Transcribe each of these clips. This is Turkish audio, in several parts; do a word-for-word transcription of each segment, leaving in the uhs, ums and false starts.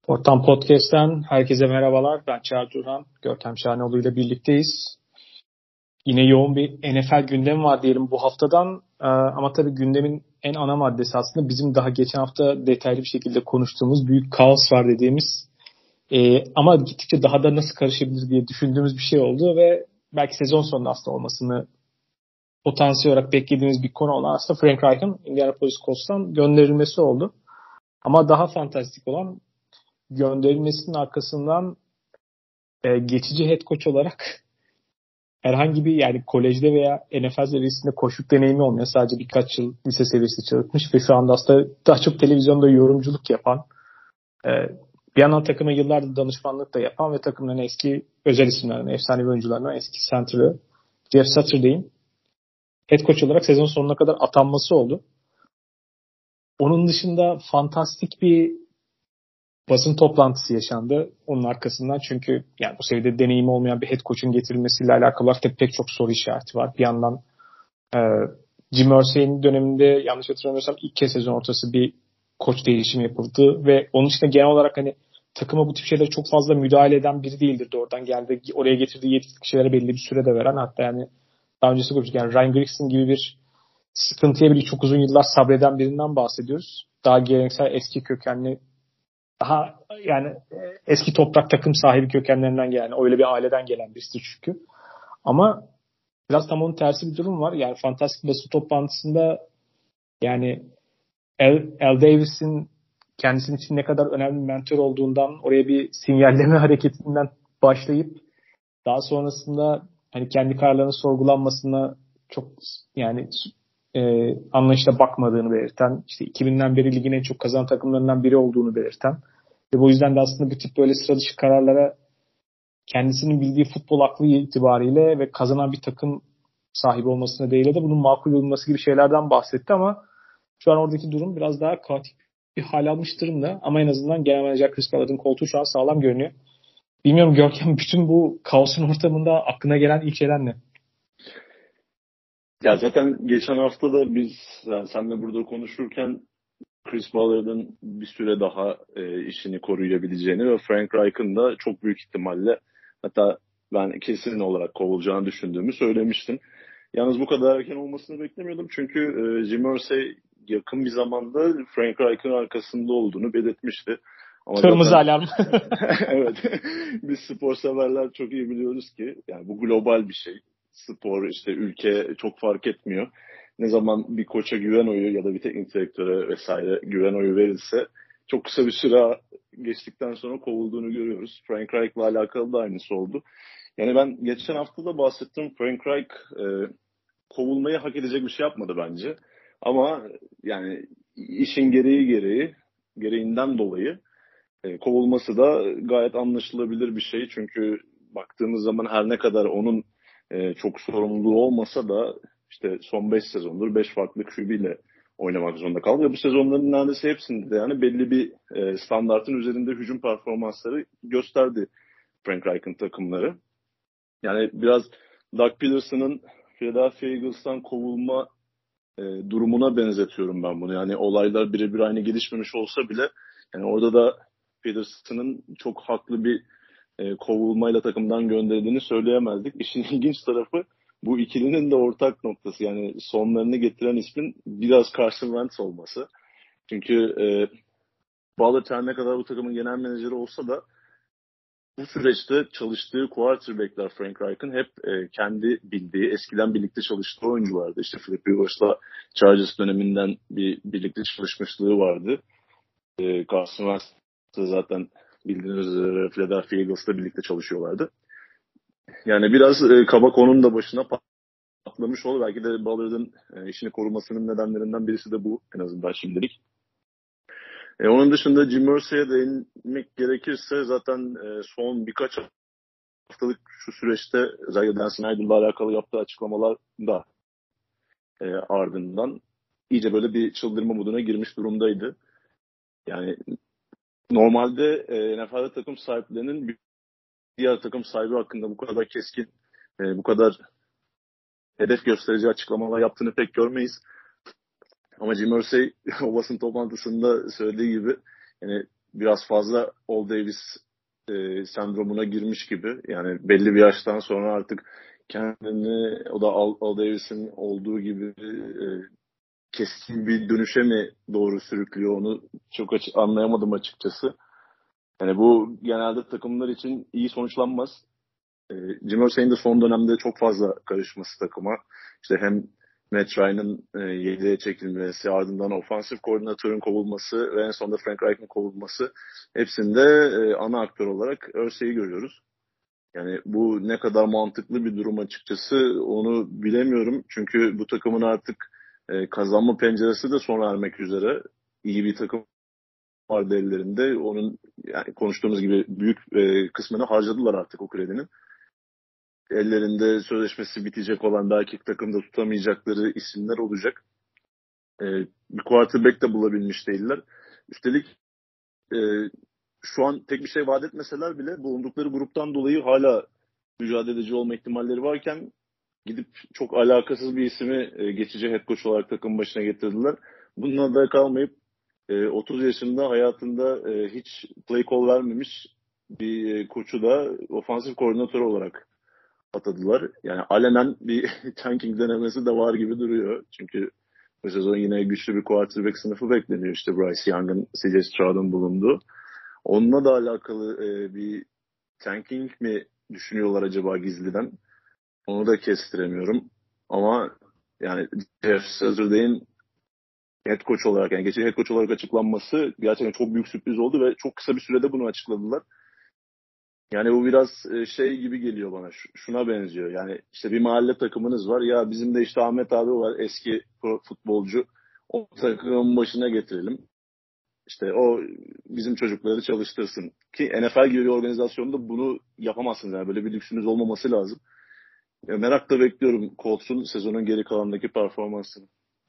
Ortam Podcast'ten herkese merhabalar. Ben Çağrı Turhan, Görkem Şahanoğlu ile birlikteyiz. Yine yoğun bir N F L gündemi var diyelim bu haftadan. Ee, ama tabii gündemin en ana maddesi aslında bizim daha geçen hafta detaylı bir şekilde konuştuğumuz büyük kaos var dediğimiz e, ama gittikçe daha da nasıl karışabilir diye düşündüğümüz bir şey oldu ve belki sezon sonunda aslında olmasını potansiyel olarak beklediğimiz bir konu olan aslında Frank Reich'ın Indianapolis Colts'tan gönderilmesi oldu. Ama daha fantastik olan gönderilmesinin arkasından e, geçici head coach olarak herhangi bir yani kolejde veya N F L seviyesinde koşuk deneyimi olmayan sadece birkaç yıl lise seviyesinde çalışmış ve şu anda aslında daha çok televizyonda yorumculuk yapan e, bir yandan takıma yıllardır danışmanlık da yapan ve takımların eski özel isimlerinden, efsanevi oyuncularından eski center'ı Jeff Saturday'in head coach olarak sezon sonuna kadar atanması oldu. Onun dışında fantastik bir basın toplantısı yaşandı onun arkasından çünkü yani bu seviyede deneyimi olmayan bir head coach'un getirilmesiyle alakalı tabii pek çok soru işareti var. Bir yandan e, Jim Irsay'in döneminde yanlış hatırlamıyorsam ilk kez sezon ortası bir koç değişimi yapıldı ve onun için genel olarak hani takıma bu tip şeylere çok fazla müdahale eden biri değildir. Doğrudan geldi oraya getirdiği yetkili kişilere belli bir sürede veren hatta yani daha öncesi konuştuk yani Ryan Grigson gibi bir sıkıntıya bile çok uzun yıllar sabreden birinden bahsediyoruz. Daha geleneksel eski kökenli daha yani eski toprak takım sahibi kökenlerinden gelen, öyle bir aileden gelen birisi çünkü. Ama biraz tam onun tersi bir durum var. Yani fantastik basın toplantısında yani Al, Al Davis'in kendisinin için ne kadar önemli bir mentor olduğundan oraya bir sinyalleme hareketinden başlayıp daha sonrasında hani kendi kararlarının sorgulanmasına çok yani e, anlayışla bakmadığını belirten, işte iki binden beri ligin en çok kazanan takımlarından biri olduğunu belirten ve bu yüzden de aslında bu tip böyle sıra dışı kararlara kendisinin bildiği futbol aklı itibariyle ve kazanan bir takım sahibi olmasına değil de bunun makul olması gibi şeylerden bahsetti ama şu an oradaki durum biraz daha kaotik bir hal almış durumda ama en azından genel menajer Chris Ballard'ın koltuğu şu an sağlam görünüyor. Bilmiyorum Görkem, bütün bu kaosun ortamında aklına gelen ilk şeyler ne? Ya zaten geçen hafta da biz yani seninle burada konuşurken Chris Ballard'ın bir süre daha e, işini koruyabileceğini ve Frank Reich'ın da çok büyük ihtimalle hatta ben kesin olarak kovulacağını düşündüğümü söylemiştim. Yalnız bu kadar erken olmasını beklemiyordum çünkü e, Jim Irsay yakın bir zamanda Frank Reich'ın arkasında olduğunu belirtmişti. Ama Kırmızı zaten, alarm. evet, biz spor severler çok iyi biliyoruz ki yani bu global bir şey. Spor işte ülke çok fark etmiyor. Ne zaman bir koça güven oyu ya da bir teknik direktöre vesaire güven oyu verilse çok kısa bir süre geçtikten sonra kovulduğunu görüyoruz. Frank Reich'la alakalı da aynısı oldu. Yani ben geçen hafta da bahsettim. Frank Reich e, kovulmayı hak edecek bir şey yapmadı bence. Ama yani işin gereği gereği gereğinden dolayı e, kovulması da gayet anlaşılabilir bir şey. Çünkü baktığımız zaman her ne kadar onun e, çok sorumluluğu olmasa da işte son beş sezondur beş farklı Q B ile oynamak zorunda kaldı. Ve bu sezonların neredeyse hepsinde de yani belli bir e, standartın üzerinde hücum performansları gösterdi Frank Reich'ın takımları. Yani biraz Doug Peterson'ın Philadelphia Eagles'tan kovulma e, durumuna benzetiyorum ben bunu. Yani olaylar birebir aynı gelişmemiş olsa bile yani orada da Peterson'ın çok haklı bir e, kovulmayla takımdan gönderildiğini söyleyemezdik. İşin ilginç tarafı bu ikilinin de ortak noktası. Yani sonlarını getiren ismin biraz Carson Wentz olması. Çünkü e, Ballard her ne kadar bu takımın genel menajeri olsa da bu süreçte çalıştığı quarterback'ler Frank Reich'ın hep e, kendi bildiği, eskiden birlikte çalıştığı oyunculardı. İşte Philip Rivers'la Chargers döneminden bir birlikte çalışmışlığı vardı. E, Carson Wentz'la zaten bildiğiniz üzere Philadelphia Eagles'la birlikte çalışıyorlardı. Yani biraz e, kabak onun da başına patlamış oldu. Belki de Ballard'ın e, işini korumasının nedenlerinden birisi de bu en azından şimdilik. E, onun dışında Jim Irsay'e değinmek gerekirse zaten e, son birkaç haftalık şu süreçte özellikle Dan Snyder'la alakalı yaptığı açıklamalar da e, ardından iyice böyle bir çıldırma moduna girmiş durumdaydı. Yani normalde e, N F L'de takım sahiplerinin bir diğer takım sahibi hakkında bu kadar keskin, e, bu kadar hedef gösterici açıklamalar yaptığını pek görmeyiz. Ama Jim Irsay o basın toplantısında söylediği gibi yani biraz fazla Al Davis e, sendromuna girmiş gibi. Yani belli bir yaştan sonra artık kendini o da Al, Al Davis'in olduğu gibi e, keskin bir dönüşe mi doğru sürüklüyor onu çok açık, anlayamadım açıkçası. Yani bu genelde takımlar için iyi sonuçlanmaz. E, Jim Irsay'in de son dönemde çok fazla karışması takıma. İşte hem Matt Ryan'ın e, yedeğe çekilmesi, ardından ofansif koordinatörün kovulması ve en sonunda Frank Reich'in kovulması hepsinde e, ana aktör olarak Irsay'i görüyoruz. Yani bu ne kadar mantıklı bir durum açıkçası onu bilemiyorum. Çünkü bu takımın artık e, kazanma penceresi de sona ermek üzere. İyi bir takım vardı ellerinde. Onun yani konuştuğumuz gibi büyük e, kısmını harcadılar artık o kredinin. Ellerinde sözleşmesi bitecek olan belki takımda tutamayacakları isimler olacak. E, bir quarterback de bulabilmiş değiller. Üstelik e, şu an tek bir şey vaat etmeseler bile bulundukları gruptan dolayı hala mücadeleci olma ihtimalleri varken gidip çok alakasız bir ismi e, geçici head coach olarak takım başına getirdiler. Bununla da kalmayıp e, otuz yaşında hayatında e, hiç play call vermemiş bir e, koçu da ofansif koordinatör olarak atadılar. Yani alenen bir tanking denemesi de var gibi duruyor. Çünkü bu sezon yine güçlü bir quarterback sınıfı bekleniyor. İşte Bryce Young'ın, C J Stroud'un bulunduğu. Onunla da alakalı e, bir tanking mi düşünüyorlar acaba gizliden? Onu da kestiremiyorum. Ama yani Jeff Saturday'in head coach olarak yani geçici head coach olarak açıklanması gerçekten çok büyük sürpriz oldu ve çok kısa bir sürede bunu açıkladılar. Yani bu biraz şey gibi geliyor bana. Şuna benziyor. Yani işte bir mahalle takımınız var. Ya bizim de işte Ahmet abi var. Eski pro futbolcu. O takımın başına getirelim. İşte o bizim çocukları çalıştırsın. Ki N F L gibi bir organizasyonda bunu yapamazsınız. Yani böyle bir lüksünüz olmaması lazım. Ya merakla bekliyorum Colts'un sezonun geri kalanındaki performansını.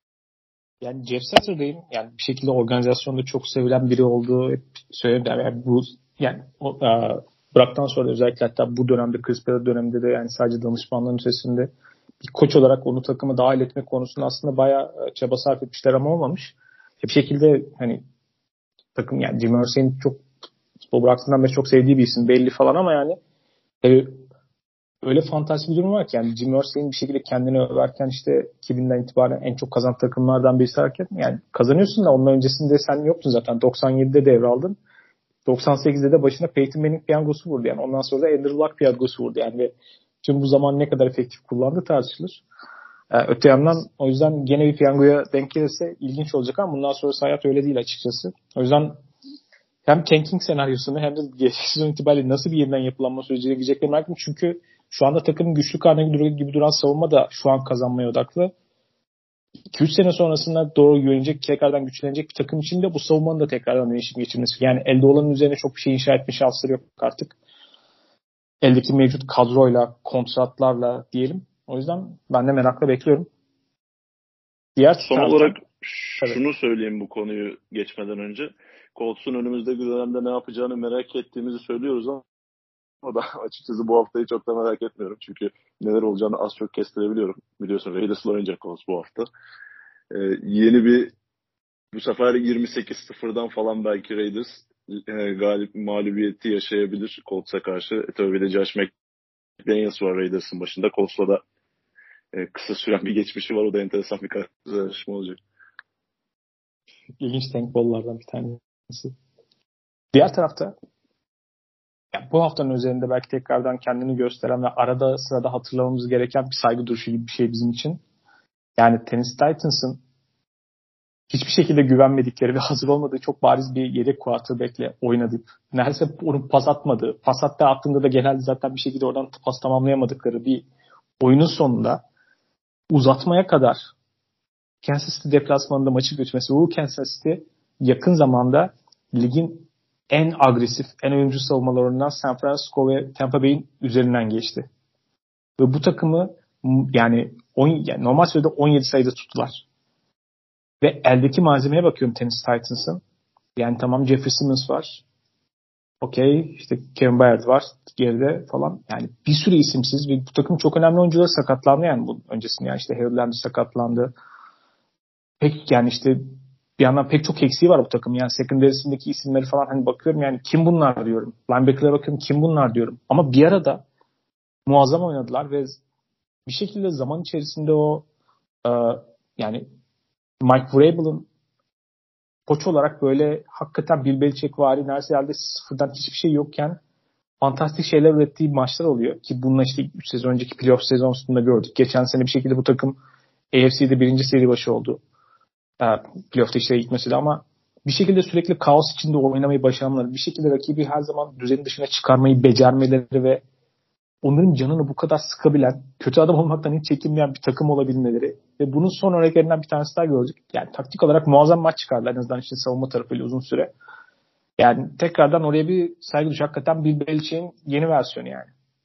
Yani Jeff Saturday'in yani bir şekilde organizasyonda çok sevilen biri olduğu hep söyledim. Yani bu yani o, Burak'tan sonra özellikle hatta bu dönemde Chris Ballard döneminde de yani sadece danışmanlığın ötesinde bir koç olarak onu takıma dahil etmek konusunda aslında bayağı çaba sarf etmişler ama olmamış. Bir şekilde hani takım yani Jim Irsay'in çok futbol bıraktığından beri çok sevdiği bir isim belli falan ama yani e, öyle fantastik bir durum var ki yani Jim Irsay'in bir şekilde kendini överken işte iki binden itibaren en çok kazanan takımlardan birisi hareket yani kazanıyorsun da ondan öncesinde sen yoktun zaten doksan yedide devraldın. doksan sekizde de başına Peyton Manning piyangosu vurdu yani. Ondan sonra da Andrew Luck piyangosu vurdu yani ve tüm bu zaman ne kadar efektif kullandığı tartışılır. Ee, öte yandan o yüzden gene bir piyangoya denk gelirse ilginç olacak ama bundan sonrası hayat öyle değil açıkçası. O yüzden hem tanking senaryosunu hem de geçici sezon itibariyle nasıl bir yeniden yapılanma süreciyle gideceklerini merak ediyorum. Çünkü şu anda takımın güçlü karnı gibi duran savunma da şu an kazanmaya odaklı. iki üç sene sonrasında doğru yönelecek, tekrardan güçlenecek bir takım için de bu savunmanın da tekrardan değişim geçirmesi. Yani elde olanın üzerine çok bir şey inşa etme şansları yok artık. Eldeki mevcut kadroyla, kontratlarla diyelim. O yüzden ben de merakla bekliyorum. Diğer Son taraftan, olarak şunu tabii. söyleyeyim bu konuyu geçmeden önce. Colts'un önümüzdeki dönemde ne yapacağını merak ettiğimizi söylüyoruz ama ama da açıkçası bu haftayı çok da merak etmiyorum. Çünkü neler olacağını az çok kestirebiliyorum. Biliyorsun Raiders'la oynayacak Colts bu hafta. Ee, yeni bir bu sefer yirmi sekiz sıfırdan falan belki Raiders e, galip mağlubiyeti yaşayabilir Colts'a karşı. E, tabii bir de Josh McDaniels var Raiders'ın başında. Colts'la da e, kısa süren bir geçmişi var. O da enteresan bir karşılaşma olacak. İlginç tankball'lardan bir tanesi. Diğer tarafta yani bu haftanın üzerinde belki tekrardan kendini gösteren ve arada sırada hatırlamamız gereken bir saygı duruşu gibi bir şey bizim için. Yani Tennessee Titans'ın hiçbir şekilde güvenmedikleri ve hazır olmadığı çok bariz bir yedek quarterback'le oynadık. Neredeyse onu pas atmadı. Pas hatta attığında da genelde zaten bir şekilde oradan pas tamamlayamadıkları bir oyunun sonunda uzatmaya kadar Kansas City deplasmanında maçı götürmesi. Bu Kansas City yakın zamanda ligin en agresif, en oyuncu savunmalarından San Francisco ve Tampa Bay'in üzerinden geçti. Ve bu takımı yani, on, yani normal sürede on yedi sayıda tuttular. Ve eldeki malzemeye bakıyorum Tennessee Titans'ın. Yani tamam Jeffrey Simmons var. Okey. İşte Kevin Byard var geride falan. Yani bir sürü isimsiz ve bu takım çok önemli oyuncular sakatlandı yani bunun öncesinde. Yani işte Harold Landry sakatlandı. Pek yani işte bir yandan pek çok eksiği var bu takım. Yani secondary'sindeki isimleri falan hani bakıyorum yani kim bunlar diyorum. Linebacker'lara bakıyorum kim bunlar diyorum. Ama bir arada muazzam oynadılar ve bir şekilde zaman içerisinde o e, yani Mike Vrabel'ın koç olarak böyle hakikaten Bill Belichick'vari neredeyse herhalde sıfırdan hiçbir şey yokken fantastik şeyler ürettiği maçlar oluyor. Ki bununla işte üç sezon önceki playoff sezonunda gördük. Geçen sene bir şekilde bu takım A F C'de birinci seri başı oldu. E, playoff'ta işte gitmesi de ama bir şekilde sürekli kaos içinde oynamayı başaranlar, bir şekilde rakibi her zaman düzenin dışına çıkarmayı becermeleri ve onların canını bu kadar sıkabilen, kötü adam olmaktan hiç çekinmeyen bir takım olabilmeleri ve bunun son örneklerinden bir tanesi daha gördük. Yani taktik olarak muazzam maç çıkardılar en azından işte savunma tarafıyla uzun süre. Yani tekrardan oraya bir saygı duyuyor. Hakikaten Bill Belichick'in yeni versiyonu yani.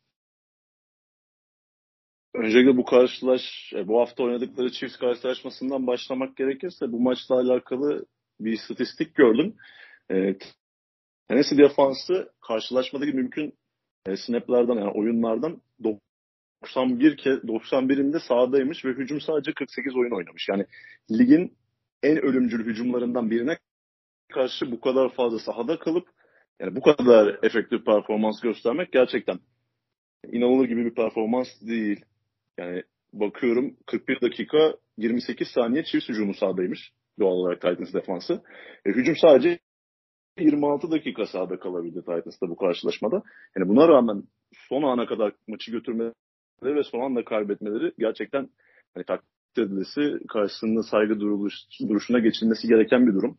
Öncelikle bu karşılaş, bu hafta oynadıkları Chiefs karşılaşmasından başlamak gerekirse bu maçla alakalı bir istatistik gördüm. E, Tennessee defansı karşılaşmadaki mümkün e, snaplerden yani oyunlardan doksan bir ke doksan birinde sahadaymış ve hücum sadece kırk sekiz oyun oynamış. Yani ligin en ölümcül hücumlarından birine karşı bu kadar fazla sahada kalıp yani bu kadar efektif performans göstermek gerçekten inanılır gibi bir performans değil. Yani bakıyorum kırk bir dakika yirmi sekiz saniye Chiefs hücumu sahadaymış doğal olarak Titans defansı. E, hücum sadece yirmi altı dakika sahada kalabildi Titans'ta bu karşılaşmada. Yani buna rağmen son ana kadar maçı götürmeleri ve son anda kaybetmeleri gerçekten hani takdir edilesi, karşısında saygı duruluş, duruşuna geçilmesi gereken bir durum.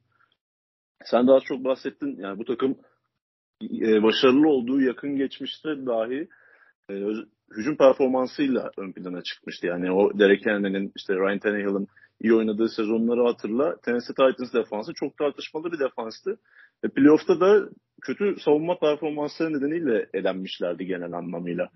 Sen daha çok bahsettin. Yani bu takım e, başarılı olduğu yakın geçmişte dahi e, hücum performansıyla ön plana çıkmıştı. Yani o Derek Henry'nin, işte Ryan Tannehill'in iyi oynadığı sezonları hatırla. Tennessee Titans defansı çok tartışmalı bir defanstı. E, playoff'ta da kötü savunma performansları nedeniyle elenmişlerdi genel anlamıyla.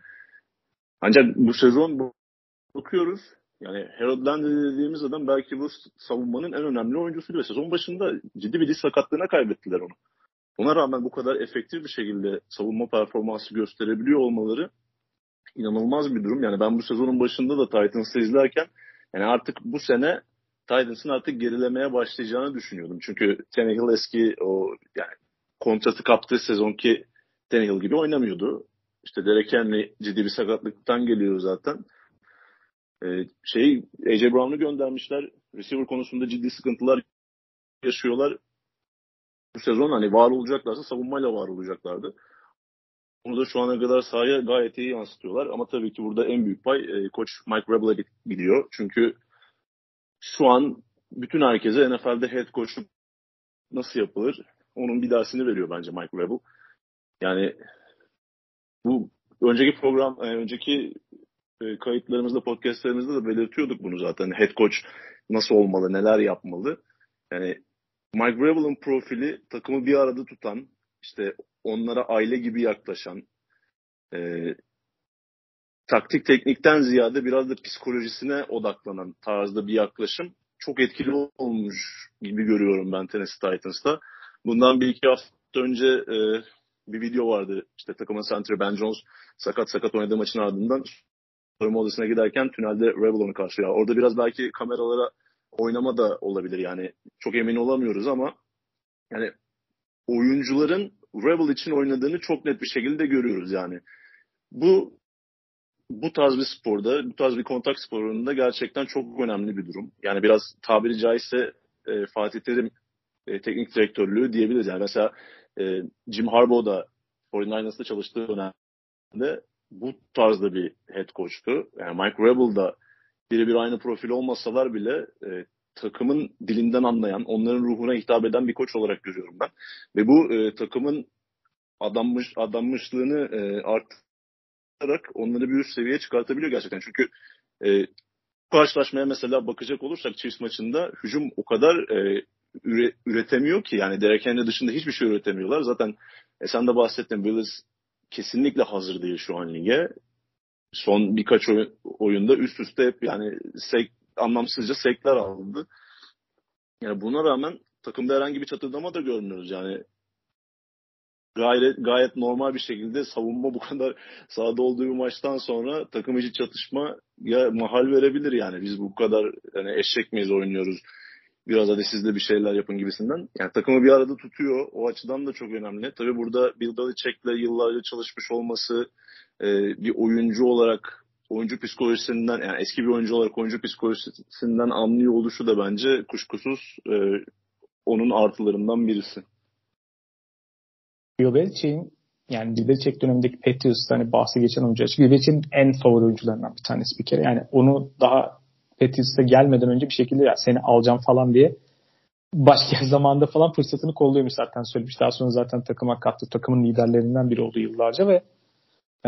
Ancak bu sezon bakıyoruz. Yani Harold Landry dediğimiz adam belki bu savunmanın en önemli oyuncusuydu ve sezon başında ciddi bir diz sakatlığına kaybettiler onu. Ona rağmen bu kadar efektif bir şekilde savunma performansı gösterebiliyor olmaları inanılmaz bir durum. Yani ben bu sezonun başında da Titans'ı izlerken yani artık bu sene Titans'ın artık gerilemeye başlayacağını düşünüyordum. Çünkü Tannehill eski o yani kontratı kaptığı sezonki Tannehill gibi oynamıyordu. İşte Derek Henry ciddi bir sakatlıktan geliyor zaten. Ee, şey A J Brown'u göndermişler. Receiver konusunda ciddi sıkıntılar yaşıyorlar. Bu sezon hani var olacaklarsa savunmayla var olacaklardı. Bunu da şu ana kadar sahaya gayet iyi yansıtıyorlar. Ama tabii ki burada en büyük pay e, koç Mike Vrabel'a gidiyor. Çünkü şu an bütün herkese N F L'de head coachluk nasıl yapılır onun bir dersini veriyor bence Mike Vrabel. Yani bu önceki program, e, önceki e, kayıtlarımızda, podcastlerimizde de belirtiyorduk bunu zaten. Head coach nasıl olmalı, neler yapmalı. Yani Mike Vrabel'ın profili takımı bir arada tutan, işte onlara aile gibi yaklaşan, e, taktik teknikten ziyade biraz da psikolojisine odaklanan tarzda bir yaklaşım çok etkili olmuş gibi görüyorum ben Tennessee Titans'ta. Bundan bir iki hafta önce e, bir video vardı. İşte takımın center'ı Ben Jones sakat sakat oynadığı maçın ardından soyunma odasına giderken tünelde Rebel onu karşılıyor. Orada biraz belki kameralara oynama da olabilir. Yani çok emin olamıyoruz ama yani oyuncuların Rebel için oynadığını çok net bir şekilde görüyoruz yani. Bu bu tarz bir sporda, bu tarz bir kontak sporunda gerçekten çok önemli bir durum. Yani biraz tabiri caizse e, Fatih Terim e, teknik direktörlüğü diyebiliriz. Yani mesela e, Jim Harbaugh da kırk dokuz'da çalıştığı dönemde bu tarzda bir head coach'tu. Yani Mike Vrabel da birebir aynı profil olmasalar bile e, takımın dilinden anlayan, onların ruhuna hitap eden bir koç olarak görüyorum ben. Ve bu e, takımın adanmış, adanmışlığını e, arttırarak onları bir üst seviyeye çıkartabiliyor gerçekten. Çünkü e, bu karşılaşmaya mesela bakacak olursak Chiefs maçında hücum o kadar e, üre, üretemiyor ki. Yani Derek Henry dışında hiçbir şey üretemiyorlar. Zaten e, sen de bahsettin, Willis kesinlikle hazır değil şu an lige. Son birkaç oyun, oyunda üst üste hep yani sek, anlamsızca sekler aldı. Yani buna rağmen takımda herhangi bir çatırdama da görmüyoruz. Yani gayet gayet normal bir şekilde savunma bu kadar sahada olduğu bir maçtan sonra takım içi çatışma ya mahal verebilir yani. Biz bu kadar yani eşek miyiz oynuyoruz biraz hadi siz de bir şeyler yapın gibisinden. Yani takımı bir arada tutuyor. O açıdan da çok önemli. Tabii burada Bill Belichick'le yıllarca çalışmış olması, e, bir oyuncu olarak oyuncu psikolojisinden, yani eski bir oyuncu olarak oyuncu psikolojisinden anlıyor oluşu da bence kuşkusuz e, onun artılarından birisi. Bill Belichick'in, yani Bill Belichick dönemindeki Patriots'ta hani bahsi geçen oyuncu açık. Bill Belichick'in en favori oyuncularından bir tanesi bir kere. Yani onu daha Patriots'ta gelmeden önce bir şekilde ya seni alacağım falan diye başka zamanda falan fırsatını kolluyormuş, zaten söylemiş. Daha sonra zaten takıma kattı. Takımın liderlerinden biri oldu yıllarca ve e,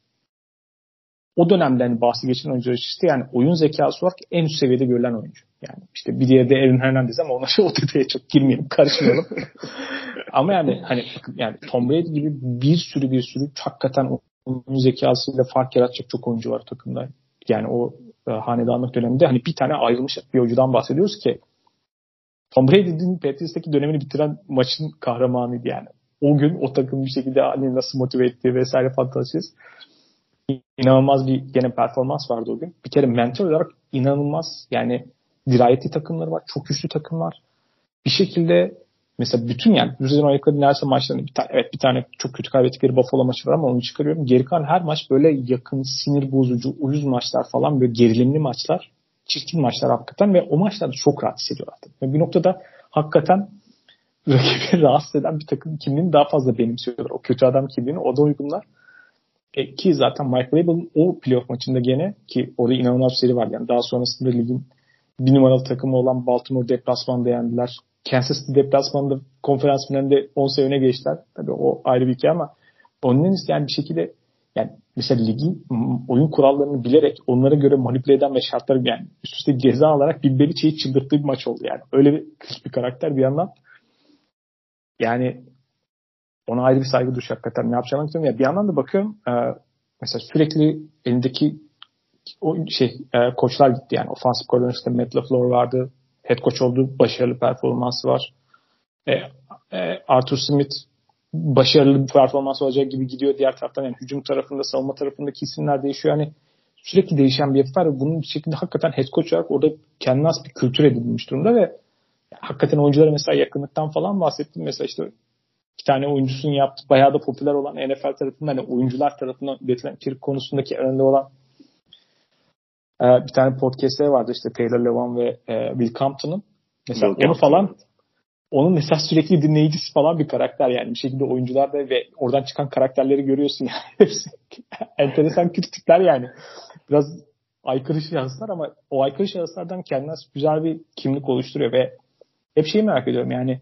o dönemden bahsi geçen oyuncu işte, yani oyun zekası olarak en üst seviyede görülen oyuncu. Yani işte bir diğeri de Aaron Hernandez ama ona o detaya çok girmeyelim, karışmayalım. Ama yani hani yani Tom Brady gibi bir sürü bir sürü hakikaten oyun zekasıyla fark yaratacak çok oyuncu var takımda. Yani o e, hanedanlık döneminde hani bir tane ayrılmış bir oyuncudan bahsediyoruz ki Tom Brady'nin Patriots'taki dönemini bitiren maçın kahramanıydı yani. O gün o takım bir şekilde hani nasıl motive ettiği vesaire fantasiyası. İnanılmaz bir gene performans vardı o gün. Bir kere mental olarak inanılmaz, yani dirayetli takımları var. Çok güçlü takım var. Bir şekilde mesela bütün, yani bu sezon ayakları neredeyse maçlarında bir tane, evet bir tane çok kötü kaybettikleri Buffalo maçı var ama onu çıkarıyorum. Geri kalan her maç böyle yakın, sinir bozucu, uyuz maçlar falan, böyle gerilimli maçlar. Çirkin maçlar hakikaten ve o maçlarda çok rahat hissediyorlar. Ve bir noktada hakikaten rakibi rahatsız eden bir takım kimliğini daha fazla benimsiyorlar. O kötü adam kimliğini o da uygunlar. E, ki zaten Mike Vrabel'ın o playoff maçında gene, ki orada inanılmaz bir seri var. Yani daha sonrasında ligin bir numaralı takımı olan Baltimore deplasmanda yendiler. Kansas City deplasmanda konferans finalinde on sayı öne geçtiler. Tabii o ayrı bir hikaye ama onun yani bir şekilde, yani mesela ligin oyun kurallarını bilerek onlara göre manipüle eden ve şartları yani üst üste ceza alarak Bill Belichick'i çıldırttığı bir maç oldu yani. Öyle bir, bir karakter bir yandan. Yani ona ayrı bir saygı duyuş hakikaten, ne yapacağını bilmiyorum. Ya bir yandan da bakıyorum e, mesela sürekli elindeki o şey e, koçlar gitti yani. Offensive coordinator işte Matt LaFleur vardı. Head coach oldu. Başarılı performansı var. E, e, Arthur Smith başarılı bir performans olacak gibi gidiyor. Diğer taraftan yani hücum tarafında, savunma tarafındaki isimler değişiyor. Yani sürekli değişen bir yapı var ve bunun bir şekilde hakikaten head coach olarak orada kendine has bir kültür edilmiş durumda ve hakikaten oyunculara mesela yakınlıktan falan bahsettim. Mesela işte iki tane oyuncusunun yaptığı bayağı da popüler olan N F L tarafından, yani oyuncular tarafından üretilen içerik konusundaki önünde olan e, bir tane podcast'leri vardı işte Taylor Lewan ve e, Will Compton'ın. Mesela Will onu Compton, falan evet. onun mesela sürekli dinleyicisi falan bir karakter yani. Bir şekilde oyuncular da ve oradan çıkan karakterleri görüyorsun yani. Hepsi enteresan kritikler yani. Biraz aykırı şahıslar ama o aykırı şahıslardan kendine güzel bir kimlik oluşturuyor ve hep şeyi merak ediyorum yani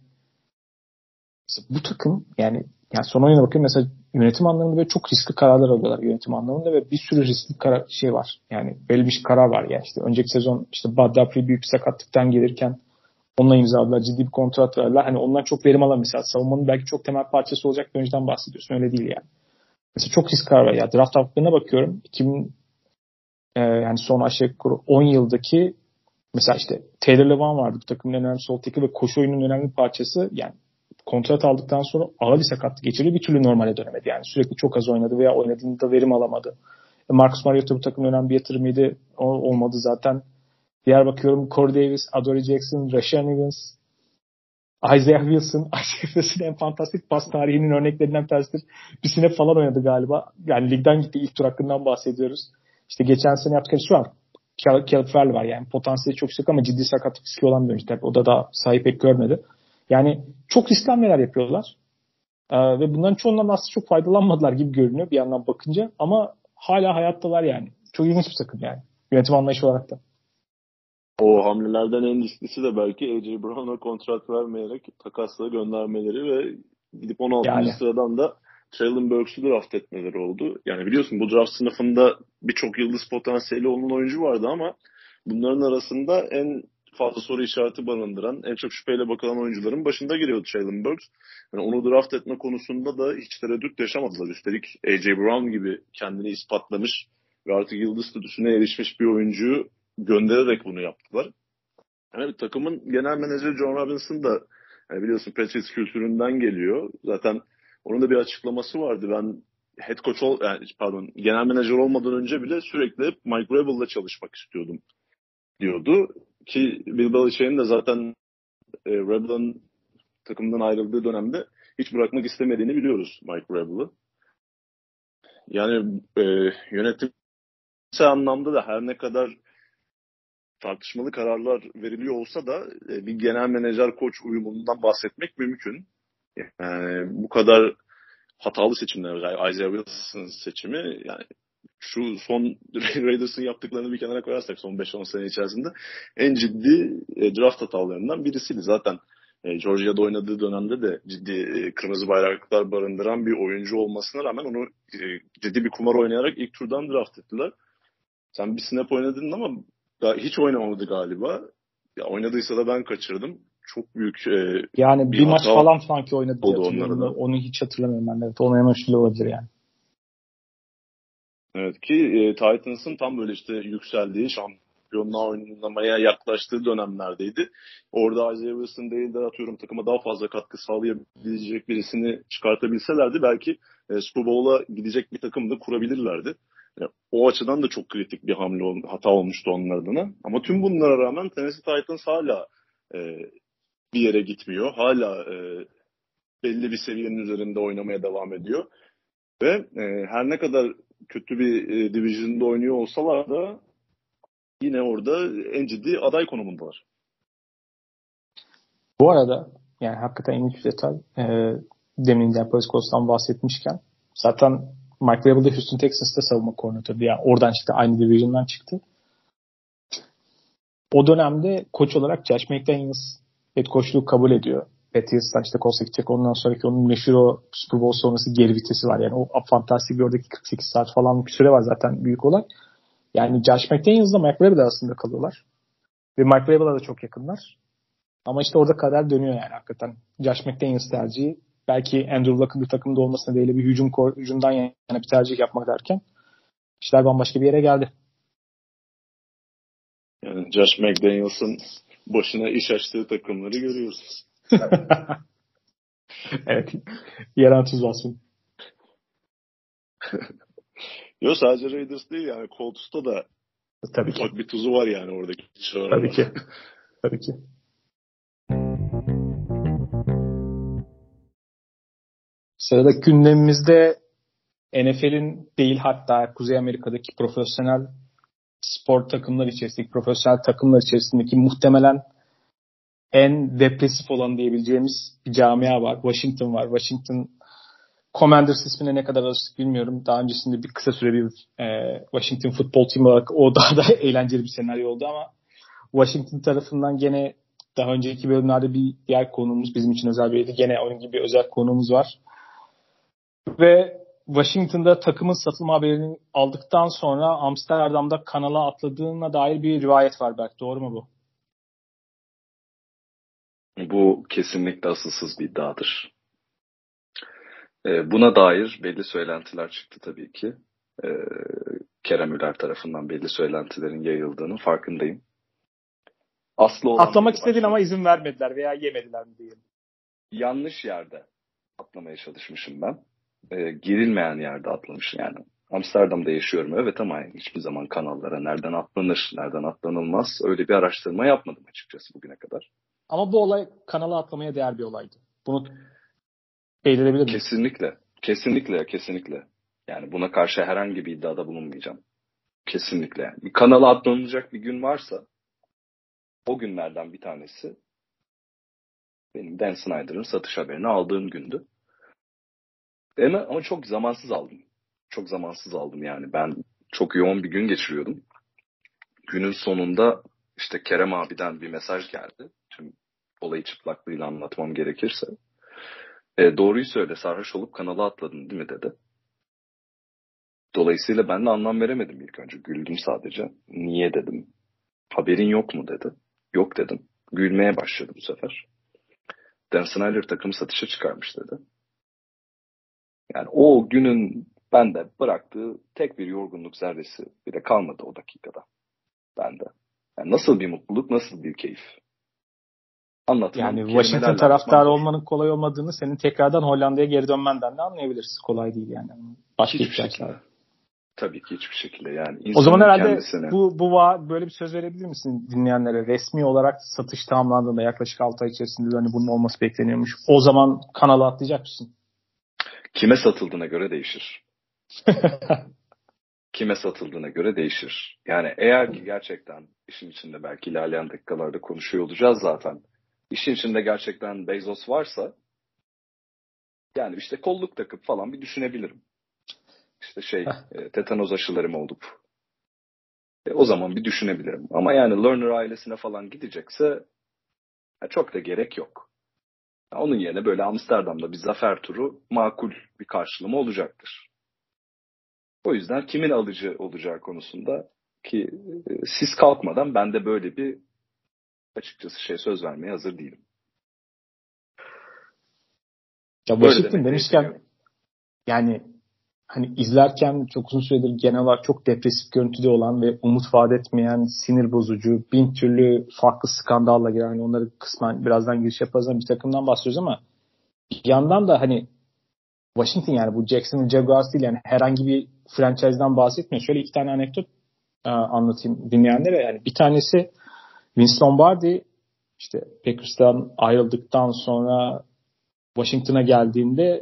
bu takım yani yani son oyuna bakıyorum mesela yönetim anlamında böyle çok riskli kararlar alıyorlar yönetim anlamında ve bir sürü riskli karar, şey var. Yani belli bir karar var yani işte önceki sezon işte Bud Dupree büyük bir sakatlıktan gelirken onunla imzaladılar, ciddi bir kontrat verdiler. Hani ondan çok verim alan mesela savunmanın belki çok temel parçası olacak bir oyuncudan bahsediyorsun. Öyle değil yani. Mesela çok risk karar var ya. Draft haklarına bakıyorum. iki bin e, yani son aşağı yukarı on yıldaki mesela işte Taylor Lewan vardı bu takımın en önemli sol teki ve koşu oyunun önemli parçası. Yani kontrat aldıktan sonra ağır bir sakatlık geçirdi. Bir türlü normale dönemedi. Yani sürekli çok az oynadı veya oynadığında verim alamadı. E Marcus Mariota bu takımın önemli bir yatırımıydı. O, olmadı zaten. Diğer bakıyorum Corey Davis, Adoree Jackson, Rashaan Evans, Isaiah Wilson. Isaiah Wilson en fantastik pas tarihinin örneklerinden tersidir. Bir sene falan oynadı galiba. Yani ligden gitti, ilk tur hakkından bahsediyoruz. İşte geçen sene yaptıkları şu an Caleb Farley var yani potansiyeli çok yüksek ama ciddi sakatlık riski olan bir oyuncu. Tabii o da daha sahip pek görmedi. Yani çok riskli hamleler yapıyorlar. Ee, ve bunların çoğundan aslında çok faydalanmadılar gibi görünüyor bir yandan bakınca ama hala hayattalar yani. Çok ilginç bir takım yani. Yönetim anlayışı olarak da. O hamlelerden en risklisi de belki A J Brown'a kontrat vermeyerek takasla göndermeleri ve gidip on altıncı Yani sıradan da Traylon Burks'u draft etmeleri oldu. Yani biliyorsun bu draft sınıfında birçok yıldız potansiyeli olan oyuncu vardı ama bunların arasında en fazla soru işareti barındıran, en çok şüpheyle bakılan oyuncuların başında giriyordu Traylon Burks. Yani onu draft etme konusunda da hiç tereddüt yaşamadılar. Üstelik A J Brown gibi kendini ispatlamış ve artık yıldız statüsüne erişmiş bir oyuncuyu göndererek bunu yaptılar. Yani takımın genel menajeri John Robinson da yani biliyorsun Patriots kültüründen geliyor. Zaten onun da bir açıklaması vardı. Ben head coach ol, yani pardon, genel menajer olmadan önce bile sürekli Mike Vrabel'la çalışmak istiyordum diyordu. ki Bill Belichick'in de zaten e, Rebel'ın takımdan ayrıldığı dönemde hiç bırakmak istemediğini biliyoruz Mike Rebel'ı. Yani e, yönetimsel anlamda da her ne kadar tartışmalı kararlar veriliyor olsa da e, bir genel menajer koç uyumundan bahsetmek mümkün. Yani bu kadar hatalı seçimler, Isaiah Wilson'ın seçimi, yani şu son Raiders'ın yaptıklarını bir kenara koyarsak son beş on sene içerisinde en ciddi e, draft hatalarından birisiydi. Zaten e, Georgia'da oynadığı dönemde de ciddi e, kırmızı bayraklar barındıran bir oyuncu olmasına rağmen onu e, ciddi bir kumar oynayarak ilk turdan draft ettiler. Sen bir snap oynadın ama hiç oynamadı galiba. Ya oynadıysa da ben kaçırdım. Çok büyük e, yani bir bir maç hata falan sanki oynadı diye oldu hatırlıyorum. onlara da. Onu hiç hatırlamıyorum ben de. Evet, oynamış bile olabilir yani. Evet ki e, Titans'ın tam böyle işte yükseldiği, şampiyonluğa oynamaya yaklaştığı dönemlerdeydi. Orada Isaiah Wilson değil de atıyorum takıma daha fazla katkı sağlayabilecek birisini çıkartabilselerdi belki e, Super Bowl'a gidecek bir takım da kurabilirlerdi. Yani o açıdan da çok kritik bir hamle, hata olmuştu onlar adına. Ama tüm bunlara rağmen Tennessee Titans hala e, bir yere gitmiyor. Hala e, belli bir seviyenin üzerinde oynamaya devam ediyor. Ve e, her ne kadar kötü bir e, division'da oynuyor olsalar da yine orada en ciddi aday konumundalar. Bu arada yani hakikaten ilginç bir detay. E, demin Indianapolis Colts'tan bahsetmişken zaten Mike Vrabel de Houston Texans'ta savunma koordinatörü. Yani oradan çıktı. Aynı division'dan çıktı. O dönemde koç olarak Josh McDaniels head coachluğu kabul ediyor. Patriots'tan işte Colts'a gidecek. Ondan sonraki onun meşhur o Super Bowl sonrası geri vitesi var. Yani o fantastik bir oradaki kırk sekiz saat falan bir süre var zaten, büyük olay. Yani Josh McDaniels'la Mike Vrabel arasında kalıyorlar. Ve Mike Vrabel'a da çok yakınlar. Ama işte orada kader dönüyor yani hakikaten. Josh McDaniels tercihi. Belki Andrew Luck'ın bir takımda olmasına değil bir hücum hücumdan yana bir tercih yapmak derken işler bambaşka bir yere geldi. Yani Josh McDaniels'ın başına iş açtığı takımları görüyoruz. Evet. Yaran tuz basın. Yok sadece Raiders değil yani Colts'ta da Tabii ufak ki. bir tuzu var yani oradaki. Tabii ki. Tabii ki. Sıradaki gündemimizde N F L'in değil hatta Kuzey Amerika'daki profesyonel spor takımlar içerisindeki, profesyonel takımlar içerisindeki muhtemelen en depresif olan diyebileceğimiz bir camia var. Washington var. Washington Commanders ismine ne kadar alıştık bilmiyorum. Daha öncesinde bir kısa süre bir e, Washington Football Team olarak o daha da eğlenceli bir senaryo oldu ama Washington tarafından gene daha önceki bölümlerde bir diğer konuğumuz, bizim için özel biriydi. Gene onun gibi bir özel konuğumuz var. Ve Washington'da takımın satılma haberini aldıktan sonra Amsterdam'da kanala atladığına dair bir rivayet var Berk. Doğru mu bu? Bu kesinlikle asılsız bir iddiadır. Ee, buna dair belli söylentiler çıktı tabii ki. Ee, Kerem Üler tarafından belli söylentilerin yayıldığının farkındayım. Aslı olan Atlamak belli istedin başlı. ama izin vermediler veya yemediler mi diyelim. Yanlış yerde atlamaya çalışmışım ben. Ee, girilmeyen yerde atlamışım yani. Amsterdam'da yaşıyorum evet ama hiçbir zaman kanallara nereden atlanır, nereden atlanılmaz öyle bir araştırma yapmadım açıkçası bugüne kadar. Ama bu olay kanala atlamaya değer bir olaydı. Bunu belirleyebilir miyiz? Kesinlikle. Kesinlikle, kesinlikle. Yani buna karşı herhangi bir iddiada bulunmayacağım. Kesinlikle. Bir kanala atlanacak bir gün varsa o günlerden bir tanesi benim Dan Snyder'ın satış haberini aldığım gündü. Ama, ama çok zamansız aldım. Çok zamansız aldım yani. Ben çok yoğun bir gün geçiriyordum. Günün sonunda işte Kerem abiden bir mesaj geldi. Tüm olayı çıplaklığıyla anlatmam gerekirse. E, doğruyu söyle, sarhoş olup kanala atladın değil mi dedi. Dolayısıyla ben de anlam veremedim ilk önce. Güldüm sadece. Niye dedim. Haberin yok mu dedi. Yok dedim. Gülmeye başladı bu sefer. Dan Snyder takımı satışa çıkarmış dedi. Yani o günün bende bıraktığı tek bir yorgunluk zerresi bile kalmadı o dakikada. Bende. Yani nasıl bir mutluluk, nasıl bir keyif. Anlatmam, Yani Washington taraftarı olmanın kolay olmadığını senin tekrardan Hollanda'ya geri dönmenden de anlayabiliriz. Kolay değil yani. Başka Hiçbir şekilde. Tabii ki hiçbir şekilde yani. O zaman herhalde kendisine... bu bu va böyle bir söz verebilir misin dinleyenlere? Resmi olarak satış tamamlandığında yaklaşık altı ay içerisinde hani bunun olması bekleniyormuş. O zaman kanala atlayacak mısın? Kime satıldığına göre değişir. Kime satıldığına göre değişir. Yani eğer ki gerçekten işin içinde belki ilerleyen dakikalarda konuşuyor olacağız zaten. İşin içinde gerçekten Bezos varsa yani işte kolluk takıp falan bir düşünebilirim. İşte şey e, tetanoz aşılarım olup e, o zaman bir düşünebilirim. Ama yani Lerner ailesine falan gidecekse ya çok da gerek yok. Ya onun yerine böyle Amsterdam'da bir zafer turu makul bir karşılama olacaktır. O yüzden kimin alıcı olacağı konusunda ki e, siz kalkmadan ben de böyle bir açıkçası şey söz vermeye hazır değilim. Ya Washington demişken yani hani izlerken çok uzun süredir genel olarak çok depresif görüntüde olan ve umut vaat etmeyen, sinir bozucu, bin türlü farklı skandalla giren, hani onları kısmen birazdan giriş yaparız bir takımdan bahsediyoruz ama bir yandan da hani Washington yani bu Jacksonville Jaguars değil yani herhangi bir franchise'dan bahsetmiyor. Şöyle iki tane anekdot e, anlatayım dinleyenlere. Yani bir tanesi Vince Lombardi işte Packers'tan ayrıldıktan sonra Washington'a geldiğinde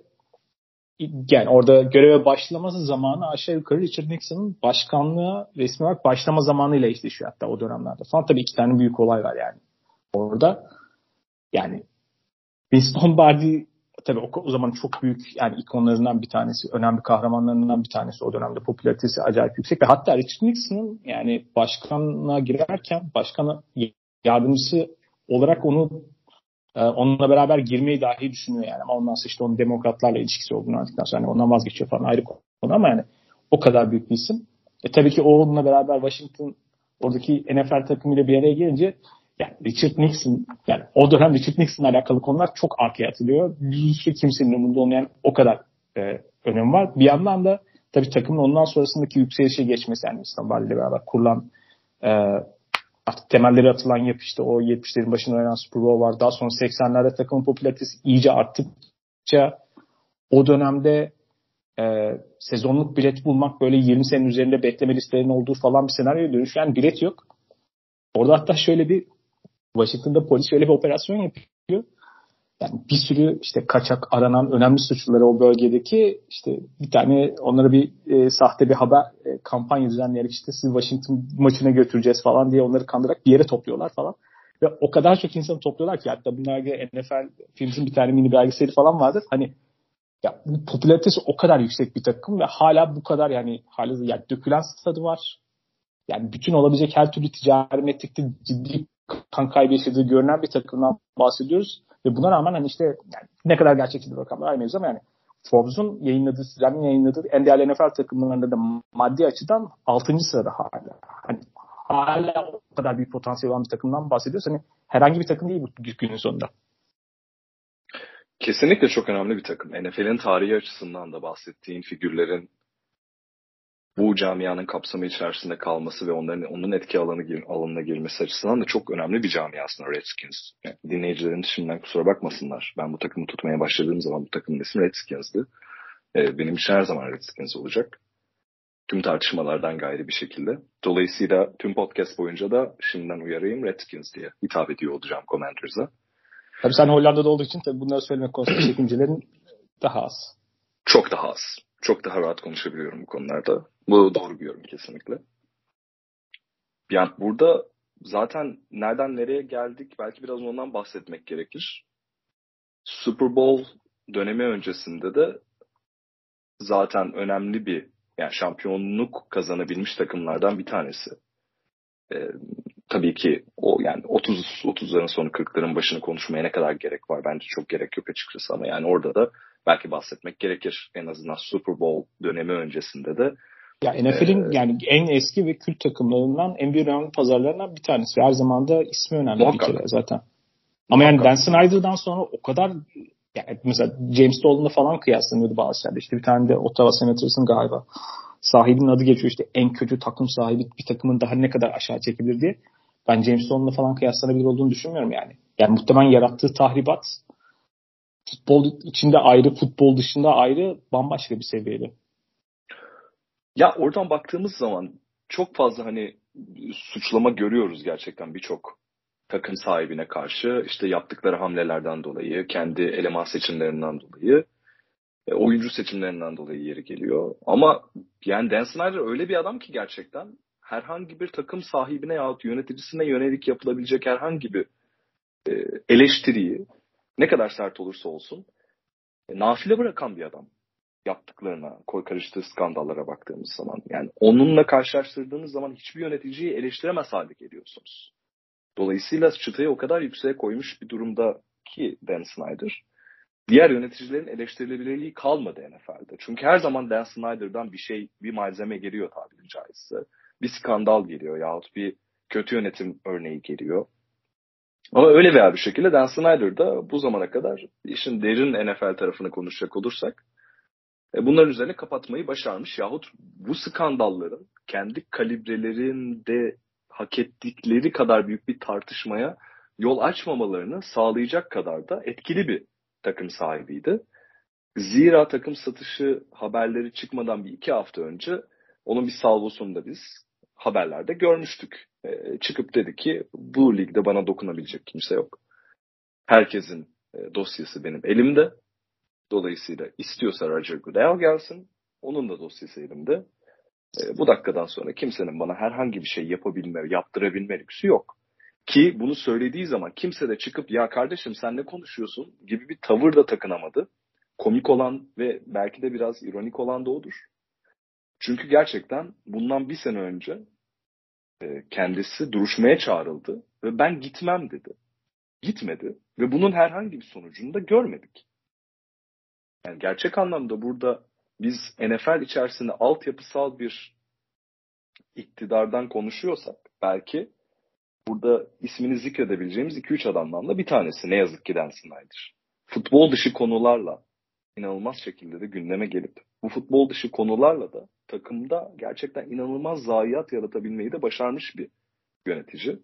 yani orada göreve başlaması zamanı aşağı yukarı Richard Nixon'ın başkanlığa resmi olarak başlama zamanıyla eşleşiyor hatta o dönemlerde falan. Tabii iki tane büyük olay var yani orada. Yani Vince Lombardi tabii o, o zaman çok büyük yani ikonlarından bir tanesi, önemli kahramanlarından bir tanesi. O dönemde popülaritesi acayip yüksek ve hatta Richard Nixon'ın yani başkanlığa girerken başkan yardımcısı olarak onu onunla beraber girmeyi dahi düşünüyor yani. Ama ondan sonra işte onun demokratlarla ilişkisi olduğunu anladıktan sonra yani ondan vazgeçiyor falan ayrı konu ama yani o kadar büyük bir isim. E tabii ki onunla beraber Washington oradaki N F L takımıyla bir araya gelince yani Richard Nixon yani o dönem Richard Nixon'la alakalı konular çok arkaya atılıyor. Hiç kimsenin umurunda olmayan o kadar e, önemi var. Bir yandan da tabii takımın ondan sonrasındaki yükselişe geçmesi yani İstanbul ile beraber kurulan e, artık temelleri atılan yapı işte o yetmişlerin başında oynanan Super Bowl var. Daha sonra seksenlerde takımın popülaritesi iyice arttıkça o dönemde e, sezonluk bilet bulmak böyle yirmi senenin üzerinde bekleme listelerinin olduğu falan bir senaryoya dönüşüyor. Yani bilet yok. Orada hatta şöyle bir Washington'da polis şöyle bir operasyon yapıyor. Yani bir sürü işte kaçak aranan önemli suçluları o bölgedeki işte bir tane onlara bir e, sahte bir haber e, kampanya düzenleyerek işte sizi Washington maçına götüreceğiz falan diye onları kandırarak bir yere topluyorlar falan. Ve o kadar çok insanı topluyorlar ki hatta bunlar N F L filminin bir tane mini belgeseli falan vardır. Hani ya bu popülaritesi o kadar yüksek bir takım ve hala bu kadar yani hala yani dökülen stadı var. Yani bütün olabilecek her türlü ticari metrikte ciddi kan kaybı yaşadığı görünen bir takımdan bahsediyoruz. Ve buna rağmen hani işte yani ne kadar gerçekçi bir rakamlar vermiyoruz ama yani Forbes'un yayınladığı, Sizem'in yayınladığı en değerli N F L takımlarında da maddi açıdan altıncı sırada hala. Hani hala o kadar büyük potansiyel olan bir takımdan bahsediyoruz. Hani herhangi bir takım değil bu günün sonunda. Kesinlikle çok önemli bir takım. N F L'in tarihi açısından da bahsettiğin figürlerin bu camianın kapsamı içerisinde kalması ve onların onun etki alanı alanına girmesi açısından da çok önemli bir cami aslında Redskins. Yani dinleyicilerin şimdiden kusura bakmasınlar. Ben bu takımı tutmaya başladığım zaman bu takımın ismi Redskins'di. Ee, benim için her zaman Redskins olacak. Tüm tartışmalardan gayrı bir şekilde. Dolayısıyla tüm podcast boyunca da şimdiden uyarayım Redskins diye hitap ediyor olacağım Commanders'a. Tabii sen Hollanda'da olduğu için tabii bunları söylemek konusunda çekincelerin daha az. Çok daha az. Çok daha rahat konuşabiliyorum bu konularda. Bu doğru bir yorum kesinlikle. Yani burada zaten nereden nereye geldik belki biraz ondan bahsetmek gerekir. Super Bowl dönemi öncesinde de zaten önemli bir yani şampiyonluk kazanabilmiş takımlardan bir tanesi. Ee, tabii ki o yani otuz otuzların sonu kırkların başını konuşmaya ne kadar gerek var? Bence çok gerek yok açıkçası ama yani orada da belki bahsetmek gerekir. En azından Super Bowl dönemi öncesinde de. Ya N F L'in ee, yani en eski ve kült takımlarından en büyük önemli pazarlarından bir tanesi. Her zaman da ismi önemli muhakkak. Bir kere zaten. Ama muhakkak. Yani Dan Snyder'dan sonra o kadar yani mesela James Dolan'la falan kıyaslanıyordu bazı şeylerde. İşte bir tane de Ottawa Senators'ın galiba sahibinin adı geçiyor işte en kötü takım sahibi bir takımın daha ne kadar aşağı çekebilir diye. Ben James Dolan'la falan kıyaslanabilir olduğunu düşünmüyorum yani. Yani muhtemelen yarattığı tahribat futbol içinde ayrı, futbol dışında ayrı bambaşka bir seviyede. Ya oradan baktığımız zaman çok fazla hani suçlama görüyoruz gerçekten birçok takım sahibine karşı. İşte yaptıkları hamlelerden dolayı, kendi eleman seçimlerinden dolayı, e, oyuncu seçimlerinden dolayı yeri geliyor. Ama yani Dan Snyder öyle bir adam ki gerçekten herhangi bir takım sahibine yahut yöneticisine yönelik yapılabilecek herhangi bir e, eleştiriyi ne kadar sert olursa olsun e, nafile bırakan bir adam. Yaptıklarına, koy karıştığı skandallara baktığımız zaman. Yani onunla karşılaştırdığınız zaman hiçbir yöneticiyi eleştiremez hale geliyorsunuz. Dolayısıyla çıtayı o kadar yükseğe koymuş bir durumda ki Dan Snyder, diğer yöneticilerin eleştirilebilirliği kalmadı N F L'de. Çünkü her zaman Dan Snyder'dan bir şey, bir malzeme geliyor tabiri caizse. Bir skandal geliyor yahut bir kötü yönetim örneği geliyor. Ama öyle veya bir şekilde Dan Snyder da bu zamana kadar işin derin N F L tarafını konuşacak olursak bunların üzerine kapatmayı başarmış. Yahut bu skandalların kendi kalibrelerinde hak ettikleri kadar büyük bir tartışmaya yol açmamalarını sağlayacak kadar da etkili bir takım sahibiydi. Zira takım satışı haberleri çıkmadan bir iki hafta önce onun bir salvosunu da biz haberlerde görmüştük. Ee, çıkıp dedi ki bu ligde bana dokunabilecek kimse yok. Herkesin e, dosyası benim elimde. Dolayısıyla istiyorsa Roger Goodell gelsin. Onun da dosyası elimde. E, bu dakikadan sonra kimsenin bana herhangi bir şey yapabilme, yaptırabilme lüksü yok. Ki bunu söylediği zaman kimse de çıkıp ya kardeşim sen ne konuşuyorsun gibi bir tavır da takınamadı. Komik olan ve belki de biraz ironik olan da odur. Çünkü gerçekten bundan bir sene önce e, kendisi duruşmaya çağrıldı ve ben gitmem dedi. Gitmedi ve bunun herhangi bir sonucunu da görmedik. Yani gerçek anlamda burada biz N F L içerisinde altyapısal bir iktidardan konuşuyorsak belki burada ismini zikredebileceğimiz iki üç adamdan da bir tanesi ne yazık ki Dan Snyder. Futbol dışı konularla inanılmaz şekilde de gündeme gelip bu futbol dışı konularla da takımda gerçekten inanılmaz zayiat yaratabilmeyi de başarmış bir yönetici.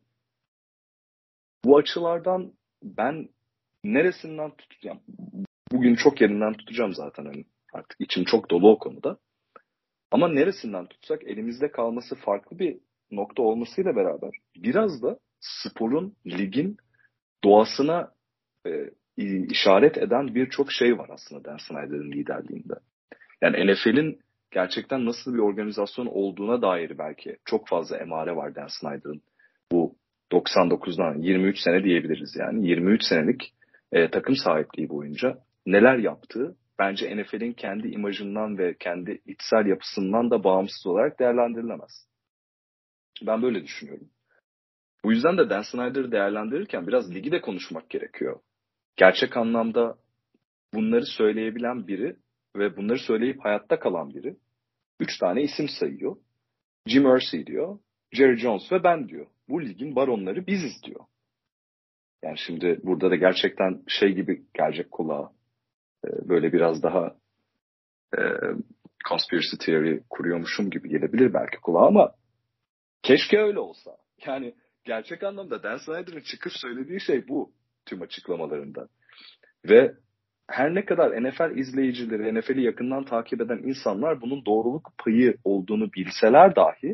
Bu açılardan ben neresinden tutacağım? Bugün çok yerinden tutacağım zaten. Hani artık içim çok dolu o konuda. Ama neresinden tutsak elimizde kalması farklı bir nokta olmasıyla beraber biraz da sporun, ligin doğasına e, işaret eden birçok şey var aslında Dan Snyder'ın liderliğinde. Yani N F L'in gerçekten nasıl bir organizasyon olduğuna dair belki çok fazla emare var Dan Snyder'ın. Bu doksan dokuzdan yirmi üç sene diyebiliriz yani. yirmi üç senelik e, takım sahipliği boyunca neler yaptığı bence N F L'in kendi imajından ve kendi içsel yapısından da bağımsız olarak değerlendirilemez. Ben böyle düşünüyorum. Bu yüzden de Dan Snyder'ı değerlendirirken biraz ligi de konuşmak gerekiyor. Gerçek anlamda bunları söyleyebilen biri ve bunları söyleyip hayatta kalan biri üç tane isim sayıyor. Jim Irsay diyor, Jerry Jones ve ben diyor. Bu ligin baronları biziz diyor. Yani şimdi burada da gerçekten şey gibi gelecek kulağa. Böyle biraz daha e, conspiracy theory kuruyormuşum gibi gelebilir belki kulağa ama keşke öyle olsa. Yani gerçek anlamda Dan Snyder'ın çıkıp söylediği şey bu tüm açıklamalarında. Ve her ne kadar N F L izleyicileri, N F L'i yakından takip eden insanlar bunun doğruluk payı olduğunu bilseler dahi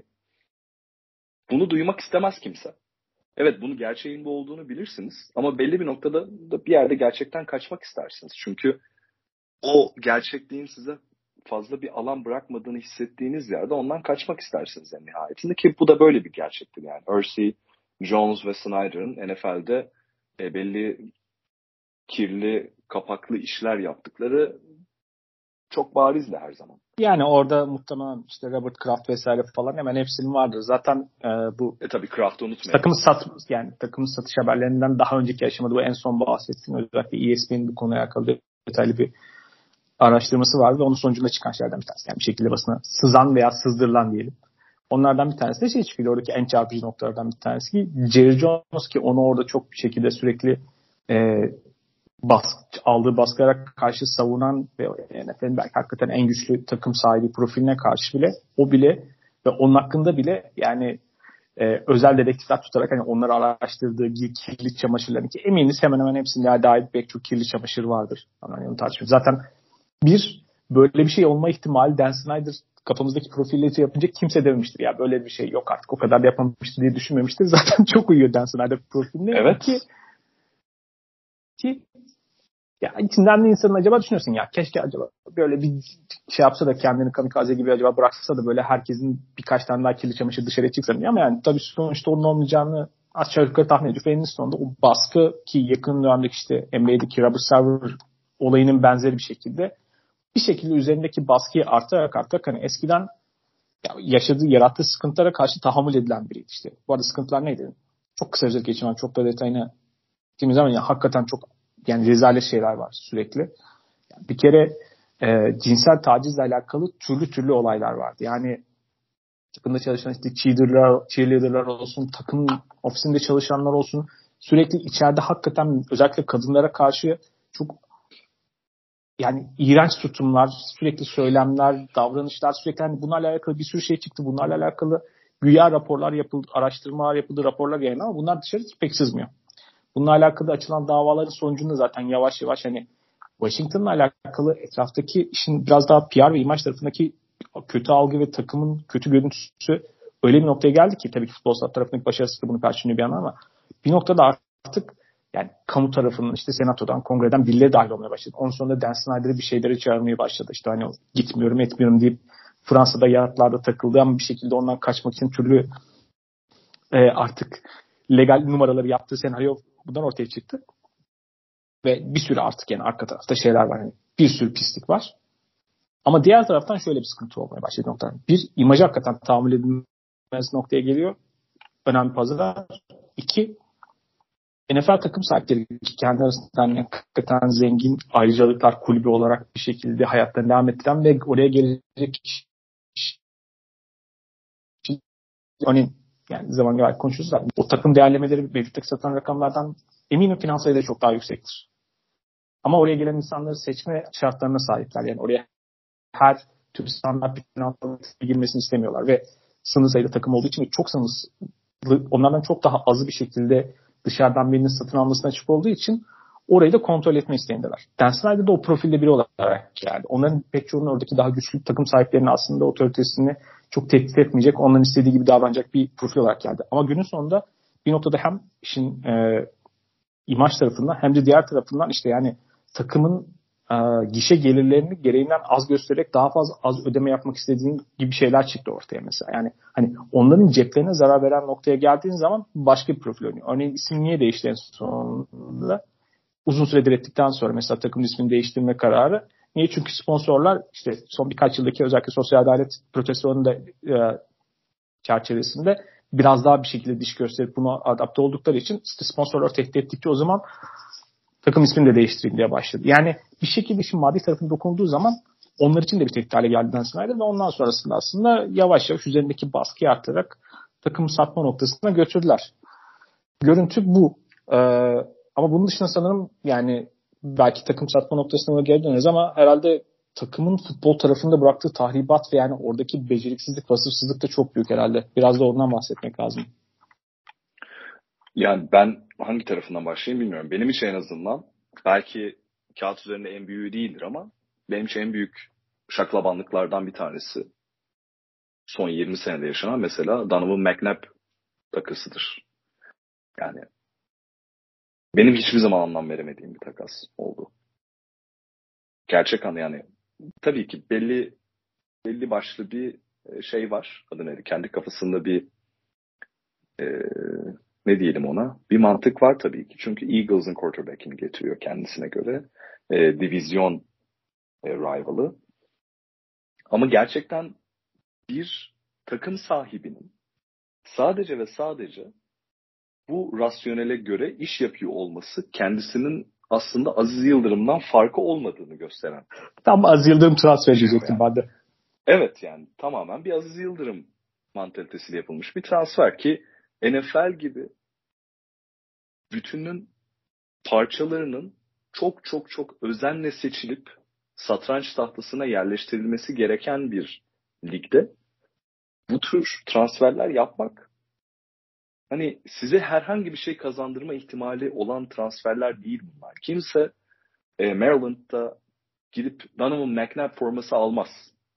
bunu duymak istemez kimse. Evet bunu gerçeğin bu olduğunu bilirsiniz ama belli bir noktada da bir yerde gerçekten kaçmak istersiniz. Çünkü o gerçekliğin size fazla bir alan bırakmadığını hissettiğiniz yerde ondan kaçmak istersiniz en nihayetinde ki bu da böyle bir gerçektir yani. Irsay, Jones ve Snyder'ın N F L'de e, belli kirli, kapaklı işler yaptıkları çok barizdi her zaman. Yani orada muhtemelen işte Robert Kraft vesaire falan hemen hepsinin vardır. Zaten e, bu e tabii Kraft'ı unutmayın. Takım sat yani takım satış haberlerinden daha önceki aşamada bu en son bahsettiğim özellikle E S P N'in bu konuya alakalı detaylı bir araştırması vardı ve onun sonucunda çıkan şeylerden bir tanesi. Yani bir şekilde basına sızan veya sızdırılan diyelim. Onlardan bir tanesi de şey çıkıyor. Oradaki en çarpıcı noktalardan bir tanesi ki Jerry Jones ki onu orada çok bir şekilde sürekli e, baskı, aldığı baskılara karşı savunan ve N F L'in belki hakikaten en güçlü takım sahibi profiline karşı bile o bile ve onun hakkında bile yani e, özel dedektifler tutarak hani onları araştırdığı kirli çamaşırların ki eminiz hemen hemen hepsinde dair pek çok kirli çamaşır vardır. Yani onu tartışmıyoruz. Zaten bir böyle bir şey olma ihtimali Dan Snyder kafamızdaki profilleri yapınca kimse dememiştir. Ya böyle bir şey yok artık o kadar da yapamamıştır diye düşünmemiştir. Zaten çok uyuyor Dan Snyder profiline. Evet. Ki, ki ya içinden de insanın acaba düşünüyorsun ya keşke acaba böyle bir şey yapsa da kendini kamikaze gibi acaba bıraksa da böyle herkesin birkaç tane daha kirli çamaşır dışarıya çıksa diye ama yani tabii sonuçta onun olmayacağını aşağı yukarı tahmin ediyor. Ve en sonunda o baskı ki yakın dönemdeki işte N B A'deki Robert Sarver olayının benzeri bir şekilde bir şekilde üzerindeki baskıyı artarak artarak hani eskiden ya yaşadığı, yarattığı sıkıntılara karşı tahammül edilen biriydi işte. Bu arada sıkıntılar neydi? Çok kısa özet geçeyim. Çok da detayına gittiğimiz zaman ya hakikaten çok yani rezalet şeyler var sürekli. Yani bir kere e, cinsel tacizle alakalı türlü türlü olaylar vardı. Yani takımda çalışan işte cheerleader'lar, cheerleader'lar olsun, takım ofisinde çalışanlar olsun sürekli içeride hakikaten özellikle kadınlara karşı çok yani iğrenç tutumlar, sürekli söylemler, davranışlar sürekli hani bunlarla alakalı bir sürü şey çıktı. Bunlarla alakalı güya raporlar yapıldı, araştırmalar yapıldı, raporlar yayınlandı ama bunlar dışarı pek sızmıyor. Bununla alakalı açılan davaların sonucunda zaten yavaş yavaş hani Washington'la alakalı etraftaki işin biraz daha P R ve imaj tarafındaki kötü algı ve takımın kötü görüntüsü öyle bir noktaya geldi ki tabii ki futbol tarafındaki başarısı da bunu karşılıyor bir yana ama bir noktada artık yani kamu tarafının işte senatodan, kongreden birileri dahil olmaya başladı. Onun sonunda Dan Snyder'ı bir şeyleri çağırmaya başladı. İşte hani gitmiyorum etmiyorum deyip Fransa'da yatlarda takıldı ama bir şekilde ondan kaçmak için türlü e, artık legal numaraları yaptığı senaryo buradan ortaya çıktı. Ve bir sürü artık yani arka tarafta şeyler var. Yani bir sürü pislik var. Ama diğer taraftan şöyle bir sıkıntı olmaya başladı noktalar. Bir, imajı hakikaten tahammül edilmez noktaya geliyor. Önemli pazar. İki, N F L takım sahipleri kendi arasından yani hakikaten zengin ayrıcalıklar kulübü olarak bir şekilde hayatlarını devam ettiren ve oraya gelecek örneğin yani zaman gayet konuşuyoruz da o takım değerlemeleri mevcuttaki satan rakamlardan eminim finans sayıları çok daha yüksektir. Ama oraya gelen insanları seçme şartlarına sahipler. Yani oraya her tür standart bir finansal girmesini istemiyorlar ve sınırlı sayıda takım olduğu için çok sınırlı, onlardan çok daha azı bir şekilde dışarıdan birinin satın almasına açık olduğu için orayı da kontrol etme isteğindeler. Dan Snyder de o profilde biri olarak geldi. Onların pek çoğunun oradaki daha güçlü takım sahiplerinin aslında otoritesini çok tehdit etmeyecek, onların istediği gibi davranacak bir profil olarak geldi. Ama günün sonunda bir noktada hem işin e, imaj tarafından hem de diğer tarafından işte yani takımın e, gişe gelirlerini gereğinden az göstererek daha fazla az ödeme yapmak istediğin gibi şeyler çıktı ortaya mesela. Yani hani onların ceplerine zarar veren noktaya geldiğin zaman başka bir profil oynuyor. Örneğin isim niye değişti en sonunda? Uzun süredir ettikten sonra mesela takımın ismini değiştirme kararı. Niye? Çünkü sponsorlar işte son birkaç yıldaki özellikle sosyal adalet protestolarının da e, çerçevesinde biraz daha bir şekilde diş gösterip buna adapte oldukları için işte sponsorlar tehdit ettikçe o zaman takım ismini de değiştireyim diye başladı. Yani bir şekilde işin maddi tarafına dokunduğu zaman onlar için de bir tehdit hale geldi Dan Snyder ve ondan sonrasında aslında yavaş yavaş üzerindeki baskıyı artarak takımı satma noktasına götürdüler. Görüntü bu. Ee, ama bunun dışında sanırım yani belki takım satma noktasına geri döneriz ama herhalde takımın futbol tarafında bıraktığı tahribat ve yani oradaki beceriksizlik, vasıfsızlık da çok büyük herhalde. Biraz da ondan bahsetmek lazım. Yani ben hangi tarafından başlayayım bilmiyorum. Benim için en azından belki kağıt üzerinde en büyüğü değildir ama benim için en büyük şaklabanlıklardan bir tanesi son yirmi senede yaşanan mesela Donovan McNabb takasıdır. Yani benim hiçbir zaman anlam veremediğim bir takas oldu. Gerçek anı yani tabii ki belli belli başlı bir şey var. Adı neydi? Kendi kafasında bir e, ne diyelim ona? Bir mantık var tabii ki. Çünkü Eagles'ın quarterback'ini getiriyor kendisine göre. E, divizyon e, rival'ı. Ama gerçekten bir takım sahibinin sadece ve sadece bu rasyonele göre iş yapıyor olması kendisinin aslında Aziz Yıldırım'dan farkı olmadığını gösteren. Tam Aziz Yıldırım transfer edecektim ben de. Evet yani tamamen bir Aziz Yıldırım mantalitesiyle yapılmış bir transfer ki N F L gibi bütünün parçalarının çok çok çok özenle seçilip satranç tahtasına yerleştirilmesi gereken bir ligde bu tür transferler yapmak hani size herhangi bir şey kazandırma ihtimali olan transferler değil bunlar. Kimse e, Maryland'da gidip Donovan McNabb forması almaz.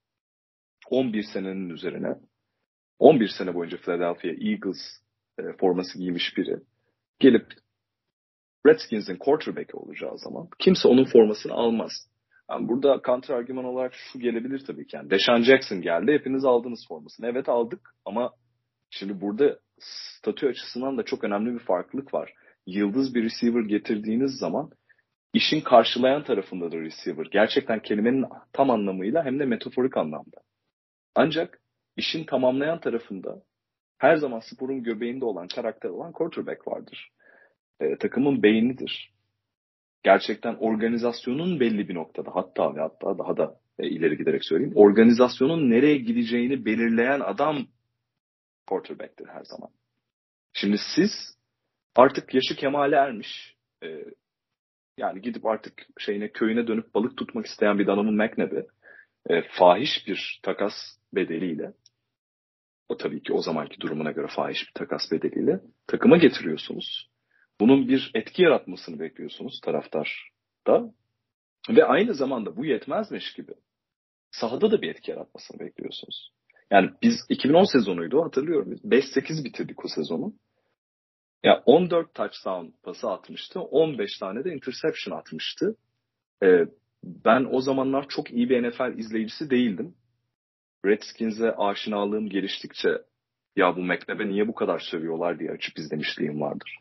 on bir senenin üzerine on bir sene boyunca Philadelphia Eagles e, forması giymiş biri gelip Redskins'in quarterback'i olacağı zaman kimse onun formasını almaz. Yani burada counter argüman olarak şu gelebilir tabii ki. Yani Deshaun Jackson geldi, hepiniz aldınız formasını. Evet aldık ama şimdi burada statü açısından da çok önemli bir farklılık var. Yıldız bir receiver getirdiğiniz zaman işin karşılayan tarafındadır receiver. Gerçekten kelimenin tam anlamıyla hem de metaforik anlamda. Ancak işin tamamlayan tarafında her zaman sporun göbeğinde olan, karakter olan quarterback vardır. E, takımın beynidir. Gerçekten organizasyonun belli bir noktada, hatta ve hatta daha da e, ileri giderek söyleyeyim, organizasyonun nereye gideceğini belirleyen adam quarterback'tir her zaman. Şimdi siz artık yaşı kemale ermiş, e, yani gidip artık şeyine köyüne dönüp balık tutmak isteyen bir Donovan McNabb'i e, fahiş bir takas bedeliyle, o tabii ki o zamanki durumuna göre fahiş bir takas bedeliyle takıma getiriyorsunuz. Bunun bir etki yaratmasını bekliyorsunuz taraftarda ve aynı zamanda bu yetmezmiş gibi sahada da bir etki yaratmasını bekliyorsunuz. Yani biz iki bin on sezonuydu, hatırlıyorum. beş sekiz bitirdik o sezonu. Ya yani on dört touchdown pası atmıştı. on beş tane de interception atmıştı. Ee, ben o zamanlar çok iyi bir N F L izleyicisi değildim. Redskins'e aşinalığım geliştikçe ya bu McNabb'e niye bu kadar sövüyorlar diye açıp izlemişliğim vardır.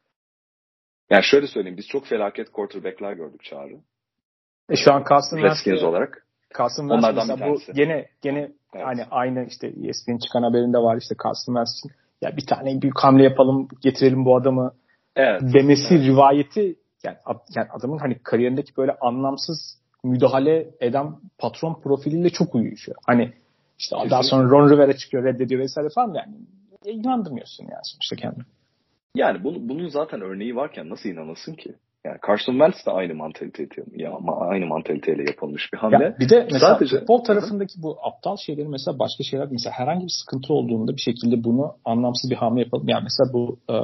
Yani şöyle söyleyeyim, biz çok felaket quarterback'ler gördük Çağrı. E şu an Carson Redskins olarak. Carson Wentz mesela bu gene gene evet. Hani aynı işte E S P N'in çıkan haberinde var işte Carson Wentz'in ya bir tane büyük hamle yapalım, getirelim bu adamı evet. demesi evet. rivayeti yani, yani adamın hani kariyerindeki böyle anlamsız müdahale eden patron profiliyle çok uyuşuyor. Hani işte kesinlikle. Daha sonra Ron Rivera çıkıyor, reddediyor vesaire falan yani inandırmıyorsun yani sonuçta kendini. Yani bunu, bunun zaten örneği varken nasıl inanasın ki? Yani Carson Wentz de aynı mantaliteyle, ya aynı mantaliteyle yapılmış bir hamle. Ya bir de mesela sadece futbol tarafındaki bu aptal şeyleri mesela başka şeyler mesela herhangi bir sıkıntı olduğunda bir şekilde bunu anlamsız bir hamle yapalım. Yani mesela bu e,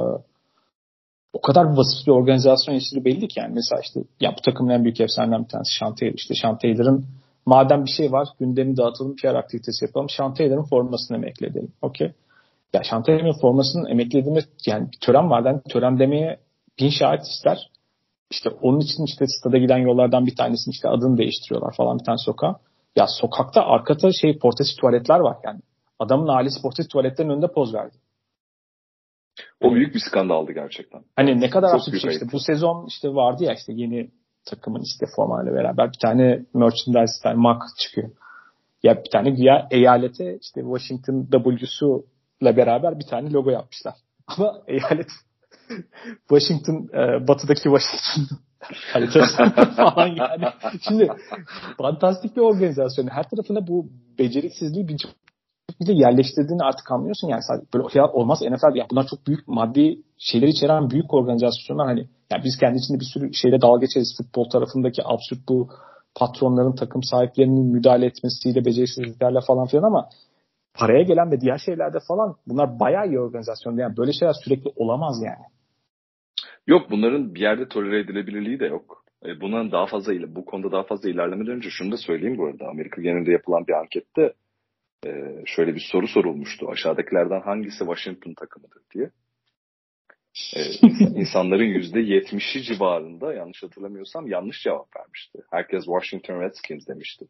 o kadar basit bir organizasyon işleri belli ki yani mesela işte ya bu takımın en büyük efsanelerinden bir tanesi Sean Taylor. İşte Sean Taylor'ın madem bir şey var gündemi dağıtalım, P R aktivitesi yapalım. Sean Taylor'ın formasını emekli edelim. Okey. Ya Sean Taylor'ın formasının emekli edilmesi yani bir tören var. Yani tören demeye bin şahit ister. İşte onun için işte stada giden yollardan bir tanesini işte adını değiştiriyorlar falan bir tane sokağa. Ya sokakta arkada şey portatif tuvaletler var yani. Adamın ailesi portatif tuvaletlerin önünde poz verdi. O yani, büyük bir skandaldı gerçekten. Hani evet, ne kadar absürt bir şey işte. Bu sezon işte vardı ya işte yeni takımın işte formayla beraber bir tane merchandise tane mark çıkıyor. Ya bir tane güya eyalete işte Washington W'suyla beraber bir tane logo yapmışlar. Ama eyalet Washington, e, batıdaki Washington haritası falan yani. Şimdi fantastik bir organizasyon. Her tarafında bu beceriksizliği bir şekilde yerleştirdiğini artık anlıyorsun. Yani sadece böyle şey olmaz. N F L ya bunlar çok büyük maddi şeyler içeren büyük organizasyonlar. Hani yani biz kendi içinde bir sürü şeyle dalga geçeriz. Futbol tarafındaki absürt bu patronların takım sahiplerinin müdahale etmesiyle, beceriksizliklerle falan filan ama paraya gelen ve diğer şeylerde falan bunlar bayağı iyi organizasyon. Yani böyle şeyler sürekli olamaz yani. Yok bunların bir yerde tolere edilebilirliği de yok. E, bundan daha fazla bu konuda daha fazla ilerlemeden önce şunu da söyleyeyim bu arada. Amerika genelinde yapılan bir ankette e, şöyle bir soru sorulmuştu. Aşağıdakilerden hangisi Washington takımıdır diye. E, insanların yüzde yetmişi civarında yanlış hatırlamıyorsam yanlış cevap vermişti. Herkes Washington Redskins demişti.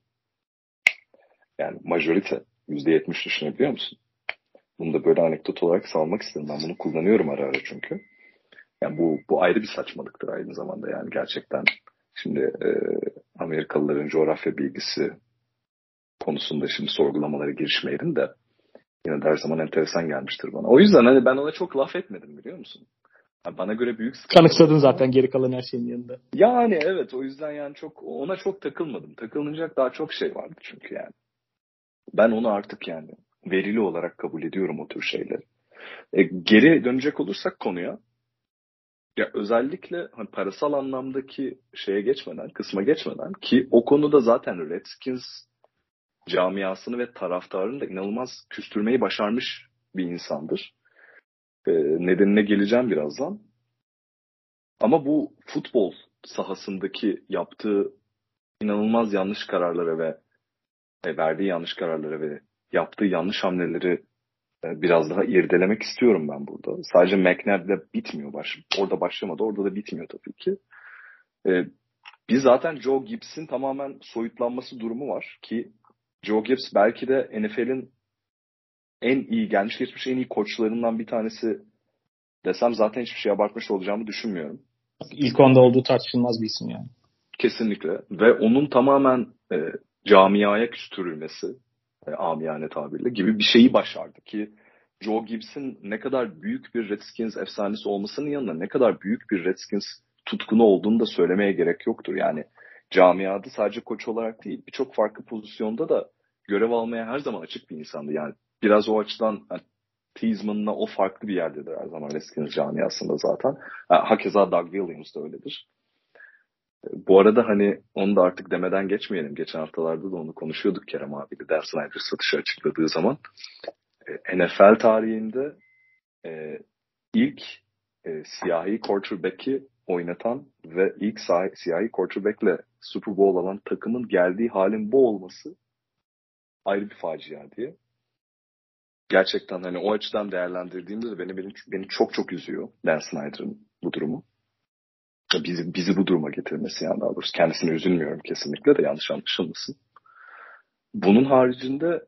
Yani majorite yüzde yetmiş düşünebiliyor musun? Bunu da böyle anekdot olarak salmak istedim. Ben bunu kullanıyorum ara ara çünkü. Yani bu bu ayrı bir saçmalıktır aynı zamanda yani gerçekten. Şimdi e, Amerikalıların coğrafya bilgisi konusunda şimdi sorgulamalara girişmeyelim de yine de her zaman enteresan gelmiştir bana. O yüzden hani ben ona çok laf etmedim biliyor musun? Yani bana göre büyük sıkıntı. Kanıksadın zaten geri kalan her şeyin yanında. Yani evet o yüzden yani çok ona çok takılmadım. Takılınacak daha çok şey vardı çünkü yani. Ben onu artık yani verili olarak kabul ediyorum o tür şeyleri. E, geri dönecek olursak konuya. Ya özellikle hani parasal anlamdaki şeye geçmeden, kısma geçmeden ki o konuda zaten Redskins camiasını ve taraftarını da inanılmaz küstürmeyi başarmış bir insandır. Ee, nedenine geleceğim birazdan. Ama bu futbol sahasındaki yaptığı inanılmaz yanlış kararlara ve e, verdiği yanlış kararlara ve yaptığı yanlış hamleleri e, biraz daha irdelemek istiyorum ben burada. Sadece McNabb'le bitmiyor. Baş, orada başlamadı. Orada da bitmiyor tabii ki. E, biz zaten Joe Gibbs'in tamamen soyutlanması durumu var ki Joe Gibbs belki de N F L'in en iyi, gelmiş geçmiş en iyi koçlarından bir tanesi desem zaten hiçbir şey abartmış olacağımı düşünmüyorum. İlk onda olduğu tartışılmaz bir isim yani. Kesinlikle. Ve onun tamamen e, camiaya küstürülmesi, e, amiyane tabirle gibi bir şeyi başardı ki Joe Gibbs'in ne kadar büyük bir Redskins efsanesi olmasının yanında ne kadar büyük bir Redskins tutkunu olduğunu da söylemeye gerek yoktur. Yani camiada sadece koç olarak değil, birçok farklı pozisyonda da görev almaya her zaman açık bir insandı. Yani biraz o açıdan yani, Thiesman'la o farklı bir yerdedir her zaman Redskins camiasında zaten. Ha, hakeza Doug Williams da öyledir. Bu arada hani onu da artık demeden geçmeyelim. Geçen haftalarda da onu konuşuyorduk Kerem abiyle. Dan Snyder satışı açıkladığı zaman. E, N F L tarihinde e, ilk e, siyahi quarterback'i oynatan ve ilk sah- siyahi quarterback'le Super Bowl alan takımın geldiği halin bu olması ayrı bir facia diye. Gerçekten hani o açıdan değerlendirdiğimde de beni, beni, beni çok çok üzüyor Dan Snyder'ın bu durumu. Bizi, bizi bu duruma getirmesi yani daha doğrusu. Kendisine üzülmüyorum kesinlikle de yanlış anlaşılmasın. Bunun haricinde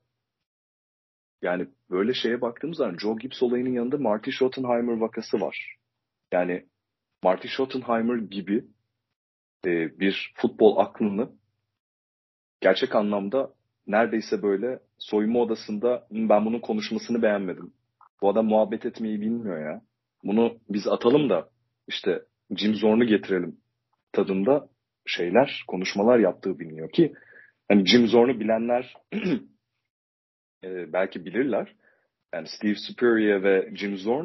yani böyle şeye baktığımız zaman Joe Gibbs olayının yanında Marty Schottenheimer vakası var. Yani Marty Schottenheimer gibi e, bir futbol aklını gerçek anlamda neredeyse böyle soyunma odasında ben bunun konuşmasını beğenmedim. Bu adam muhabbet etmeyi bilmiyor ya. Bunu biz atalım da işte Jim Zorn'u getirelim tadında şeyler, konuşmalar yaptığı biliniyor ki hani Jim Zorn'u bilenler e, belki bilirler. Yani Steve Spurrier ve Jim Zorn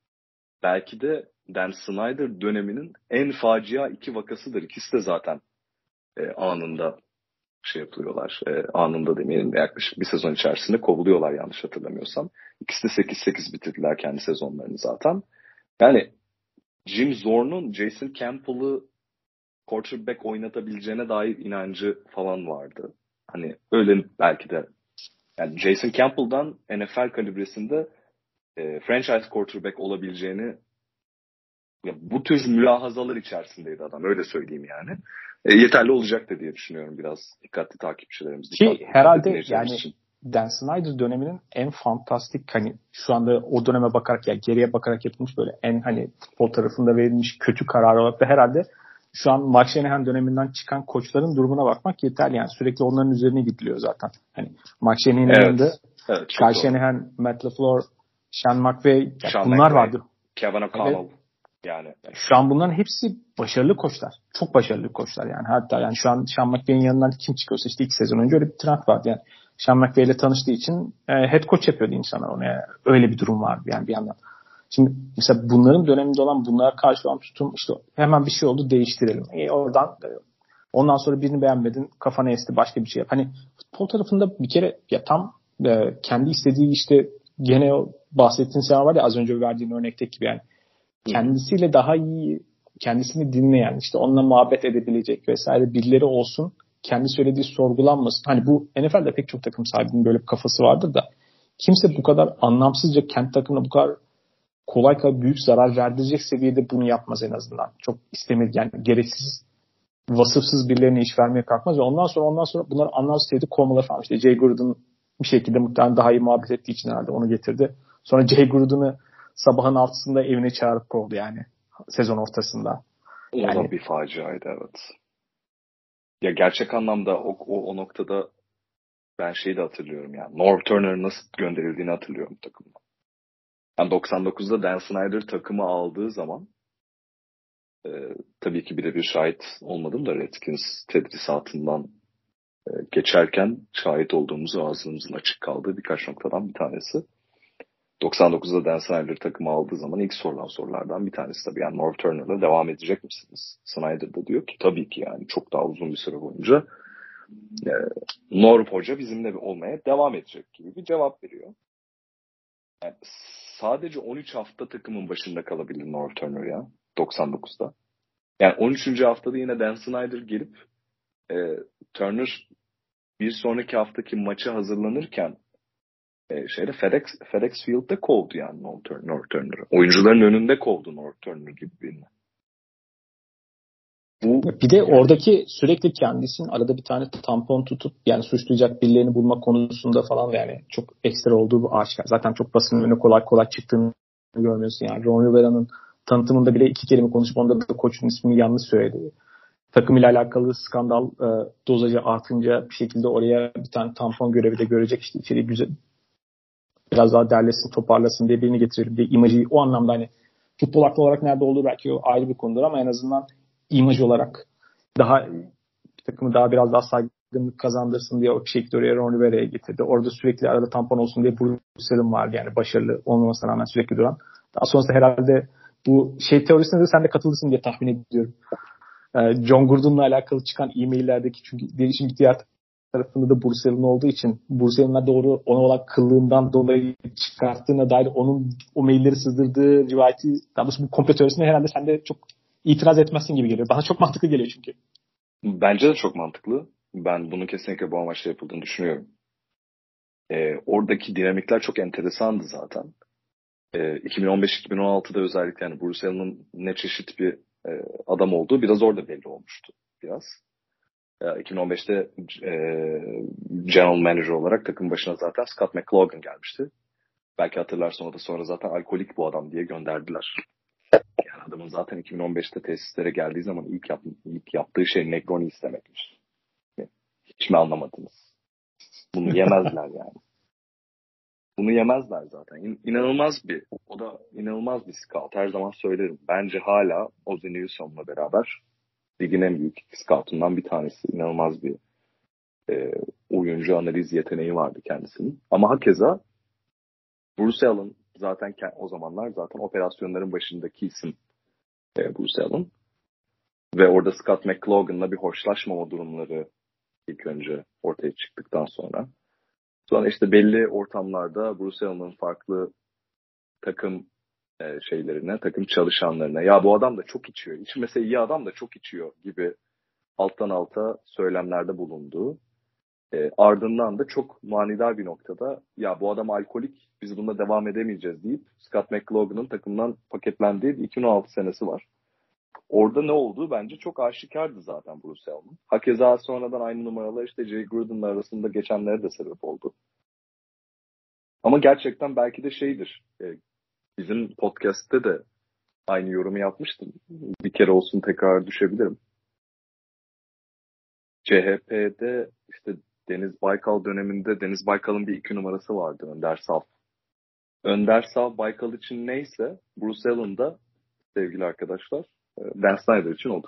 belki de Dan Snyder döneminin en facia iki vakasıdır. İkisi de zaten e, anında şey yapıyorlar. E, anında demeyelim yaklaşık bir sezon içerisinde kovuluyorlar yanlış hatırlamıyorsam. İkisi de sekiz sekiz bitirdiler kendi sezonlarını zaten. Yani Jim Zorn'un Jason Campbell'ı quarterback oynatabileceğine dair inancı falan vardı. Hani öyle belki de yani Jason Campbell'dan N F L kalibresinde e, franchise quarterback olabileceğini ya, bu tür mülahazalar içerisindeydi adam. Öyle söyleyeyim yani. E, yeterli olacaktır diye düşünüyorum biraz dikkatli takipçilerimiz. Ki dikkatli herhalde yani için. Dan Snyder döneminin en fantastik hani şu anda o döneme bakarak yani geriye bakarak yapılmış böyle en hani futbol tarafında verilmiş kötü karar olarak da herhalde şu an Mike Shanahan döneminden çıkan koçların durumuna bakmak yeterli. Yani sürekli onların üzerine gidiliyor zaten. Hani Mike Shanahan'ın evet. yanında evet, Kyle Shanahan, Matt LaFleur, Sean McVay yani Sean bunlar McVay, vardı. Kevin O'Connell. Evet. Yani. Şu an bunların hepsi başarılı koçlar. Çok başarılı koçlar yani. Hatta yani şu an Sean McVay'in yanından kim çıkıyorsa işte iki sezon önce öyle bir trend vardı yani. Sean McVay ile tanıştığı için e, head coach yapıyordu insanlar ona. Yani öyle bir durum vardı yani bir yandan. Şimdi mesela bunların döneminde olan bunlara karşı olan tutum işte hemen bir şey oldu değiştirelim. E, oradan e, ondan sonra birini beğenmedin kafana esti başka bir şey yap. Hani futbol tarafında bir kere ya tam e, kendi istediği işte gene o bahsettiğin sen var ya az önce verdiğin örnekteki gibi yani kendisiyle daha iyi kendisini dinleyen işte onunla muhabbet edebilecek vesaire birileri olsun kendi söylediği sorgulanmasın. Hani bu N F L'de pek çok takım sahibinin böyle bir kafası vardır da kimse bu kadar anlamsızca kendi takımına bu kadar kolay kolay büyük zarar verdirecek seviyede bunu yapmaz en azından. Çok istemedi yani gereksiz vasıfsız birilerine iş vermeye kalkmaz ve ondan sonra ondan sonra bunları anlamsız sevdi kovmalar falan. İşte Jay Gruden bir şekilde muhtemelen daha iyi muhabbet ettiği için herhalde onu getirdi. Sonra Jay Gruden'ı sabahın altısında evine çağırıp kovdu yani sezon ortasında. O yani, da bir faciaydı evet. Ya gerçek anlamda o, o, o noktada ben şeyi de hatırlıyorum yani. Norv Turner'ın nasıl gönderildiğini hatırlıyorum takımda. Yani doksan dokuzda Dan Snyder takımı aldığı zaman e, tabii ki birebir şahit olmadım da Redskins tedrisatından e, geçerken şahit olduğumuz ağzımızın açık kaldığı birkaç noktadan bir tanesi. doksan dokuzda Dan Snyder takımı aldığı zaman ilk sorulan sorulardan bir tanesi tabii. Yani Norv Turner'la devam edecek misiniz? Snyder da diyor ki tabii ki yani çok daha uzun bir süre boyunca e, Norv Hoca bizimle olmaya devam edecek gibi bir cevap veriyor. Yani sadece on üç hafta takımın başında kalabilir Norv Turner ya doksan dokuzda. Yani on üçüncü haftada yine Dan Snyder gelip e, Turner bir sonraki haftaki maçı hazırlanırken e, şeyde FedEx FedEx Field'de kovdu yani North Turner'ı. Oyuncuların önünde kovdu North Turner gibi birini. Bu, bir de yani, oradaki sürekli kendisinin arada bir tane tampon tutup yani suçlayacak birilerini bulmak konusunda falan yani çok ekstra olduğu bu aşikar. Zaten çok basının önüne kolay kolay çıktığını görmüyorsun yani. Ron Rivera'nın tanıtımında bile iki kelime konuşup onda da koçun ismini yanlış söyledi. Takım ile alakalı skandal e, dozajı artınca bir şekilde oraya bir tane tampon görevi de görecek işte içeriği güzel. Biraz daha derlesin, toparlasın diye birini getirelim diye imajı o anlamda hani futbol aklı olarak nerede olduğu belki o ayrı bir konudur ama en azından imaj olarak daha takımı daha biraz daha saygınlık kazandırsın diye o şekilde oraya Ron Rivera'ya getirdi. Orada sürekli arada tampon olsun diye Bruce'un vardı yani başarılı olmamasına rağmen sürekli duran. Daha sonrasında herhalde bu şey teorisine de sen de katılırsın diye tahmin ediyorum. John Gordon'la alakalı çıkan e-maillerdeki çünkü değişim diğer tarafında da Bruce'un olduğu için Bruce'un'a doğru ona olan kıllığından dolayı çıkarttığına dair onun o mailleri sızdırdığı rivayeti daha doğrusu bu komplo teorisine herhalde sen de çok itiraz etmezsin gibi geliyor. Bana çok mantıklı geliyor çünkü. Bence de çok mantıklı. Ben bunun kesinlikle bu amaçla yapıldığını düşünüyorum. Ee, oradaki dinamikler çok enteresandı zaten. Ee, iki bin on beş iki bin on altıda özellikle yani Bruce Allen'ın ne çeşit bir e, adam olduğu biraz orada belli olmuştu. Biraz. Ee, iki bin on beşte e, General Manager olarak takım başına zaten Scott McLaughlin gelmişti. Belki hatırlarsın o da sonra zaten alkolik bu adam diye gönderdiler. Yani adamın zaten iki bin on beşte tesislere geldiği zaman ilk, yap, ilk yaptığı şey Negroni istemekmiş. Hiç mi anlamadınız? Bunu yemezler yani. Bunu yemezler zaten. İn, inanılmaz bir, o da inanılmaz bir scout. Her zaman söylerim. Bence hala Ozzie Newsome'la beraber ligin en büyük scoutundan bir tanesi. İnanılmaz bir e, oyuncu analiz yeteneği vardı kendisinin. Ama hakeza Bruce Allen zaten o zamanlar zaten operasyonların başındaki isim e, Bruce Allen. Ve orada Scott McLaughlin'la bir hoşlaşmama durumları ilk önce ortaya çıktıktan sonra. Sonra işte belli ortamlarda Bruce Allen'ın farklı takım e, şeylerine, takım çalışanlarına ya bu adam da çok içiyor, içmese iyi adam da çok içiyor gibi alttan alta söylemlerde bulunduğu. E, ardından da çok manidar bir noktada ya bu adam alkolik, biz bununla devam edemeyeceğiz deyip Scott McLaughlin'ın takımdan paketlendiği iki bin on altı senesi var. Orada ne olduğu bence çok aşikardı zaten Bruce Allen. Hakeza sonradan aynı numaralar işte Jay Gruden'la arasında geçenlere de sebep oldu. Ama gerçekten belki de şeydir. E, bizim podcast'te de aynı yorumu yapmıştım. Bir kere olsun tekrar düşebilirim. C H P'de işte Deniz Baykal döneminde Deniz Baykal'ın bir iki numarası vardı. Önder Sav. Önder Sav Baykal için neyse Bruce Allen da sevgili arkadaşlar Dan Snyder için olur.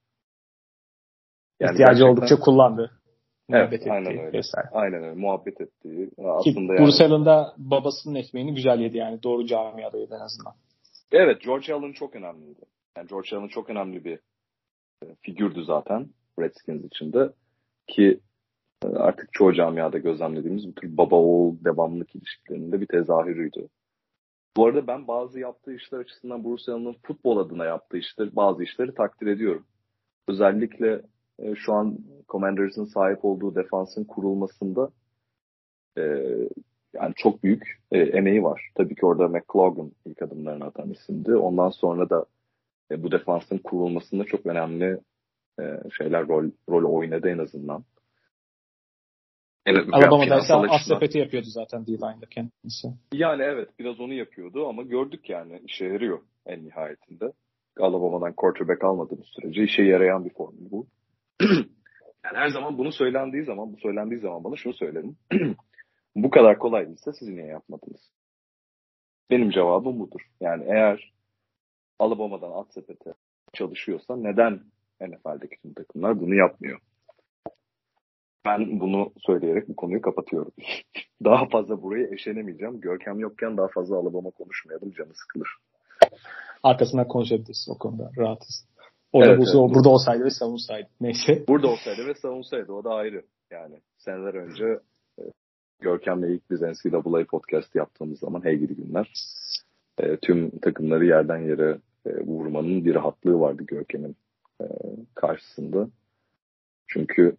Yani İhtiyacı gerçekten... oldukça kullandı. Muhabbet evet, ettiği aynen öyle. Vesaire. Aynen öyle. Muhabbet ettiği. Aslında yani... Bruce Allen da babasının ekmeğini güzel yedi yani. Doğru camiadaydı en azından. Evet. George Allen çok önemliydi. Yani George Allen çok önemli bir figürdü zaten Redskins içinde. Ki artık çoğu camiada gözlemlediğimiz bu tür baba-oğul devamlılık ilişkilerinde bir tezahürüydü. Bu arada ben bazı yaptığı işler açısından Bruce Allen'ın futbol adına yaptığı işler, bazı işleri takdir ediyorum. Özellikle e, şu an Commanders'ın sahip olduğu defansın kurulmasında e, yani çok büyük e, emeği var. Tabii ki orada McLaughlin ilk adımlarını atan isimdi. Ondan sonra da e, bu defansın kurulmasında çok önemli e, şeyler rol rol oynadı en azından. Evet, Alabama'daysa az sepeti yapıyordu zaten D-line'da kendisi. Yani evet biraz onu yapıyordu ama gördük yani işe yarıyor en nihayetinde. Alabama'dan quarterback almadığımız sürece işe yarayan bir formül bu. Yani her zaman bunu söylendiği zaman, bu söylendiği zaman bana şunu söylerim. Bu kadar kolay değilse siz niye yapmadınız? Benim cevabım budur. Yani eğer Alabama'dan at sepete çalışıyorsa neden N F L'deki tüm takımlar bunu yapmıyor? Ben bunu söyleyerek bu konuyu kapatıyorum. Daha fazla burayı eşelemeyeceğim. Görkem yokken daha fazla Alabama konuşmayalım. Canı sıkılır. Arkasından konuşabiliriz o konuda. Rahatız. Orada evet, bu, evet, burada olsaydı ve savunsaydı. Neyse. Burada olsaydı ve savunsaydı. O da ayrı. Yani seneler önce e, Görkem'le ilk biz N C A A podcast yaptığımız zaman hey gidi günler. E, tüm takımları yerden yere e, vurmanın bir rahatlığı vardı Görkem'in e, karşısında. Çünkü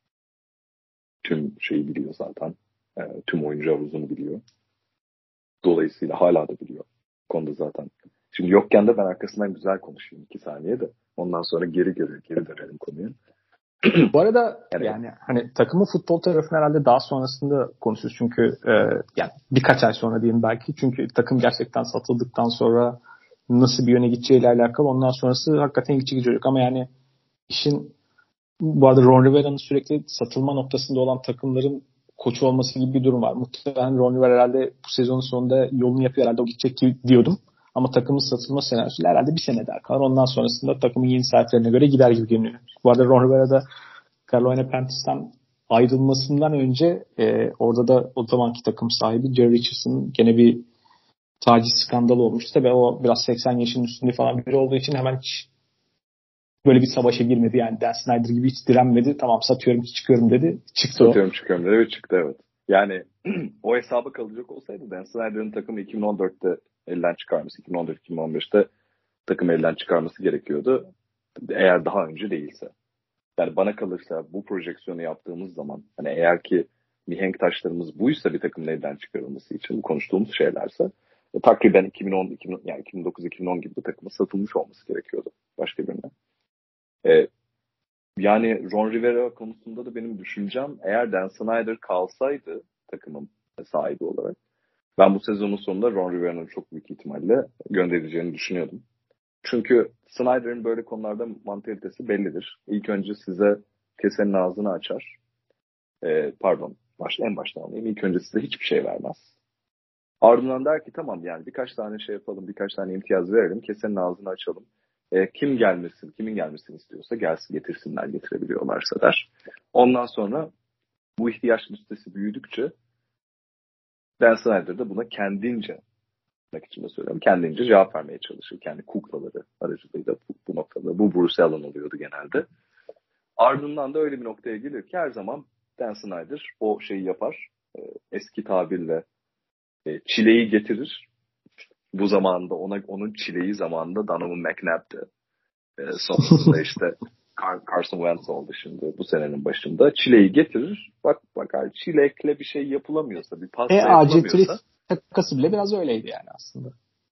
tüm şeyi biliyor zaten. E, tüm oyuncu havuzunu biliyor. Dolayısıyla hala da biliyor. Bu konuda zaten. Şimdi yokken de ben arkasından güzel konuşayım iki saniye de. Ondan sonra geri geri geri dönelim konuya. Bu arada yani, yani hani takımın futbol tarafını herhalde daha sonrasında konuşuruz. Çünkü e, yani birkaç ay sonra diyeyim belki. Çünkü takım gerçekten satıldıktan sonra nasıl bir yöne gideceğiyle alakalı. Ondan sonrası hakikaten ilgi çekici olacak. Ama yani işin bu arada Ron Rivera'nın sürekli satılma noktasında olan takımların koçu olması gibi bir durum var. Muhtemelen Ron Rivera herhalde bu sezonun sonunda yolunu yapıyor herhalde o gidecek gibi diyordum. Ama takımın satılma senaryosuyla herhalde bir sene daha kalır. Ondan sonrasında takımın yeni sahiplerine göre gider gibi görünüyor. Bu arada Ron Rivera da Carolina Panthers'tan ayrılmasından önce e, orada da o zamanki takım sahibi Jerry Richardson'ın gene bir taciz skandalı olmuştu. Tabii o biraz seksen yaşının üstünde falan biri olduğu için hemen hiç böyle bir savaşa girmedi. Yani Dan Snyder gibi hiç direnmedi. Tamam satıyorum çıkıyorum dedi. Çıktı satıyorum o. çıkıyorum dedi ve çıktı evet. Yani o hesaba kalacak olsaydı Dan Snyder'ın takımı iki bin on dörtte elden çıkarması, iki bin on dört iki bin on beşte takım elden çıkarması gerekiyordu. Eğer daha önce değilse. Yani bana kalırsa bu projeksiyonu yaptığımız zaman hani eğer ki mihenk taşlarımız buysa bir takımın elden çıkarılması için konuştuğumuz şeylerse e, takriben iki bin on, iki bin, yani iki bin dokuz iki bin on gibi bir takımın satılmış olması gerekiyordu başka birine. E, yani Ron Rivera konusunda da benim düşüncem eğer Dan Snyder kalsaydı takımın sahibi olarak ben bu sezonun sonunda Ron Rivera'nın çok büyük ihtimalle göndereceğini düşünüyordum. Çünkü Snyder'in böyle konularda mantalitesi bellidir. İlk önce size kesenin ağzını açar. Ee, pardon, baş, en baştan alayım. İlk önce size hiçbir şey vermez. Ardından der ki tamam yani birkaç tane şey yapalım, birkaç tane imtiyaz verelim, kesenin ağzını açalım. Ee, kim gelmesin, kimin gelmesini istiyorsa gelsin getirsinler, getirebiliyorlarsa der. Ondan sonra bu ihtiyaç listesi büyüdükçe Dan Snyder de buna kendince için de söylüyorum. Kendince cevap vermeye çalışır. Kendi kuklaları aracılığıyla bu, bu noktada. Bu Bruce Allen oluyordu genelde. Ardından da öyle bir noktaya gelir ki her zaman Dan Snyder o şeyi yapar. E, eski tabirle e, çileyi getirir. Bu zamanda ona onun çileyi zamanında Donovan McNabb'di. E, sonrasında işte Carson Wentz oldu şimdi bu senenin başında. Çileyi getirir. Bak bakar çilekle bir şey yapılamıyorsa, bir pasta e, yapılamıyorsa takası bile biraz öyleydi yani aslında.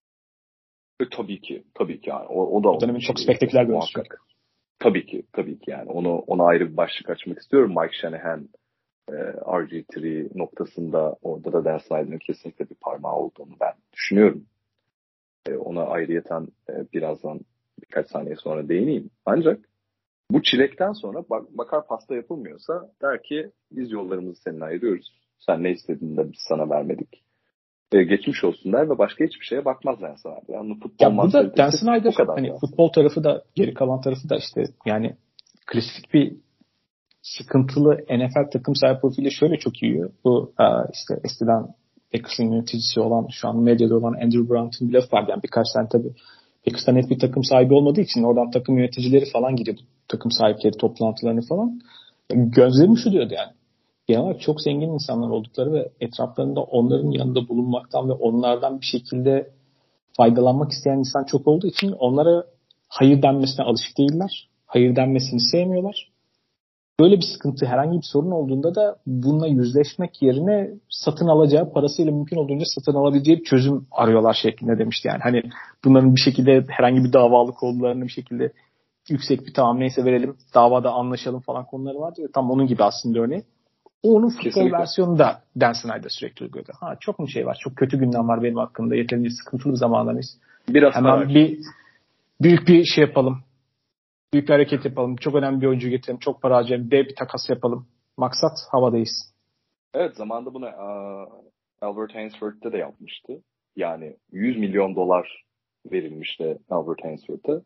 E, tabii ki, tabii ki yani. O, o da o dönemin çok spektaküler görmüştü. Tabii ki, tabii ki yani. Onu ona ayrı bir başlık açmak istiyorum. Mike Shanahan, e, R G üç noktasında orada da Dan Snyder'ın kesinlikle bir parmağı olduğunu ben düşünüyorum. E, ona ayrıyeten e, birazdan birkaç saniye sonra değineyim. Ancak bu çilekten sonra bak, bakar pasta yapılmıyorsa der ki biz yollarımızı seninle ayırıyoruz. Sen ne istediğini de biz sana vermedik. Geçmiş olsunlar ve başka hiçbir şeye bakmazlar sana. Yani futbol ya bu da Dan Snyder hani ya. futbol tarafı da geri kalan tarafı da işte yani klasik bir sıkıntılı N F L takım sahibi profili şöyle çok iyi. Bu işte eskiden Packers'ın yöneticisi olan şu an medyada olan Andrew Brown'un bir lafı var. Yani birkaç tane tabii Packers'ta net bir takım sahibi olmadığı için oradan takım yöneticileri falan gidiyor. Takım sahipleri toplantılarını falan. Yani gözlerim şu diyordu yani. Genel olarak çok zengin insanlar oldukları ve etraflarında onların yanında bulunmaktan ve onlardan bir şekilde faydalanmak isteyen insan çok olduğu için onlara hayır denmesine alışık değiller. Hayır denmesini sevmiyorlar. Böyle bir sıkıntı, herhangi bir sorun olduğunda da bununla yüzleşmek yerine satın alacağı, parasıyla mümkün olduğunca satın alabileceği bir çözüm arıyorlar şeklinde demişti. Yani hani bunların bir şekilde herhangi bir davalık olduğlarını bir şekilde yüksek bir tamam neyse verelim, davada anlaşalım falan konuları vardı ya, tam onun gibi aslında örneği. Onun futbol Kesinlikle. versiyonu da Dan Snyder sürekli uyguluyordu. Ha çok mu şey var? Çok kötü gündem var benim hakkında. Yeterince sıkıntılı bir zamanlarımız. Biraz hemen karar. bir büyük bir şey yapalım. Büyük bir hareket yapalım. Çok önemli bir oyuncu getirelim. Çok para harcayalım. Dev bir takas yapalım. Maksat havadayız. Evet zamanında bunu uh, Albert Hainsworth'ta da yapmıştı. Yani yüz milyon dolar verilmişti Albert Hainsworth'a.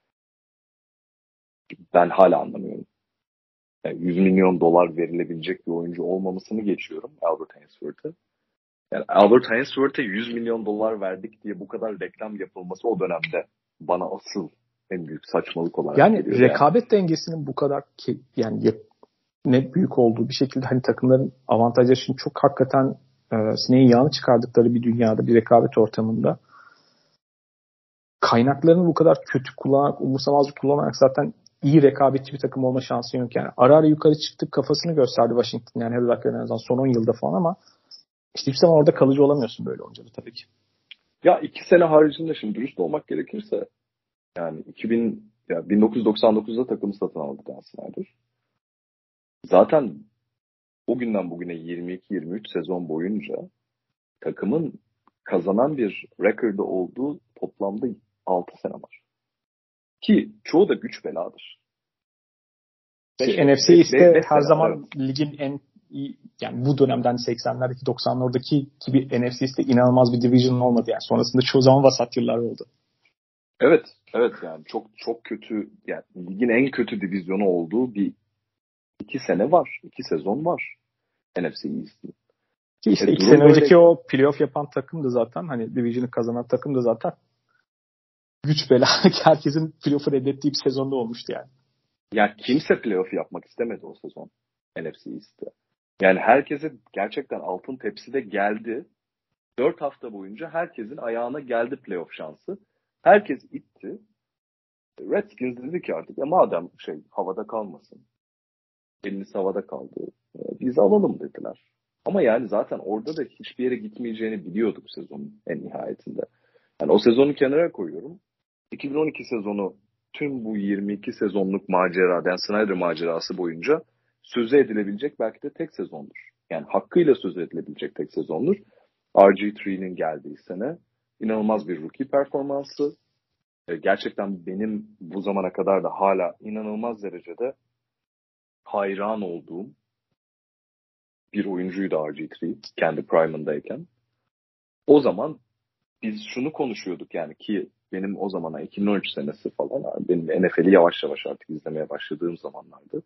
Ben hala anlamıyorum. Yani yüz milyon dolar verilebilecek bir oyuncu olmamasını geçiyorum Albert Hainsworth'a. Yani Albert Hainsworth'a yüz milyon dolar verdik diye bu kadar reklam yapılması o dönemde bana asıl en büyük saçmalık olarak yani geliyor. Rekabet yani. dengesinin bu kadar ki, yani ne büyük olduğu bir şekilde hani takımların avantajları için çok hakikaten e, sineğin yağını çıkardıkları bir dünyada, bir rekabet ortamında kaynaklarını bu kadar kötü kullanarak, umursamazca kullanarak zaten iyi rekabetçi bir takım olma şansı yok yani. Ara ara yukarı çıktık kafasını gösterdi Washington yani her dakika en azından son on yılda falan ama işte hiçbir zaman orada kalıcı olamıyorsun böyle olunca da tabii ki. Ya iki sene haricinde şimdi dürüst olmak gerekirse yani iki bin ya bin dokuz yüz doksan dokuzda takımı satın aldı Dan Snyder. Zaten o günden bugüne yirmi iki yirmi üç sezon boyunca takımın kazanan bir rekorda olduğu toplamda altı sene var. Ki çoğu da güç beladır. N F C iste her zaman evet. Ligin en iyi yani bu dönemden seksenlerdeki doksanlardaki gibi N F C iste inanılmaz bir division olmadı yani. Sonrasında çoğu zaman vasat yıllar oldu. Evet, evet yani çok çok kötü yani ligin en kötü divizyonu olduğu bir iki sene var. iki sezon var. N F C East'in. Ki işte e, iki sene önceki öyle... o playoff yapan takım da zaten hani division'ı kazanan takım da zaten güç bela herkesin playoff'u reddettiği bir sezonda olmuştu yani. Ya kimse playoff yapmak istemedi o sezon N F C East'te. Yani herkese gerçekten altın tepside geldi. Dört hafta boyunca herkesin ayağına geldi playoff şansı. Herkes itti. Redskins dedi ki artık ya madem şey havada kalmasın. Eliniz havada kaldı. Biz alalım dediler. Ama yani zaten orada da hiçbir yere gitmeyeceğini biliyorduk sezonun en nihayetinde. Yani o sezonu kenara koyuyorum. iki bin on iki sezonu tüm bu yirmi iki sezonluk macera, Dan Snyder macerası boyunca sözü edilebilecek belki de tek sezondur. Yani hakkıyla sözü edilebilecek tek sezondur. R G üç'nin geldiği sene inanılmaz bir rookie performansı. Gerçekten benim bu zamana kadar da hala inanılmaz derecede hayran olduğum bir oyuncuydu R G üç kendi prime'ındayken. O zaman biz şunu konuşuyorduk yani ki benim o zamana iki bin on üç senesi falan benim N F L'i yavaş yavaş artık izlemeye başladığım zamanlardı.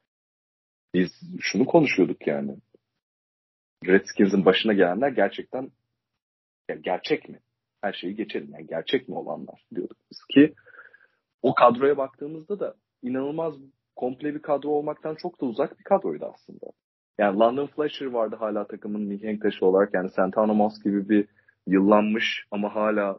Biz şunu konuşuyorduk yani. Redskins'in başına gelenler gerçekten yani gerçek mi? Her şeyi geçelim yani gerçek mi olanlar diyorduk biz ki o kadroya baktığımızda da inanılmaz komple bir kadro olmaktan çok da uzak bir kadroydu aslında. Yani London Fletcher vardı hala takımın mihenk taşı olarak yani Santana Moss gibi bir yıllanmış ama hala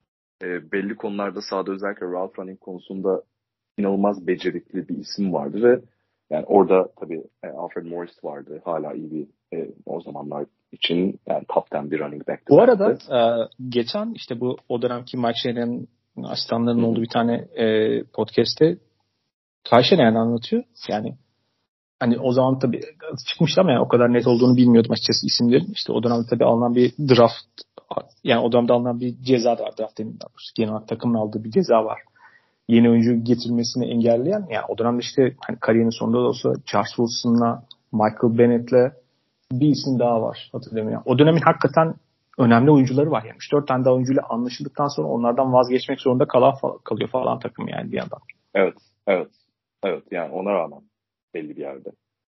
e, belli konularda sahada özellikle route running konusunda inanılmaz becerikli bir isim vardı ve yani orada tabii e, Alfred Morris vardı. Hala iyi bir e, o zamanlar için yani top on bir running back'ti. Bu arada e, geçen işte bu o dönemki Mike Shanahan'ın asistanlarının olduğu bir tane e, podcast'te Kyle Shanahan anlatıyor. Yani hani o zaman tabii çıkmıştı ama yani o kadar net olduğunu bilmiyordum açıkçası isimlerin. İşte o dönemde tabii alınan bir draft yani o dönemde alınan bir ceza da var. Draft demeyeyim daha doğrusu. Genel olarak takımın aldığı bir ceza var. Yeni oyuncu getirilmesini engelleyen yani o dönemde işte hani kariyerinin sonunda da olsa Charles Wilson'la Michael Bennett'le bir isim daha var hatırlamıyorum. Yani o dönemin hakikaten önemli oyuncuları var yani. üç dört tane daha oyuncuyla anlaşıldıktan sonra onlardan vazgeçmek zorunda kalan kalıyor falan takım yani bir yandan. Evet, evet. Evet yani ona rağmen belli bir yerde.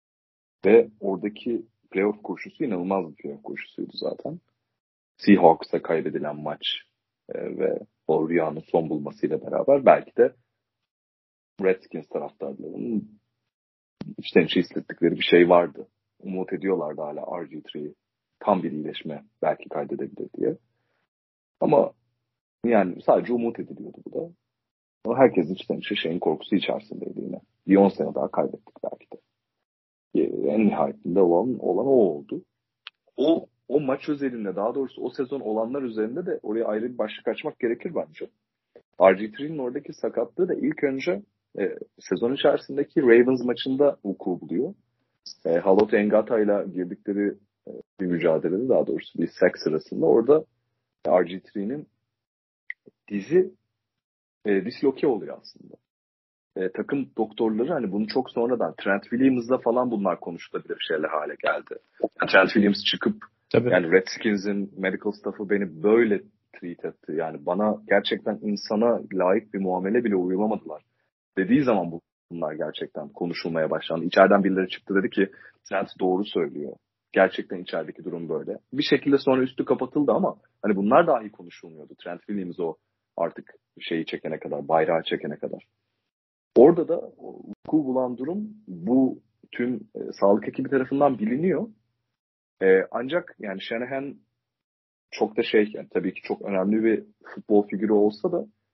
Ve oradaki playoff koşusu inanılmaz bir playoff koşusuydu zaten. Seahawks'a kaybedilen maç e, ve o rüyanın son bulmasıyla beraber belki de Redskins taraftarlarının içten içe hissettikleri bir şey vardı. Umut ediyorlardı hala R G üç'ü tam bir iyileşme belki kaydedebilir diye. Ama yani sadece umut ediliyordu bu da. Ama herkes içten içe şeyin korkusu içerisindeydi yine. Bir on sene daha kaybettik belki de. En nihayetinde olan, olan o oldu. O o maç özelinde daha doğrusu o sezon olanlar üzerinde de oraya ayrı bir başlık açmak gerekir bence. R G üç'ün oradaki sakatlığı da ilk önce e, sezon içerisindeki Ravens maçında vuku buluyor. E, Halot Engata ile girdikleri e, bir mücadelede daha doğrusu bir sack sırasında orada R G üç'ün dizi e, disloke oluyor aslında. E, takım doktorları hani bunu çok sonradan Trent Williams'la falan bunlar konuşulabilir şeyler hale geldi. Yani Trent Williams çıkıp Tabii. yani Redskins'in medical staff'ı beni böyle treat etti. Yani bana gerçekten insana layık bir muamele bile uygulamadılar dediği zaman bu bunlar gerçekten konuşulmaya başlandı. İçeriden birileri çıktı dedi ki Trent doğru söylüyor. Gerçekten içerideki durum böyle. Bir şekilde sonra üstü kapatıldı ama hani bunlar dahi konuşulmuyordu. Trent Williams o artık şeyi çekene kadar, bayrağı çekene kadar. Orada da vuku bulan durum bu tüm e, sağlık ekibi tarafından biliniyor. E, ancak yani Shanahan çok da şey yani tabii ki çok önemli bir futbol figürü olsa da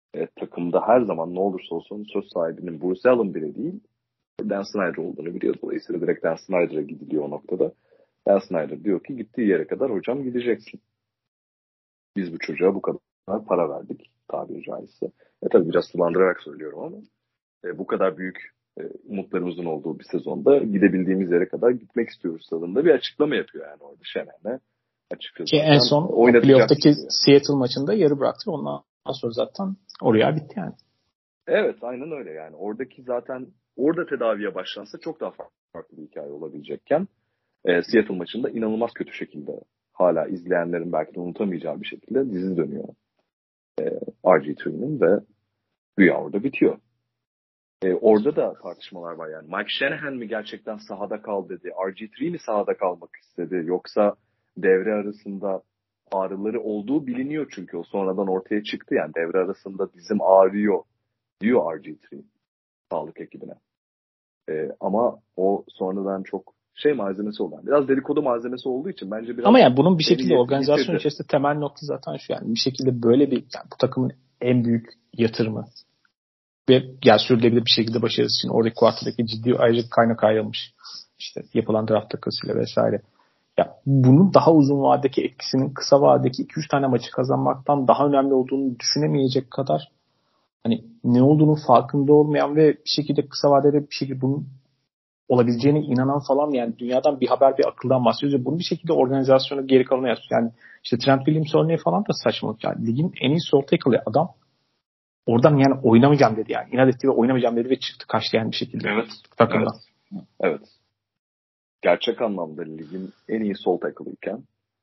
e, takımda her zaman ne olursa olsun söz sahibinin Bruce Allen bile değil, Dan Snyder olduğunu biliyor. Dolayısıyla direkt Dan Snyder'a gidiliyor o noktada. Dan Snyder diyor ki gittiği yere kadar hocam gideceksin. Biz bu çocuğa bu kadar para verdik tabiri caizse. E tabii biraz sulandırarak söylüyorum ama e, bu kadar büyük e, umutlarımızın olduğu bir sezonda gidebildiğimiz yere kadar gitmek istiyoruz tadında bir açıklama yapıyor yani orada Shanahan'e. Ki en son playoff'taki Seattle maçında yarı bıraktı. Ondan sonra zaten oraya bitti yani. Evet aynen öyle yani. Oradaki zaten orada tedaviye başlansa çok daha farklı bir hikaye olabilecekken e, Seattle maçında inanılmaz kötü şekilde hala izleyenlerin belki de unutamayacağı bir şekilde dizi dönüyor. E, R G üç'nin ve rüya orada bitiyor. E, orada da tartışmalar var yani. Mike Shanahan mi gerçekten sahada kal dedi? R G üç mi sahada kalmak istedi? Yoksa devre arasında ağrıları olduğu biliniyor çünkü o sonradan ortaya çıktı yani devre arasında dizim ağrıyor diyor R G üç sağlık ekibine. E, ama o sonradan çok şey malzemesi olan. Biraz dedikodu malzemesi olduğu için bence biraz... Ama yani bunun bir şekilde organizasyon yitirdi. İçerisinde temel nokta zaten şu yani. Bir şekilde böyle bir yani bu takımın en büyük yatırımı ve yani sürdürülebilir bir şekilde başarısı için oradaki quarter'daki ciddi ayrıca kaynak ayrılmış. İşte yapılan draft takasıyla vesaire. Ya bunun daha uzun vadedeki etkisinin kısa vadedeki iki üç tane maçı kazanmaktan daha önemli olduğunu düşünemeyecek kadar hani ne olduğunun farkında olmayan ve bir şekilde kısa vadede bir şekilde bunun olabileceğine inanan falan yani dünyadan bir haber bir akıldan bahsediyoruz. Bunu bir şekilde organizasyonu geri kalanına yapıyor. Yani işte Trent Williams örneği falan da saçmalık. Yani ligin en iyi sol tackle'ı adam oradan yani oynamayacağım dedi yani. İnat etti ve oynamayacağım dedi ve çıktı kaçtı yani bir şekilde. Evet. Takımdan. Evet. evet. Gerçek anlamda ligin en iyi sol tackle'ıyken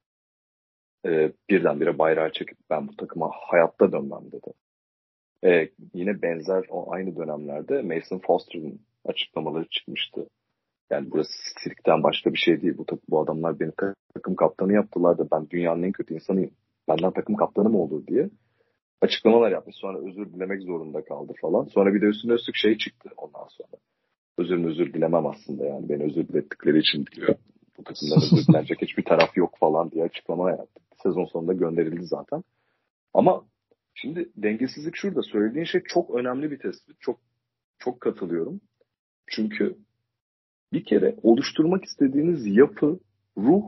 e, birdenbire bayrağı çekip ben bu takıma hayatta dönmem dedi. E, yine benzer o aynı dönemlerde Mason Foster'ın açıklamaları çıkmıştı. Yani burası sirkten başka bir şey değil. Bu, bu adamlar beni takım kaptanı yaptılar da ben dünyanın en kötü insanıyım. Benden takım kaptanı mı olur diye açıklamalar yapmış. Sonra özür dilemek zorunda kaldı falan. Sonra bir de üstüne üstlük şey çıktı ondan sonra. Özür özür dilemem aslında yani. Beni özür dilettikleri için diliyor. Bu takımdan özür dilenecek hiçbir taraf yok falan diye açıklama yaptı. Sezon sonunda gönderildi zaten. Ama şimdi dengesizlik şurada. Söylediğin şey çok önemli bir tespit. Çok çok katılıyorum. Çünkü bir kere oluşturmak istediğiniz yapı, ruh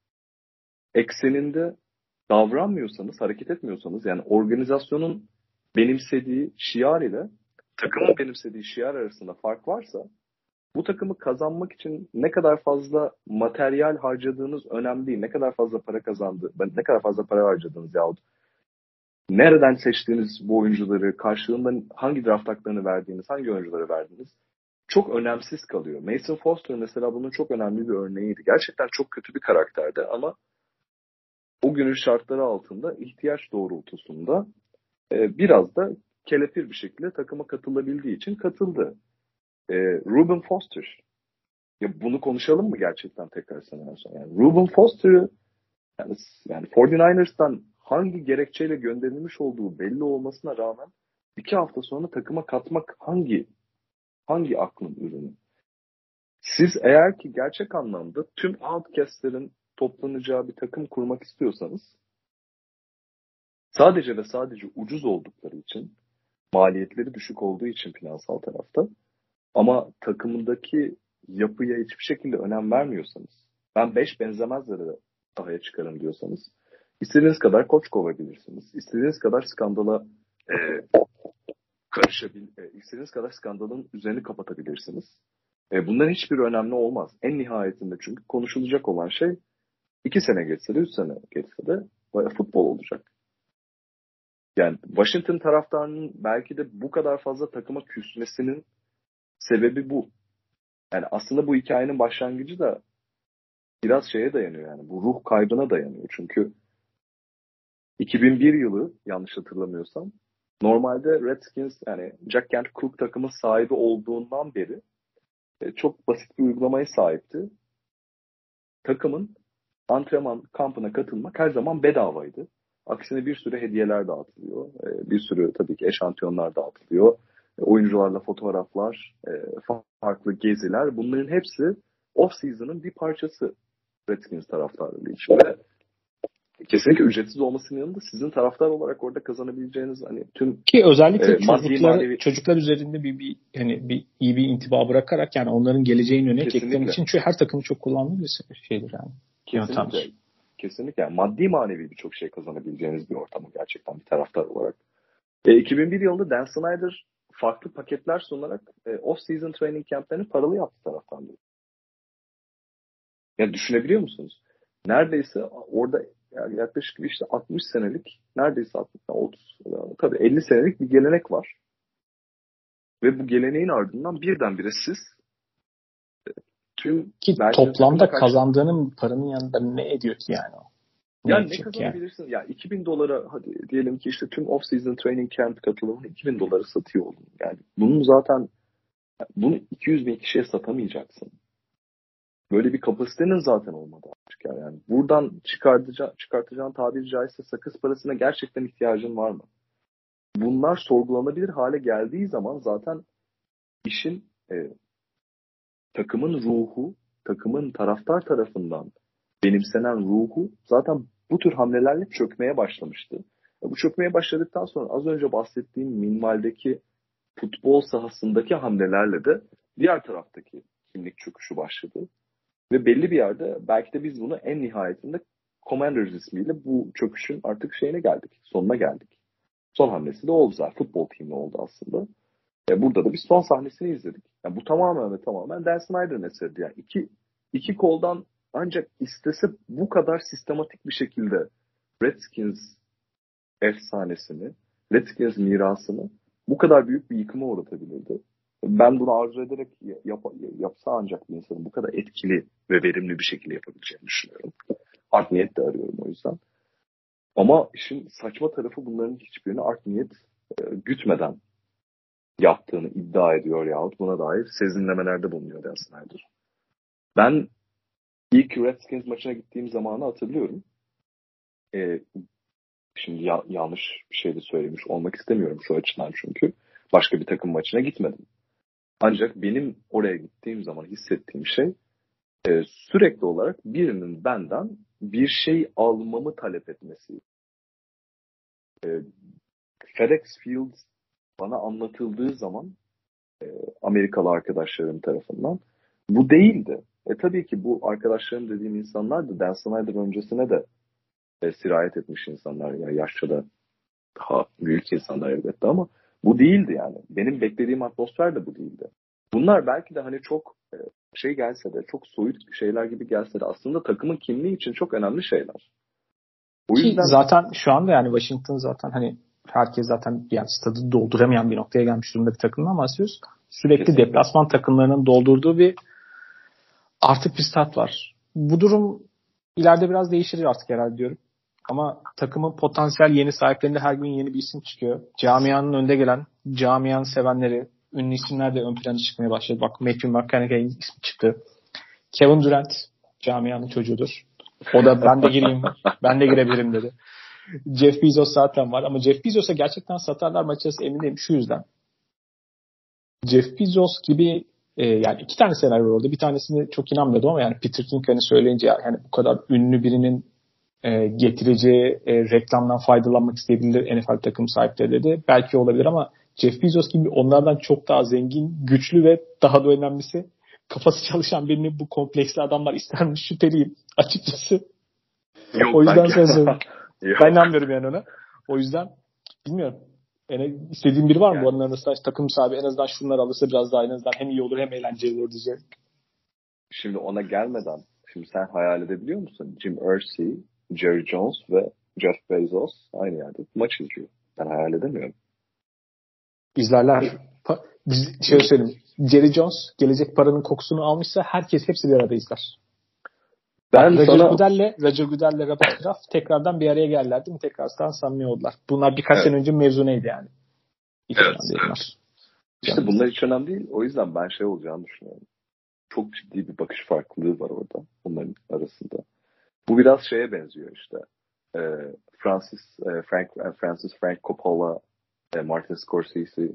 ekseninde davranmıyorsanız, hareket etmiyorsanız yani organizasyonun benimsediği şiar ile takımın benimsediği şiar arasında fark varsa bu takımı kazanmak için ne kadar fazla materyal harcadığınız önemli değil. Ne kadar fazla para kazandı, ne kadar fazla para harcadığınız yahut nereden seçtiğiniz bu oyuncuları, karşılığında hangi draft haklarını verdiğiniz, hangi oyuncuları verdiğiniz çok önemsiz kalıyor. Mason Foster mesela bunun çok önemli bir örneğiydi. Gerçekten çok kötü bir karakterdi ama o günün şartları altında ihtiyaç doğrultusunda e, biraz da kelepir bir şekilde takıma katılabildiği için katıldı. E, Reuben Foster. Ya bunu konuşalım mı gerçekten tekrar sene sonra? Yani Reuben Foster'ı yani, yani kırk dokuz ers'tan hangi gerekçeyle gönderilmiş olduğu belli olmasına rağmen iki hafta sonra takıma katmak hangi hangi aklın ürünü? Siz eğer ki gerçek anlamda tüm outcast'lerin toplanacağı bir takım kurmak istiyorsanız sadece ve sadece ucuz oldukları için, maliyetleri düşük olduğu için finansal tarafta ama takımındaki yapıya hiçbir şekilde önem vermiyorsanız, ben beş benzemezlere sahaya çıkarım diyorsanız, istediğiniz kadar koç kovabilirsiniz. İstediğiniz kadar skandala e, karışabil, e, istediğiniz kadar skandalın üzerini kapatabilirsiniz. E, bunların hiçbir önemli olmaz. En nihayetinde çünkü konuşulacak olan şey iki sene geçse de üç sene geçse de futbol olacak. Yani Washington taraftarının belki de bu kadar fazla takıma küsmesinin sebebi bu. Yani aslında bu hikayenin başlangıcı da biraz şeye dayanıyor yani. Bu ruh kaybına dayanıyor. Çünkü iki bin bir yılı yanlış hatırlamıyorsam normalde Redskins yani Jack Kent Cook takımın sahibi olduğundan beri çok basit bir uygulamaya sahipti. Takımın antrenman kampına katılmak her zaman bedavaydı. Aksine bir sürü hediyeler dağıtılıyor. Bir sürü tabii ki eşantiyonlar dağıtılıyor. Oyuncularla fotoğraflar, farklı geziler. Bunların hepsi off-season'ın bir parçası Redskins taraftarları için. Ve kesinlikle ücretsiz olmasının yanında sizin taraftar olarak orada kazanabileceğiniz hani tüm ki özellikle e, maddi çocuklar manevi çocuklar üzerinde bir bir hani bir iyi bir intiba bırakarak yani onların geleceğin önüne eklemek için çünkü her takımın çok kullandığı bir şeydir yani. Kesinlikle. Yöntemdir. Kesinlikle. Yani maddi manevi birçok şey kazanabileceğiniz bir ortamı gerçekten bir taraftar olarak. E, iki bin bir yılında Dan Snyder farklı paketler sunarak e, off-season training camp'lerini paralı yaptı taraftarları. Yani düşünebiliyor musunuz? Neredeyse orada yani yaklaşık işte altmış senelik, neredeyse altmış, otuz, tabii elli senelik bir gelenek var. Ve bu geleneğin ardından birdenbire siz tüm ki toplamda kazandığının paranın yanında ne ediyor ki yani o? Ne yani ne kazanabilirsin? Yani? Ya iki bin dolara hadi diyelim ki işte tüm off-season training camp katılımını iki bin dolara satıyor oldun. Yani bunun zaten bunu iki yüz bin kişiye satamayacaksın. Böyle bir kapasitenin zaten olmadı artık yani. yani buradan çıkartacağın, çıkartacağın tabiri caizse sakız parasına gerçekten ihtiyacın var mı? Bunlar sorgulanabilir hale geldiği zaman zaten işin e, takımın ruhu, takımın taraftar tarafından benimsenen ruhu zaten bu tür hamlelerle çökmeye başlamıştı. Bu çökmeye başladıktan sonra az önce bahsettiğim minvaldeki futbol sahasındaki hamlelerle de diğer taraftaki kimlik çöküşü başladı. Ve belli bir yerde belki de biz bunu en nihayetinde Commanders ismiyle bu çöküşün artık şeyine geldik, sonuna geldik. Son hamlesi de oldu zaten. Futbol team'i oldu aslında. E burada da biz son sahnesini izledik. Yani bu tamamen ve tamamen Dan Snyder'ın eseri. Yani iki, iki koldan ancak istese bu kadar sistematik bir şekilde Redskins efsanesini, Redskins mirasını bu kadar büyük bir yıkıma uğratabilirdi. Ben bunu arzu ederek yap, yapsa ancak bir insanın bu kadar etkili ve verimli bir şekilde yapabileceğini düşünüyorum. Art niyet de arıyorum o yüzden. Ama işin saçma tarafı bunların hiçbirini art niyet e, gütmeden yaptığını iddia ediyor yahut buna dair sezinlemelerde bulunuyor Dan Snyder. Ben ilk Redskins maçına gittiğim zamanı hatırlıyorum. Ee, şimdi ya- yanlış bir şey de söylemiş olmak istemiyorum şu açıdan çünkü. Başka bir takım maçına gitmedim. Ancak benim oraya gittiğim zaman hissettiğim şey e, sürekli olarak birinin benden bir şey almamı talep etmesi. E, FedEx Field bana anlatıldığı zaman e, Amerikalı arkadaşlarım tarafından bu değildi. E tabii ki bu arkadaşlarım dediğim insanlar da Dan Snyder öncesine de e, sirayet etmiş insanlar. Yani yaşça da daha büyük insanlar elbette ama bu değildi yani. Benim beklediğim atmosfer de bu değildi. Bunlar belki de hani çok e, şey gelse de, çok soyut şeyler gibi gelse de aslında takımın kimliği için çok önemli şeyler. O yüzden ki zaten şu anda yani Washington zaten hani herkes zaten yani stadı dolduramayan bir noktaya gelmiş durumda bir takımdan bahsediyoruz. Sürekli kesinlikle deplasman takımlarının doldurduğu bir artık bir stat var. Bu durum ileride biraz değişir artık herhalde diyorum. Ama takımın potansiyel yeni sahiplerinde her gün yeni bir isim çıkıyor. Camianın önde gelen, camianın sevenleri, ünlü isimler de ön plana çıkmaya başladı. Bak Matthew McConaughey'in ismi çıktı. Kevin Durant camianın çocuğudur. O da ben de gireyim, ben de girebilirim dedi. Jeff Bezos zaten var ama Jeff Bezos'a gerçekten satarlar mı açıkçası emin değilim şu yüzden. Jeff Bezos gibi e, yani iki tane senaryo var orada. Bir tanesini çok inanmıyordum ama yani Peter King hani söyleyince yani bu kadar ünlü birinin e, getireceği e, reklamdan faydalanmak isteyebilir N F L takım sahipleri dedi. Belki olabilir ama Jeff Bezos gibi onlardan çok daha zengin, güçlü ve daha da önemlisi kafası çalışan birini bu kompleksli adamlar istermiş şüpheliyim açıkçası. Yok, o yüzden söylüyorum. Ben inanmıyorum yani ona. O yüzden bilmiyorum. Yani istediğim biri var mı yani, bu anların arasında takım sahibi en azından şunları alırsa biraz daha en azından hem iyi olur hem eğlenceli olur diyeceğim. Şimdi ona gelmeden şimdi sen hayal edebiliyor musun? Jim Irsay, Jerry Jones ve Jeff Bezos aynı yerde maç izliyor. Ben hayal edemiyorum. İzlerler. Pa- Biz şey söyleyeyim. Jerry Jones gelecek paranın kokusunu almışsa herkes hepsi bir arada izler. Ben Roger sana... Goodell'le Roger Goodell'le Robert Kraft tekrardan bir araya geldiler değil mi? Tekrardan samimi oldular. Bunlar birkaç evet. sene önce mezuneydi yani. Hiç evet. evet. İşte yani. Bunlar hiç önemli değil. O yüzden ben şey olacağını düşünüyorum. Çok ciddi bir bakış farklılığı var orada. Bunların arasında. Bu biraz şeye benziyor işte. E, Francis e, Frank Francis Frank Coppola, e, Martin Scorsese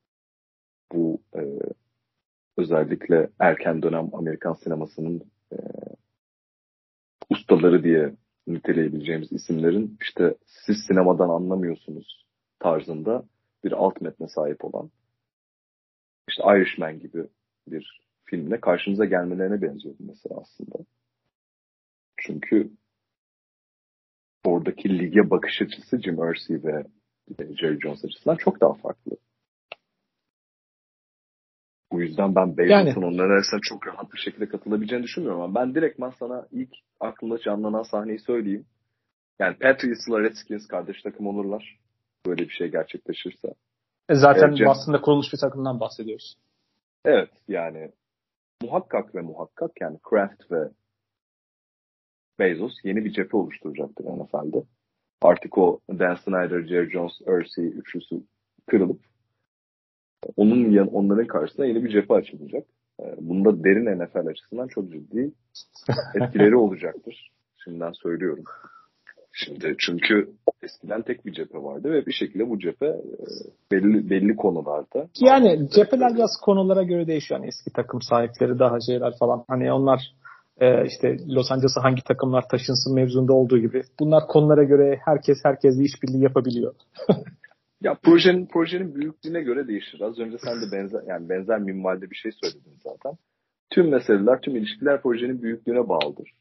bu e, özellikle erken dönem Amerikan sinemasının e, ustaları diye niteleyebileceğimiz isimlerin işte siz sinemadan anlamıyorsunuz tarzında bir alt metne sahip olan işte Irishman gibi bir filmle karşımıza gelmelerine benziyordu mesela aslında. Çünkü oradaki lige bakış açısı Jim Irsay ve Jerry Jones açısından çok daha farklı. Bu yüzden ben Bezos'un yani, onların arasında çok rahat bir şekilde katılabileceğini düşünmüyorum ama ben direktman sana ilk aklımda canlanan sahneyi söyleyeyim. Yani Patriots'la Redskins kardeş takım olurlar. Böyle bir şey gerçekleşirse. E zaten evet, Boston'da kurulmuş bir takımdan bahsediyoruz. Evet yani muhakkak ve muhakkak yani Kraft ve Bezos yeni bir cephe oluşturacaktır N F L'de. Artık o Dan Snyder, Jerry Jones, Irsay üçlüsü kırılıp onun yan, onların karşısında yeni bir cephe açılacak. Bunda derin N F L açısından çok ciddi etkileri olacaktır. Şimdiden söylüyorum. Şimdi çünkü eskiden tek bir cephe vardı ve bir şekilde bu cephe belli belli konularda. Yani cepheler biraz konulara göre değişiyor. Yani eski takım sahipleri daha şeyler falan. Hani onlar e, işte Los Angeles'a hangi takımlar taşınsın mevzunda olduğu gibi. Bunlar konulara göre herkes herkesle işbirliği yapabiliyor. Ya projenin projenin büyüklüğüne göre değişir. Az önce sen de benzer yani benzer minvalde bir şey söyledin zaten. Tüm meseleler, tüm ilişkiler projenin büyüklüğüne bağlıdır.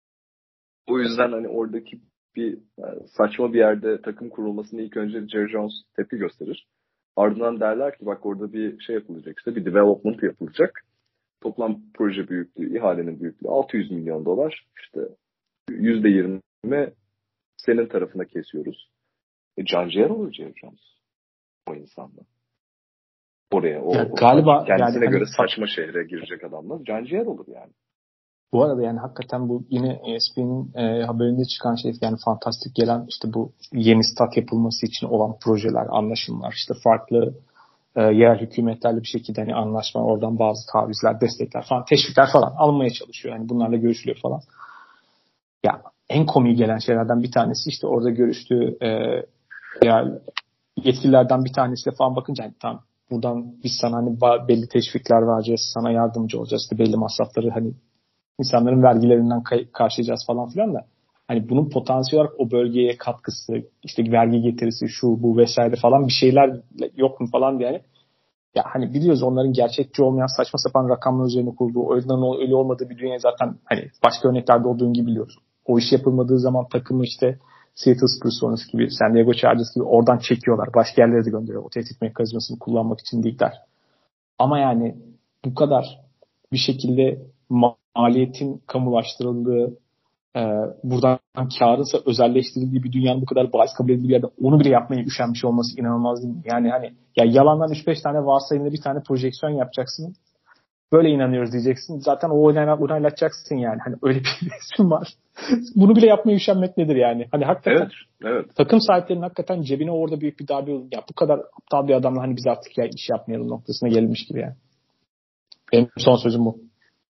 O yüzden hani oradaki bir yani saçma bir yerde takım kurulmasını ilk önce Jerry Jones tepki gösterir. Ardından derler ki bak orada bir şey yapılacak işte bir development yapılacak. Toplam proje büyüklüğü, ihalenin büyüklüğü altı yüz milyon dolar. İşte yüzde yirmi senin tarafına kesiyoruz. E, canciğer olur Jerry Jones. O insanla. Oraya o, ya, galiba o kendisine yani göre hani, saçma şehre girecek adamla canciğer olur yani. Bu arada yani hakikaten bu yine E S P N'in e, haberinde çıkan şey yani fantastik gelen işte bu yeni stat yapılması için olan projeler, anlaşımlar işte farklı e, yerel hükümetlerle bir şekilde hani anlaşma oradan bazı tavizler, destekler falan, teşvikler falan almaya çalışıyor. Yani bunlarla görüşülüyor falan. Ya en komik gelen şeylerden bir tanesi işte orada görüştüğü e, yani yetkililerden bir tanesi falan bakınca hani tamam buradan biz sana hani belli teşvikler vereceğiz, sana yardımcı olacağız, işte belli masrafları hani insanların vergilerinden kay- karşılayacağız falan filan da hani bunun potansiyel olarak o bölgeye katkısı, işte vergi getirisi, şu bu vesaire falan bir şeyler yok mu falan diye. Yani. Ya hani biliyoruz onların gerçekçi olmayan saçma sapan rakamlar üzerine kurduğu, onların öyle olmadığı bir dünya zaten hani başka örneklerde olduğu gibi biliyoruz. O iş yapılmadığı zaman takımı işte Seattle Supersonics gibi, San Diego Chargers gibi oradan çekiyorlar. Başka yerlere de gönderiyor. O tehdit mekanizmasını kullanmak için değiller. Ama yani bu kadar bir şekilde maliyetin kamulaştırıldığı, e, buradan karınsa özelleştirildiği bir dünyanın bu kadar bariz kabul edildiği bir yerde onu bile yapmaya üşenmiş olması inanılmaz değil mi? Yani hani ya yalandan üç beş tane varsayımda bir tane projeksiyon yapacaksın. Böyle inanıyoruz diyeceksin. Zaten o onaylatacaksın yani. Hani öyle bir resim var. Bunu bile yapmaya üşenmek nedir yani? Hani hakikaten evet, evet. takım sahiplerinin hakikaten cebine orada büyük bir darbe oldu. Ya bu kadar aptal bir adamla hani biz artık ya iş yapmayalım noktasına gelmiş gibi yani. Benim son sözüm bu.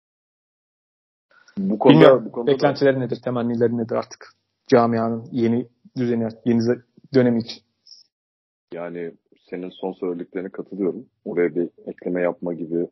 Bu konuda, Bilmiyorum, bu konuda beklentileri da... nedir, temennileri nedir artık camianın yeni düzeni, yeni dönemi için? Yani senin son söylediklerine katılıyorum. Oraya bir ekleme yapma gibi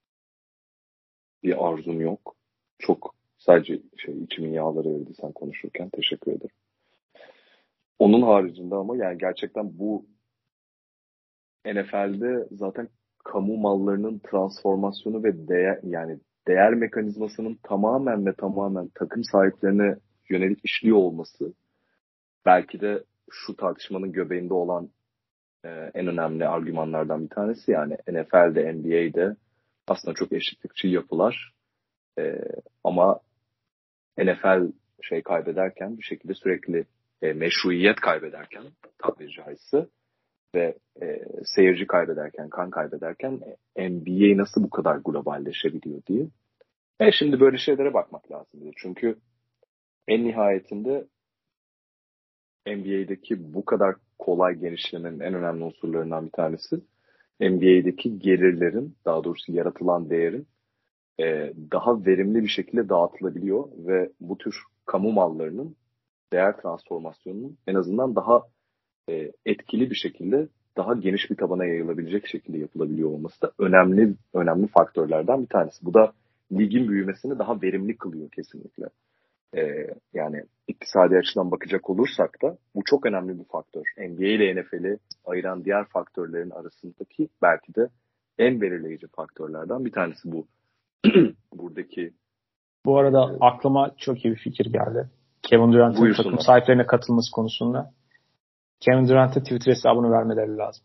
bir arzum yok. Çok sadece şey içimin yağları eridi sen konuşurken. Teşekkür ederim. Onun haricinde ama yani gerçekten bu N F L'de zaten kamu mallarının transformasyonu ve değer yani değer mekanizmasının tamamen ve tamamen takım sahiplerine yönelik işliyor olması belki de şu tartışmanın göbeğinde olan e, en önemli argümanlardan bir tanesi. Yani N F L'de, N B A'de aslında çok eşitlikçi yapılar e, ama N F L şey kaybederken bir şekilde sürekli e, meşruiyet kaybederken tabiri caizse ve e, seyirci kaybederken, kan kaybederken e, N B A nasıl bu kadar globalleşebiliyor diye. E şimdi böyle şeylere bakmak lazım. Çünkü en nihayetinde N B A'deki bu kadar kolay genişlemenin en önemli unsurlarından bir tanesi N B A'deki gelirlerin, daha doğrusu yaratılan değerin e, daha verimli bir şekilde dağıtılabiliyor ve bu tür kamu mallarının değer transformasyonunun en azından daha e, etkili bir şekilde daha geniş bir tabana yayılabilecek şekilde yapılabiliyor olması da önemli önemli faktörlerden bir tanesi. Bu da ligin büyümesini daha verimli kılıyor kesinlikle. E, yani iktisadi açıdan bakacak olursak da bu çok önemli bir faktör. N B A ile N F L'i ayıran diğer faktörlerin arasındaki belki de en belirleyici faktörlerden bir tanesi bu. Buradaki Bu arada e, aklıma çok iyi bir fikir geldi. Kevin Durant'ın takım sahiplerine katılması konusunda. Kevin Durant'a Twitter hesabını vermeleri lazım.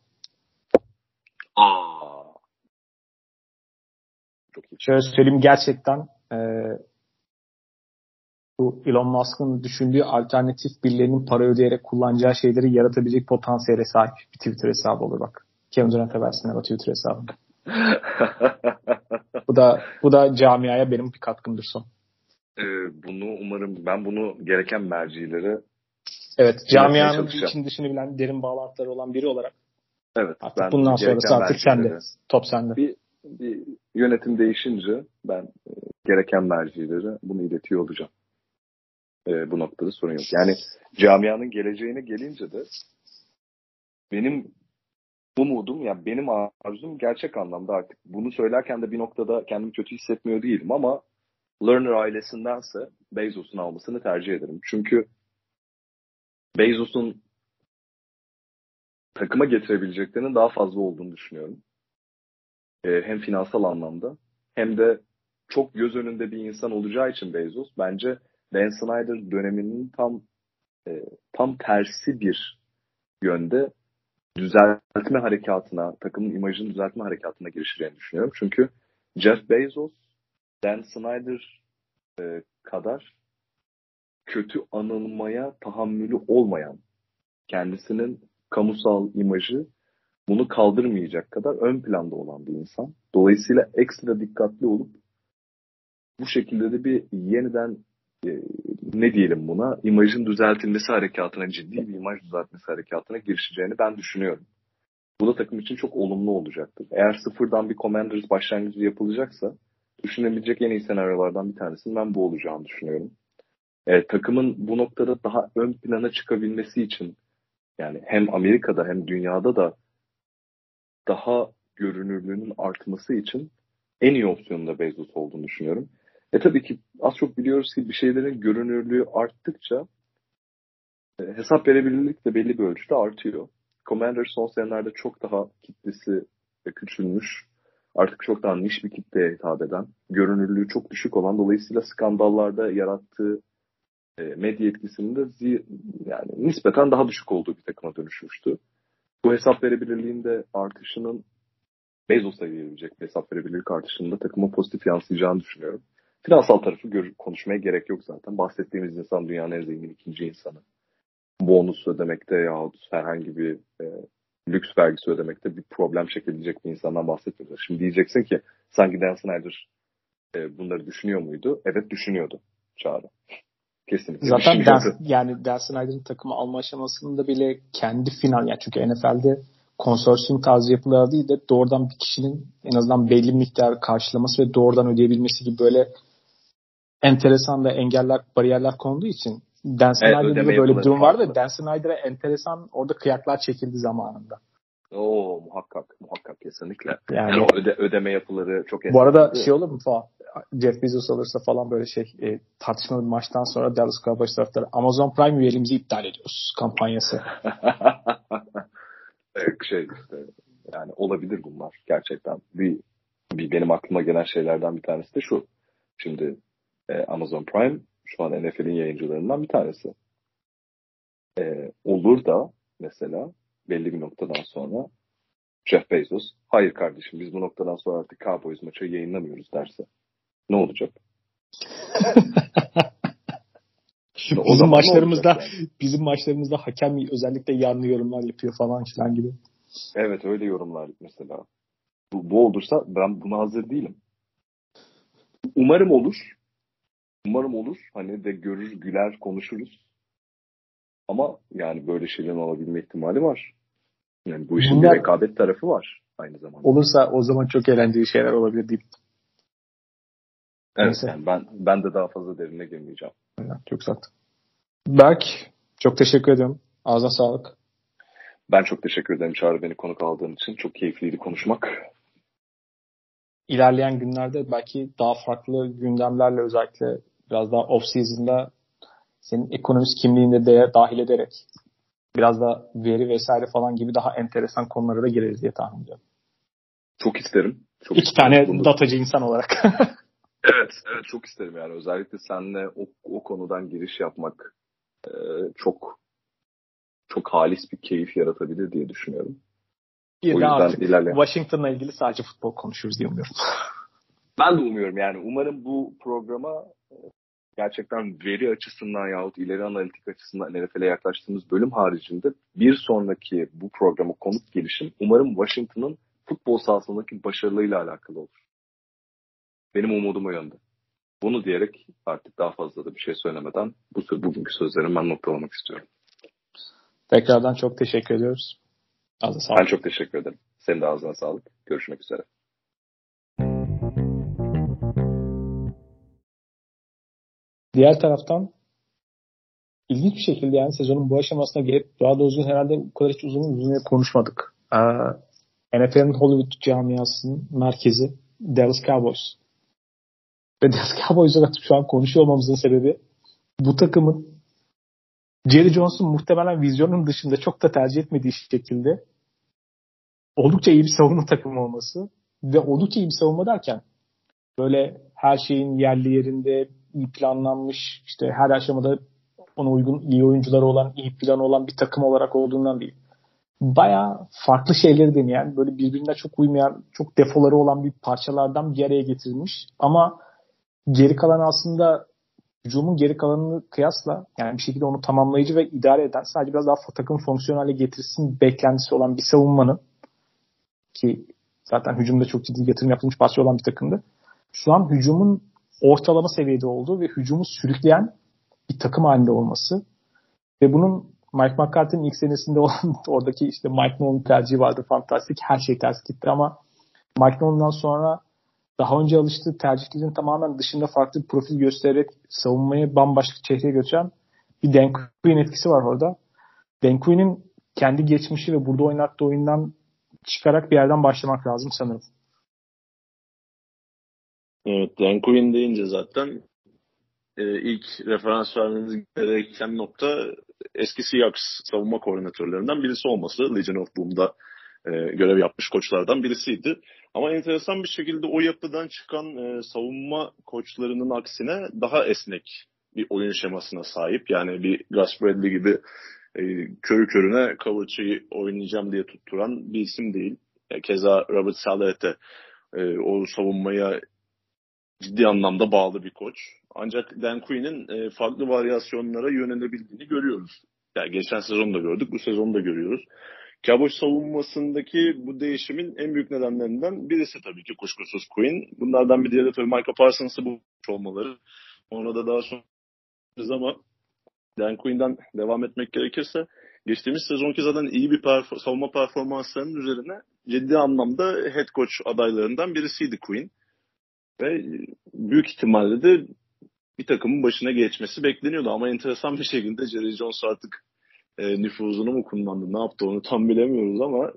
Aa. Çok iyi. Şöyle söyleyeyim, gerçekten e, bu Elon Musk'ın düşündüğü alternatif birilerinin para ödeyerek kullanacağı şeyleri yaratabilecek potansiyele sahip bir Twitter hesabı olur bak. Kevin Durant'a versinler o Twitter hesabını. bu da bu da camiaya benim bir katkımdır son. Ee, bunu umarım ben bunu gereken mercilere evet, camianın için dışını bilen, derin bağlantıları olan biri olarak evet, artık ben bundan sonrası artık sende. Top sende. Bir, bir yönetim değişince ben e, gereken mercilere bunu iletiyor olacağım. E, bu noktada sorun yok. Yani camianın geleceğine gelince de benim umudum, yani benim arzum gerçek anlamda artık bunu söylerken de bir noktada kendimi kötü hissetmiyor değilim ama Lerner ailesindense Bezos'un almasını tercih ederim. Çünkü Bezos'un takıma getirebileceklerinin daha fazla olduğunu düşünüyorum. Ee, hem finansal anlamda hem de çok göz önünde bir insan olacağı için Bezos bence Dan Snyder döneminin tam e, tam tersi bir yönde düzeltme harekatına, takımın imajını düzeltme harekatına girişeceğini düşünüyorum. Çünkü Jeff Bezos, Dan Snyder e, kadar kötü anılmaya tahammülü olmayan, kendisinin kamusal imajı bunu kaldırmayacak kadar ön planda olan bir insan. Dolayısıyla ekstra dikkatli olup bu şekilde de bir yeniden e, ne diyelim buna, imajın düzeltilmesi harekatına, ciddi bir imaj düzeltmesi harekatına girişeceğini ben düşünüyorum. Bu da takım için çok olumlu olacaktır. Eğer sıfırdan bir Commanders başlangıcı yapılacaksa düşünebilecek en iyi senaryolardan bir tanesinin ben bu olacağını düşünüyorum. E, takımın bu noktada daha ön plana çıkabilmesi için, yani hem Amerika'da hem dünyada da daha görünürlüğünün artması için en iyi opsiyonun da Bezos olduğunu düşünüyorum. E tabii ki az çok biliyoruz ki bir şeylerin görünürlüğü arttıkça e, hesap verebilirlik de belli bir ölçüde artıyor. Commanders son senelerde çok daha kitlesi küçülmüş. Artık çok daha niş bir kitleye hitap eden, görünürlüğü çok düşük olan, dolayısıyla skandallarda yarattığı e, medya etkisinin de zi, yani nispeten daha düşük olduğu bir takıma dönüşmüştü. Bu hesap verebilirliğin de artışının, Bezos'a verilecek hesap verebilirlik artışının da takıma pozitif yansıyacağını düşünüyorum. Finansal tarafı gör, konuşmaya gerek yok zaten. Bahsettiğimiz insan dünyanın en zengin ikinci insanı. Bonus ödemekte yahut herhangi bir e, lüks vergisi ödemekte bir problem çekebilecek bir insandan bahsetmiyoruz. Şimdi diyeceksin ki sanki Dan Snyder e, bunları düşünüyor muydu? Evet, düşünüyordu Çağrı. Kesinlikle zaten Dan, yani Dan Snyder'ın takımı alma aşamasında bile kendi final, yani çünkü N F L'de konsorsiyum tarzı yapılar değil de doğrudan bir kişinin en azından belli bir miktar karşılaması ve doğrudan ödeyebilmesi gibi böyle enteresan da engeller, bariyerler konduğu için Dan Snyder'da evet, böyle bir durum vardı. Dan Snyder'a enteresan orada kıyaklar çekildi zamanında. Oo, muhakkak, muhakkak kesinlikle. Yani, yani o öde, ödeme yapıları çok eski. Bu arada şey olur mu falan? Jeff Bezos alırsa falan böyle şey e, tartışmalı bir maçtan sonra Dallas Cowboys taraftarı Amazon Prime üyeliğimizi iptal ediyoruz kampanyası. şey işte, yani olabilir bunlar gerçekten. Bir, bir benim aklıma gelen şeylerden bir tanesi de şu. Şimdi e, Amazon Prime şu an N F L'in yayıncılarından bir tanesi. E, olur da mesela belli bir noktadan sonra Jeff Bezos, hayır kardeşim biz bu noktadan sonra artık Cowboys maçı yayınlamıyoruz derse ne olacak? Şimdi bizim maçlarımızda yani? bizim maçlarımızda hakem özellikle yanlı yorumlar yapıyor falan filan gibi. Evet, öyle yorumlar mesela. Bu, bu olursa ben buna hazır değilim. Umarım olur. Umarım olur. Hani de görür, güler, konuşuruz. Ama yani böyle şeylerin olabilme ihtimali var. Yani bu işin Bunlar, bir rekabet tarafı var aynı zamanda. Olursa o zaman çok eğlenceli şeyler olabilir deyip. Evet, yani ben ben de daha fazla derine girmeyeceğim. Evet, çok sağ ol. Berk, çok teşekkür ediyorum. Ağzına sağlık. Ben çok teşekkür ederim Çağrı, beni konuk aldığın için. Çok keyifliydi konuşmak. İlerleyen günlerde belki daha farklı gündemlerle, özellikle biraz daha off-season'da senin ekonomist kimliğinde de dahil ederek biraz da veri vesaire falan gibi daha enteresan konulara da gireriz diye tahmin ediyorum. Çok isterim. Çok İki isterim. tane Bunu... datacı insan olarak. evet, evet çok isterim yani. Özellikle seninle o, o konudan giriş yapmak e, çok çok halis bir keyif yaratabilir diye düşünüyorum. Bir o de yüzden artık ilerleyen. Washington'la ilgili sadece futbol konuşuruz diye umuyorum. Ben de umuyorum yani. Umarım bu programa gerçekten veri açısından yahut ileri analitik açısından N F L'e yaklaştığımız bölüm haricinde bir sonraki bu programa konuk gelişim umarım Washington'ın futbol sahasındaki başarılarıyla alakalı olur. Benim umudum o yönde. Bunu diyerek artık daha fazla da bir şey söylemeden bu bugünkü sözlerimi ben noktalamak istiyorum. Tekrardan çok teşekkür ediyoruz. Ağzına sağlık. Ben çok teşekkür ederim. Senin de ağzına sağlık. Görüşmek üzere. Diğer taraftan ilginç bir şekilde yani sezonun bu aşamasına gelip daha doğrusu herhalde bu kadar hiç uzun uzun konuşmadık. Ee, N F L'in Hollywood camiasının merkezi Dallas Cowboys. Ve Dallas Cowboys'a şu an konuşuyor olmamızın sebebi bu takımın Jerry Jones'un muhtemelen vizyonun dışında çok da tercih etmediği şekilde oldukça iyi bir savunma takımı olması ve oldukça iyi bir savunma derken böyle her şeyin yerli yerinde iyi planlanmış, işte her aşamada ona uygun iyi oyuncuları olan, iyi planı olan bir takım olarak olduğundan değil. Bayağı farklı şeyleri deneyen, böyle birbirine çok uymayan, çok defoları olan bir parçalardan bir araya getirilmiş. Ama geri kalan aslında hücumun geri kalanını kıyasla yani bir şekilde onu tamamlayıcı ve idare eden sadece biraz daha takım fonksiyonel hale getirsin beklentisi olan bir savunmanın ki zaten hücumda çok ciddi yatırım yapılmış parça olan bir takımdı. Şu an hücumun ortalama seviyede olduğu ve hücumu sürükleyen bir takım halinde olması ve bunun Mike McCarthy'nin ilk senesinde olan oradaki işte Mike Nolan tercihi vardı. Fantastik. Her şey ters gitti ama Mike Nolan'dan sonra daha önce alıştığı tercihlerin tamamen dışında farklı bir profil göstererek savunmayı bambaşka çehreye götüren bir Dan Quinn etkisi var orada. Dan Quinn'in kendi geçmişi ve burada oynattığı oyundan çıkarak bir yerden başlamak lazım sanırım. Evet, Dan Quinn deyince zaten e, ilk referans vermemiz gereken nokta eski Seahawks savunma koordinatörlerinden birisi olması. Legion of Boom'da e, görev yapmış koçlardan birisiydi. Ama enteresan bir şekilde o yapıdan çıkan e, savunma koçlarının aksine daha esnek bir oyun şemasına sahip. Yani bir Gus Bradley gibi e, körü körüne coverage oynayacağım diye tutturan bir isim değil. E, keza Robert Saleh'e e, o savunmaya ciddi anlamda bağlı bir koç. Ancak Dan Quinn'in e, farklı varyasyonlara yönelebildiğini görüyoruz. Yani geçen sezon da gördük, bu sezon da görüyoruz. Cowboys savunmasındaki bu değişimin en büyük nedenlerinden birisi tabii ki kuşkusuz Quinn. Bunlardan bir diğeri de tabii Micah Parsons'ı bulmuş olmaları. Ona da daha sonra ama Dan Quinn'den devam etmek gerekirse geçtiğimiz sezonki zaten iyi bir perf- savunma performanslarının üzerine ciddi anlamda head coach adaylarından birisiydi Quinn. Ve büyük ihtimalle de bir takımın başına geçmesi bekleniyordu. Ama enteresan bir şekilde Jerry Jones artık e, nüfuzunu mu kullandı, ne yaptı onu tam bilemiyoruz ama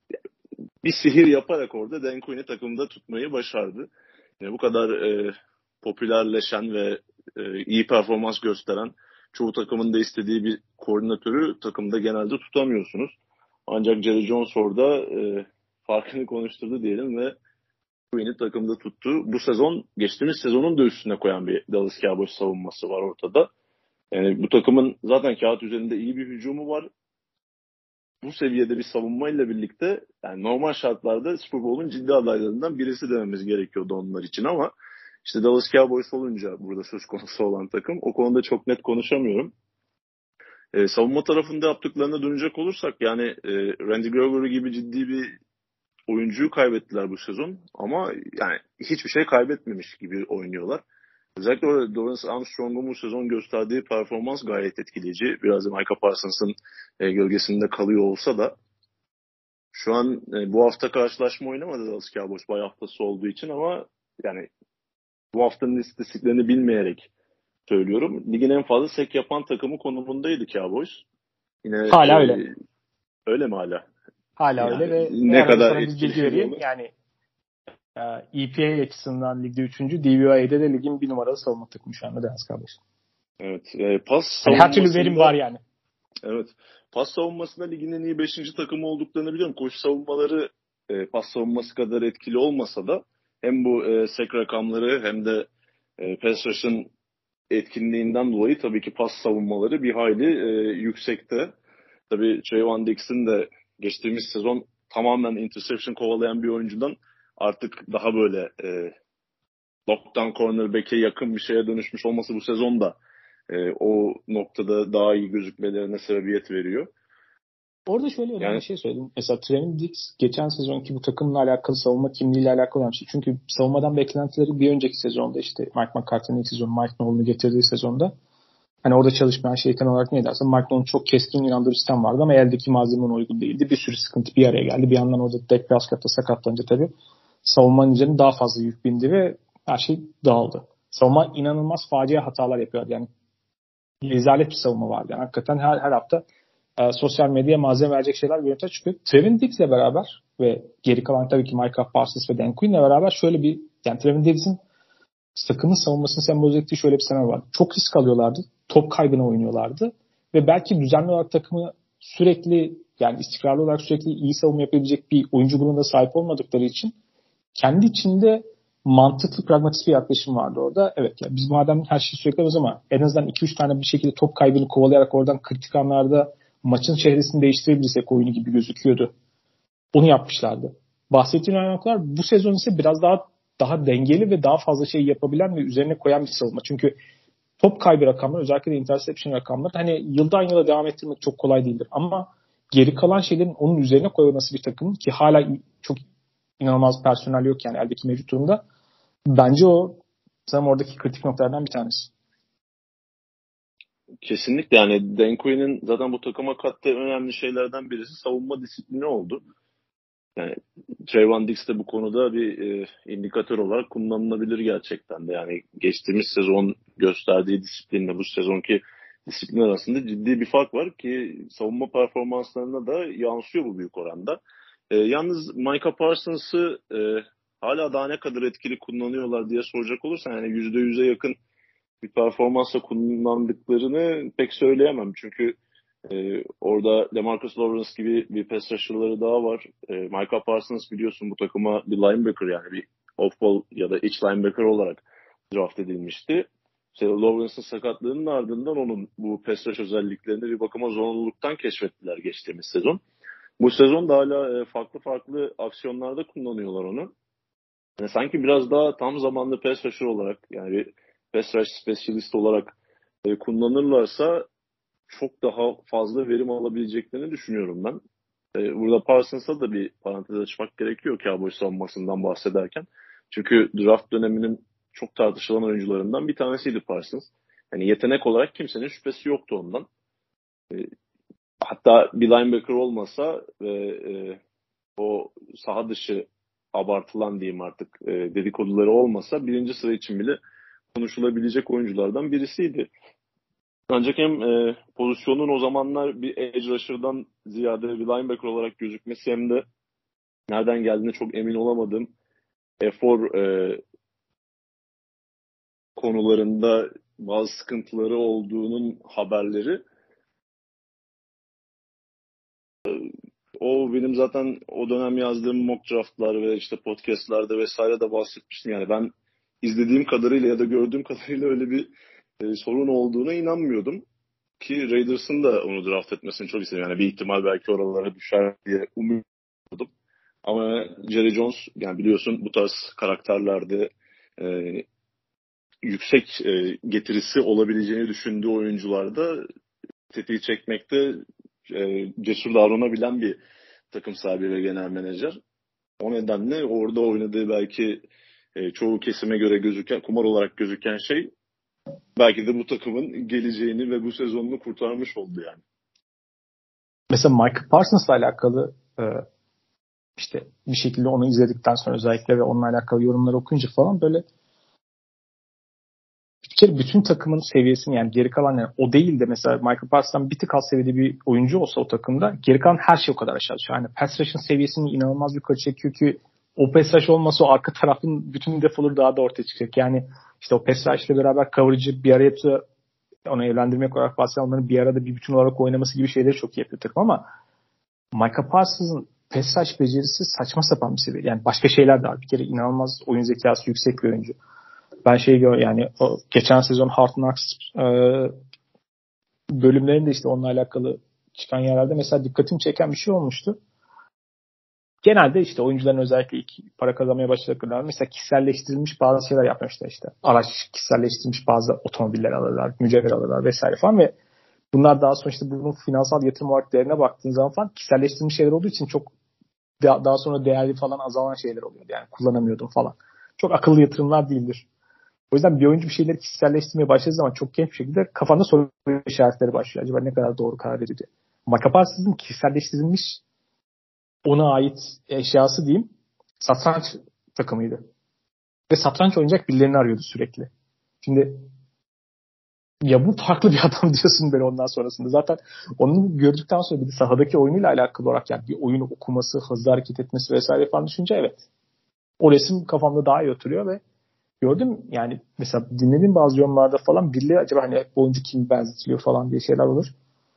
bir sihir yaparak orada Dan Quinn'i takımda tutmayı başardı. Yani bu kadar e, popülerleşen ve e, iyi performans gösteren çoğu takımın da istediği bir koordinatörü takımda genelde tutamıyorsunuz. Ancak Jerry Jones orada e, farkını konuşturdu diyelim ve Quinn'i takımda tuttu. Bu sezon geçtiğimiz sezonun da üstüne koyan bir Dallas Cowboys savunması var ortada. Yani bu takımın zaten kağıt üzerinde iyi bir hücumu var. Bu seviyede bir savunmayla birlikte yani normal şartlarda Super Bowl'un ciddi adaylarından birisi dememiz gerekiyordu onlar için ama işte Dallas Cowboys olunca burada söz konusu olan takım. O konuda çok net konuşamıyorum. Ee, savunma tarafında yaptıklarına dönecek olursak yani e, Randy Gregory gibi ciddi bir oyuncuyu kaybettiler bu sezon ama yani hiçbir şey kaybetmemiş gibi oynuyorlar. Özellikle Dorrance Armstrong'un bu sezon gösterdiği performans gayet etkileyici. Biraz da Micah Parsons'ın e, gölgesinde kalıyor olsa da şu an e, bu hafta karşılaşma oynamadı Dallas Cowboys bay haftası olduğu için ama yani bu haftanın istatistiklerini bilmeyerek söylüyorum. Ligin en fazla sek yapan takımı konumundaydı Cowboys. Yine Hala e, öyle. Öyle mi hala? Hala yani, öyle ve ne kadar sana bir bilgi vereyim. olur? Yani E P A açısından ligde üçüncü, D V O A'de de ligin bir numaralı savunma takımı şu anda Dallas Cowboys. Evet. E, pas yani her türlü verim var yani. Evet. Pas savunmasında ligin en iyi beşinci takımı olduklarını biliyorum. Koşu savunmaları e, pas savunması kadar etkili olmasa da hem bu e, sek rakamları hem de e, pass rush'ın etkinliğinden dolayı tabii ki pas savunmaları bir hayli e, yüksekte. Tabii Trayvon Diggs'in de geçtiğimiz sezon tamamen interception kovalayan bir oyuncudan artık daha böyle e, lockdown cornerback'e yakın bir şeye dönüşmüş olması bu sezon da e, o noktada daha iyi gözükmelerine sebebiyet veriyor. Orada şöyle önemli yani, bir şey söyledim. Mesela Trevin Diggs geçen sezonki bu takımla alakalı, savunma kimliğiyle alakalı olan şey. Çünkü savunmadan beklentileri bir önceki sezonda işte Mike McCarthy'nin ilk sezonu, Mike Nolan'ı getirdiği sezonda hani orada çalışmayan şeytan olarak ne derse Mike Nolan'ın çok keskin inandırıcı sistem vardı ama eldeki malzeme uygun değildi. Bir sürü sıkıntı bir araya geldi. Bir yandan orada Dak Prescott'ta sakatlanınca tabii savunmanın üzerine daha fazla yük bindi ve her şey dağıldı. Savunma inanılmaz facia hatalar yapıyor. Yani rezalet bir savunma vardı. Yani hakikaten her her hafta e, sosyal medyaya malzeme verecek şeyler görüntüye çıkıyor. Trevin Diggs'le beraber ve geri kalan tabii ki Micah Parsons ve Dan Quinn'le beraber şöyle bir, yani Trevin Diggs'in takımın savunmasını sembolize ettiği şöyle bir senaryo var. Çok risk alıyorlardı. Top kaybına oynuyorlardı. Ve belki düzenli olarak takımı sürekli, yani istikrarlı olarak sürekli iyi savunma yapabilecek bir oyuncu grubuna sahip olmadıkları için kendi içinde mantıklı, pragmatist bir yaklaşım vardı orada. Evet ya biz madem her şeyi sürekli yapıyoruz ama en azından iki üç tane bir şekilde top kaybını kovalayarak oradan kritik anlarda maçın çehresini değiştirebilirsek oyunu gibi gözüküyordu. Onu yapmışlardı. Bahsettiğim oyuncular bu sezon ise biraz daha daha dengeli ve daha fazla şey yapabilen ve üzerine koyan bir savunma. Çünkü top kaybı rakamları, özellikle de interception rakamları hani yıldan yıla devam ettirmek çok kolay değildir. Ama geri kalan şeylerin onun üzerine koyulması bir takımın ki hala çok inanılmaz personel yok yani eldeki mevcut durumda. Bence o tam oradaki kritik noktalardan bir tanesi. Kesinlikle yani Dan Quinn'in zaten bu takıma kattığı önemli şeylerden birisi savunma disiplini oldu. Yani Trayvon Diggs de bu konuda bir e, indikatör olarak kullanılabilir gerçekten de. Yani geçtiğimiz sezon gösterdiği disiplinle bu sezonki disiplin arasında ciddi bir fark var ki savunma performanslarına da yansıyor bu büyük oranda. E, yalnız Micah Parsons'ı e, hala daha ne kadar etkili kullanıyorlar diye soracak olursan yani yüzde yüze yakın bir performansla kullandıklarını pek söyleyemem. Çünkü Ee, orada DeMarcus Lawrence gibi bir pass rusher'ları daha var. Ee, Micah Parsons biliyorsun bu takıma bir linebacker yani bir off-ball ya da iç linebacker olarak draft edilmişti. İşte Lawrence'ın sakatlığının ardından onun bu pass rush özelliklerini bir bakıma zorunluluktan keşfettiler geçtiğimiz sezon. Bu sezon da hala farklı farklı aksiyonlarda kullanıyorlar onu. Yani sanki biraz daha tam zamanlı pass rusher olarak yani bir pass rush specialist olarak e, kullanırlarsa çok daha fazla verim alabileceklerini düşünüyorum ben. Ee, burada Parsons'a da bir parantez açmak gerekiyor Cowboys savunmasından bahsederken. Çünkü draft döneminin çok tartışılan oyuncularından bir tanesiydi Parsons. Yani yetenek olarak kimsenin şüphesi yoktu ondan. Ee, hatta bir linebacker olmasa ve e, o saha dışı abartılan diyeyim artık e, dedikoduları olmasa birinci sıra için bile konuşulabilecek oyunculardan birisiydi. Ancak hem e, pozisyonun o zamanlar bir edge rusher'dan ziyade bir linebacker olarak gözükmesi hem de nereden geldiğine çok emin olamadığım efor e, konularında bazı sıkıntıları olduğunun haberleri. E, o benim zaten o dönem yazdığım mock draftlar ve işte podcastlarda vesaire de bahsetmiştim. Yani ben izlediğim kadarıyla ya da gördüğüm kadarıyla öyle bir e, sorun olduğuna inanmıyordum. Ki Raiders'ın da onu draft etmesini çok istedim. Yani bir ihtimal belki oralara düşer diye umuyordum. Ama Jerry Jones yani biliyorsun bu tarz karakterlerde e, yüksek e, getirisi olabileceğini düşündüğü oyuncularda tetiği çekmekte e, cesur davranabilen bir takım sahibi ve genel menajer. O nedenle orada oynadığı belki e, çoğu kesime göre gözüken, kumar olarak gözüken şey belki de bu takımın geleceğini ve bu sezonunu kurtarmış oldu yani. Mesela Micah Parsons'la alakalı e, işte bir şekilde onu izledikten sonra özellikle ve onunla alakalı yorumları okuyunca falan böyle bir kere bütün takımın seviyesini yani geri kalan yani o değil de mesela Micah Parsons'tan bir tık alt seviyede bir oyuncu olsa o takımda geri kalan her şey o kadar aşağı düşüyor. Yani pass rush'ın seviyesini inanılmaz yukarı çekiyor ki o pass rush olmasa o arka tarafın bütün defoları daha da ortaya çıkacak. Yani işte o pass rush ile beraber coverage'ı bir araya tutuyor. onu evlendirmek olarak bahseden onların bir arada bir bütün olarak oynaması gibi şeyleri çok iyi yapıyor takım ama Micah Parsons'ın passage becerisi saçma sapan bir seviye. Yani başka şeyler de var. Bir kere inanılmaz oyun zekası yüksek bir oyuncu. Ben şey gör yani o geçen sezon Hard Knocks e, bölümlerinde işte onunla alakalı çıkan yerlerde mesela dikkatimi çeken bir şey olmuştu. Genelde işte oyuncuların özellikle ilk para kazanmaya başladıklarında mesela kişiselleştirilmiş bazı şeyler yapmışlar işte. Araç kişiselleştirilmiş bazı otomobiller alırlar, mücevher alırlar vesaire falan ve bunlar daha sonra işte bunun finansal yatırım olarak değerine baktığın zaman falan kişiselleştirilmiş şeyler olduğu için çok daha sonra değerli falan azalan şeyler oluyordu. Yani kullanamıyordum falan. Çok akıllı yatırımlar değildir. O yüzden bir oyuncu bir şeyleri kişiselleştirmeye başladığı zaman çok genç bir şekilde kafanda soru işaretleri başlıyor. Acaba ne kadar doğru karar veriyor diye. Micah Parsons'ın kişiselleştirilmiş ona ait eşyası diyeyim satranç takımıydı. Ve satranç oynayacak birilerini arıyordu sürekli. Şimdi ya bu farklı bir adam diyorsun böyle ondan sonrasında. Zaten onu gördükten sonra bir de sahadaki oyunuyla alakalı olarak yani bir oyunu okuması, hızlı hareket etmesi vesaire falan düşünce evet. O resim kafamda daha iyi oturuyor ve gördüm yani mesela dinlediğim bazı yorumlarda falan birileri acaba hani oyuncu kim benzetiliyor falan diye şeyler olur.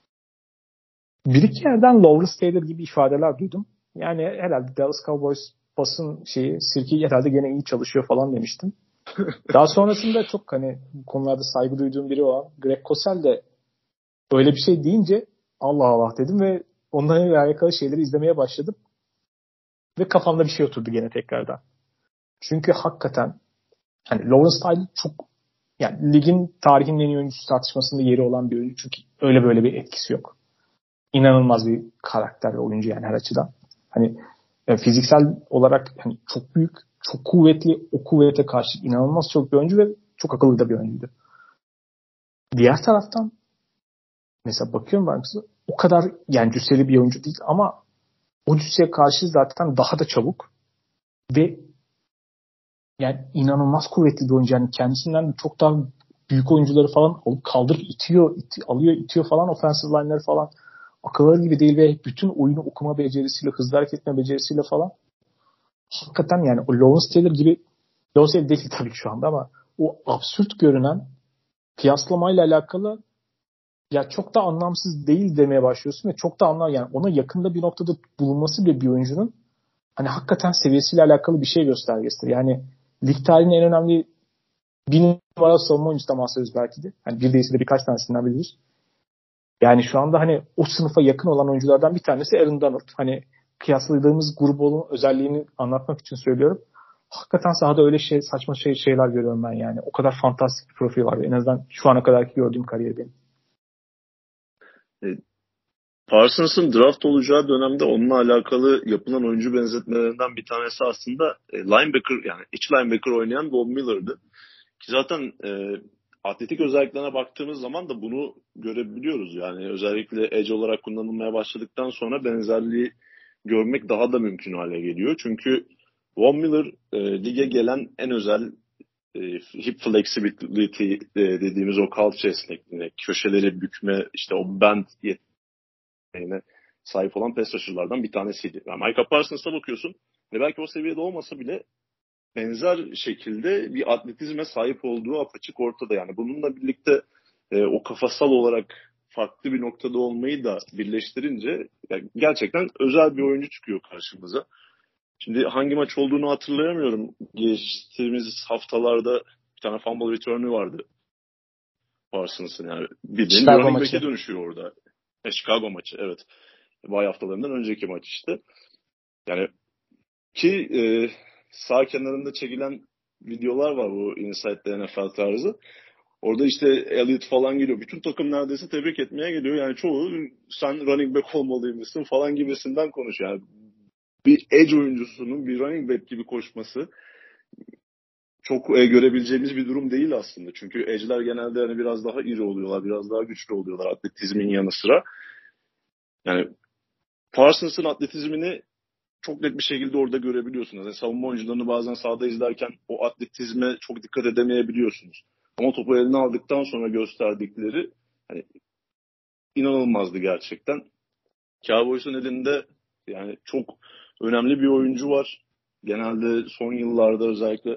Bir iki yerden Lawrence Taylor gibi ifadeler duydum. Yani herhalde Dallas Cowboys basın şeyi Sirki herhalde gene iyi çalışıyor falan demiştim. Daha sonrasında çok hani bu konularda saygı duyduğum biri olan Greg Cosell de öyle bir şey deyince Allah Allah dedim ve onlarla alakalı şeyleri izlemeye başladım. Ve kafamda bir şey oturdu gene tekrardan. Çünkü hakikaten hani Lawrence Taylor çok yani ligin tarihinin en iyi oyuncusu tartışmasında yeri olan bir oyuncu. Çünkü öyle böyle bir etkisi yok. İnanılmaz bir karakter ve oyuncu yani her açıdan. Hani e, fiziksel olarak hani çok büyük, çok kuvvetli, o kuvvete karşı inanılmaz çok bir oyuncu ve çok akıllı da bir oyuncuydu. Diğer taraftan mesela bakıyorum ben kızı o kadar yani cüsseli bir oyuncu değil ama o cüsseye karşı zaten daha da çabuk ve yani inanılmaz kuvvetli bir oyuncu. Yani kendisinden çok daha büyük oyuncuları falan alıp kaldırıp itiyor, iti, alıyor, itiyor falan offensive line'ları falan. Akılları gibi değil ve bütün oyunu okuma becerisiyle, hızlı hareket etme becerisiyle falan hakikaten yani o Lawrence Taylor gibi Lawrence Taylor değil tabii şu anda ama o absürt görünen kıyaslamayla alakalı ya çok da anlamsız değil demeye başlıyorsun ve çok da anlam yani ona yakında bir noktada bulunması bile bir oyuncunun hani hakikaten seviyesiyle alakalı bir şey göstergesidir. Yani lig tarihinin en önemli bir numara savunma oyuncusundan bahsediyoruz belki de. Hani bir değilse de birkaç tanesinden biliriz. Yani şu anda hani o sınıfa yakın olan oyunculardan bir tanesi Aaron Donald. Hani kıyasladığımız grubun özelliğini anlatmak için söylüyorum. Hakikaten sahada öyle şey saçma şey şeyler görüyorum ben yani. O kadar fantastik bir profil var. En azından şu ana kadarki gördüğüm kariyer benim. E, Parsons'ın draft olacağı dönemde onunla alakalı yapılan oyuncu benzetmelerinden bir tanesi aslında e, linebacker yani iç linebacker oynayan Von Miller'dı. Ki zaten e, atletik özelliklerine baktığımız zaman da bunu görebiliyoruz. Yani özellikle edge olarak kullanılmaya başladıktan sonra benzerliği görmek daha da mümkün hale geliyor. Çünkü Von Miller e, lige gelen en özel e, hip flexibility e, dediğimiz o kalça esnekliğine, köşeleri bükme, işte o bend yeteneğine sahip olan pass rusher'lardan bir tanesiydi. Yani Micah Parsons'a bakıyorsun ve belki o seviyede olmasa bile benzer şekilde bir atletizme sahip olduğu apaçık ortada. Yani bununla birlikte e, o kafasal olarak farklı bir noktada olmayı da birleştirince yani gerçekten özel bir oyuncu çıkıyor karşımıza. Şimdi hangi maç olduğunu hatırlayamıyorum. Geçtiğimiz haftalarda bir tane fumble return'ü vardı Parsons'ın yani. Bildiğin running back'e dönüşüyor orada. E, Chicago maçı evet. Bay haftalarından önceki maç işte. Yani ki e, sağ kenarında çekilen videolar var bu Inside the N F L tarzı. Orada işte Elliott falan geliyor. Bütün takım neredeyse tebrik etmeye geliyor. Yani çoğu sen running back olmalıymışsın falan gibisinden konuşuyor. Yani bir edge oyuncusunun bir running back gibi koşması çok e, görebileceğimiz bir durum değil aslında. Çünkü edge'ler genelde hani biraz daha iri oluyorlar, biraz daha güçlü oluyorlar atletizmin yanı sıra. Yani Parsons'ın atletizmini çok net bir şekilde orada görebiliyorsunuz. Yani savunma oyuncularını bazen sahada izlerken o atletizme çok dikkat edemeyebiliyorsunuz. Ama topu eline aldıktan sonra gösterdikleri hani inanılmazdı gerçekten. Cowboys'un elinde yani çok önemli bir oyuncu var. Genelde son yıllarda özellikle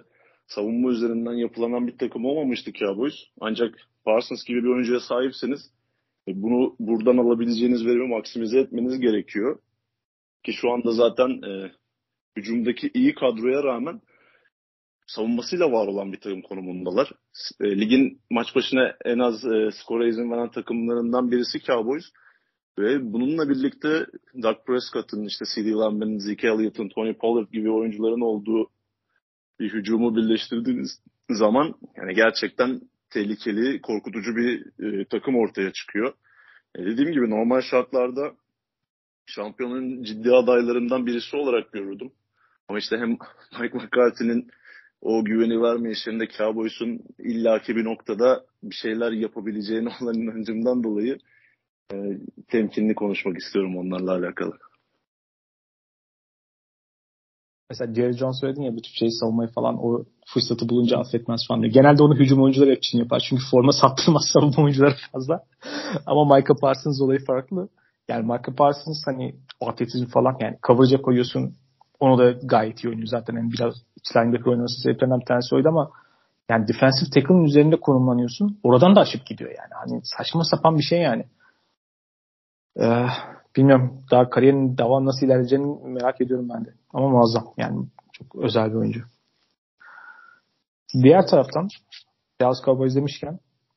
savunma üzerinden yapılanan bir takım olmamıştı Cowboys. Ancak Parsons gibi bir oyuncuya sahipseniz bunu buradan alabileceğiniz verimi maksimize etmeniz gerekiyor. Ki şu anda zaten e, hücumdaki iyi kadroya rağmen savunmasıyla var olan bir takım konumundalar. E, ligin maç başına en az e, skora izin veren takımlarından birisi Cowboys. Ve bununla birlikte Dak Prescott'ın, işte C D Lamb'ın, Zeke Elliott'ın, Tony Pollard gibi oyuncuların olduğu bir hücumu birleştirdiğiniz zaman yani gerçekten tehlikeli, korkutucu bir e, takım ortaya çıkıyor. E, dediğim gibi normal şartlarda şampiyonun ciddi adaylarından birisi olarak görürdüm. Ama işte hem Mike McCarthy'nin o güveni vermeyişinde Cowboys'un illaki bir noktada bir şeyler yapabileceğine olan inancımdan dolayı e, temkinli konuşmak istiyorum onlarla alakalı. Mesela Jerry Jones söyledin ya, bu tip şeyi savunmayı falan o fırsatı bulunca affetmez falan diyor. Genelde onu hücum oyuncuları hep için yapar. Çünkü forma sattırmaz savunma oyuncuları fazla. Ama Micah Parsons olayı farklı. Yani Micah Parsons hani atletizm falan, yani coverage'a koyuyorsun. Onu da gayet iyi oynuyor zaten. Yani biraz iç linebacker oynaması sebeplerinden bir tanesi oydu ama yani defensive tackle'ın üzerinde konumlanıyorsun. Oradan da aşıp gidiyor yani. Hani saçma sapan bir şey yani. Ee, bilmiyorum. Daha kariyerin devam nasıl ilerleyeceğini merak ediyorum ben de. Ama muazzam. Yani çok özel bir oyuncu. Diğer taraftan Dallas Cowboys demişken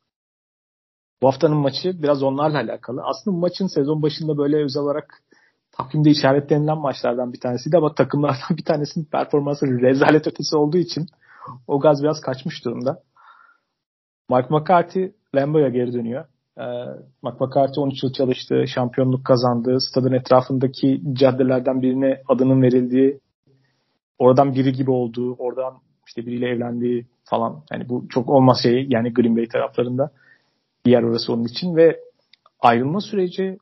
bu haftanın maçı biraz onlarla alakalı. Aslında maçın sezon başında böyle özel olarak takvimde işaretlenilen maçlardan bir tanesiydi ama takımlardan bir tanesinin performansı rezalet ötesi olduğu için o gaz biraz kaçmış durumda. Mike McCarthy Lambeau'ya geri dönüyor. Ee, Mike McCarthy on üç yıl çalıştı, şampiyonluk kazandı. Stadın etrafındaki caddelerden birine adının verildiği, oradan biri gibi olduğu, oradan işte biriyle evlendiği falan. Yani bu çok olmaz şey yani Green Bay taraflarında. Bir yer orası onun için ve ayrılma süreci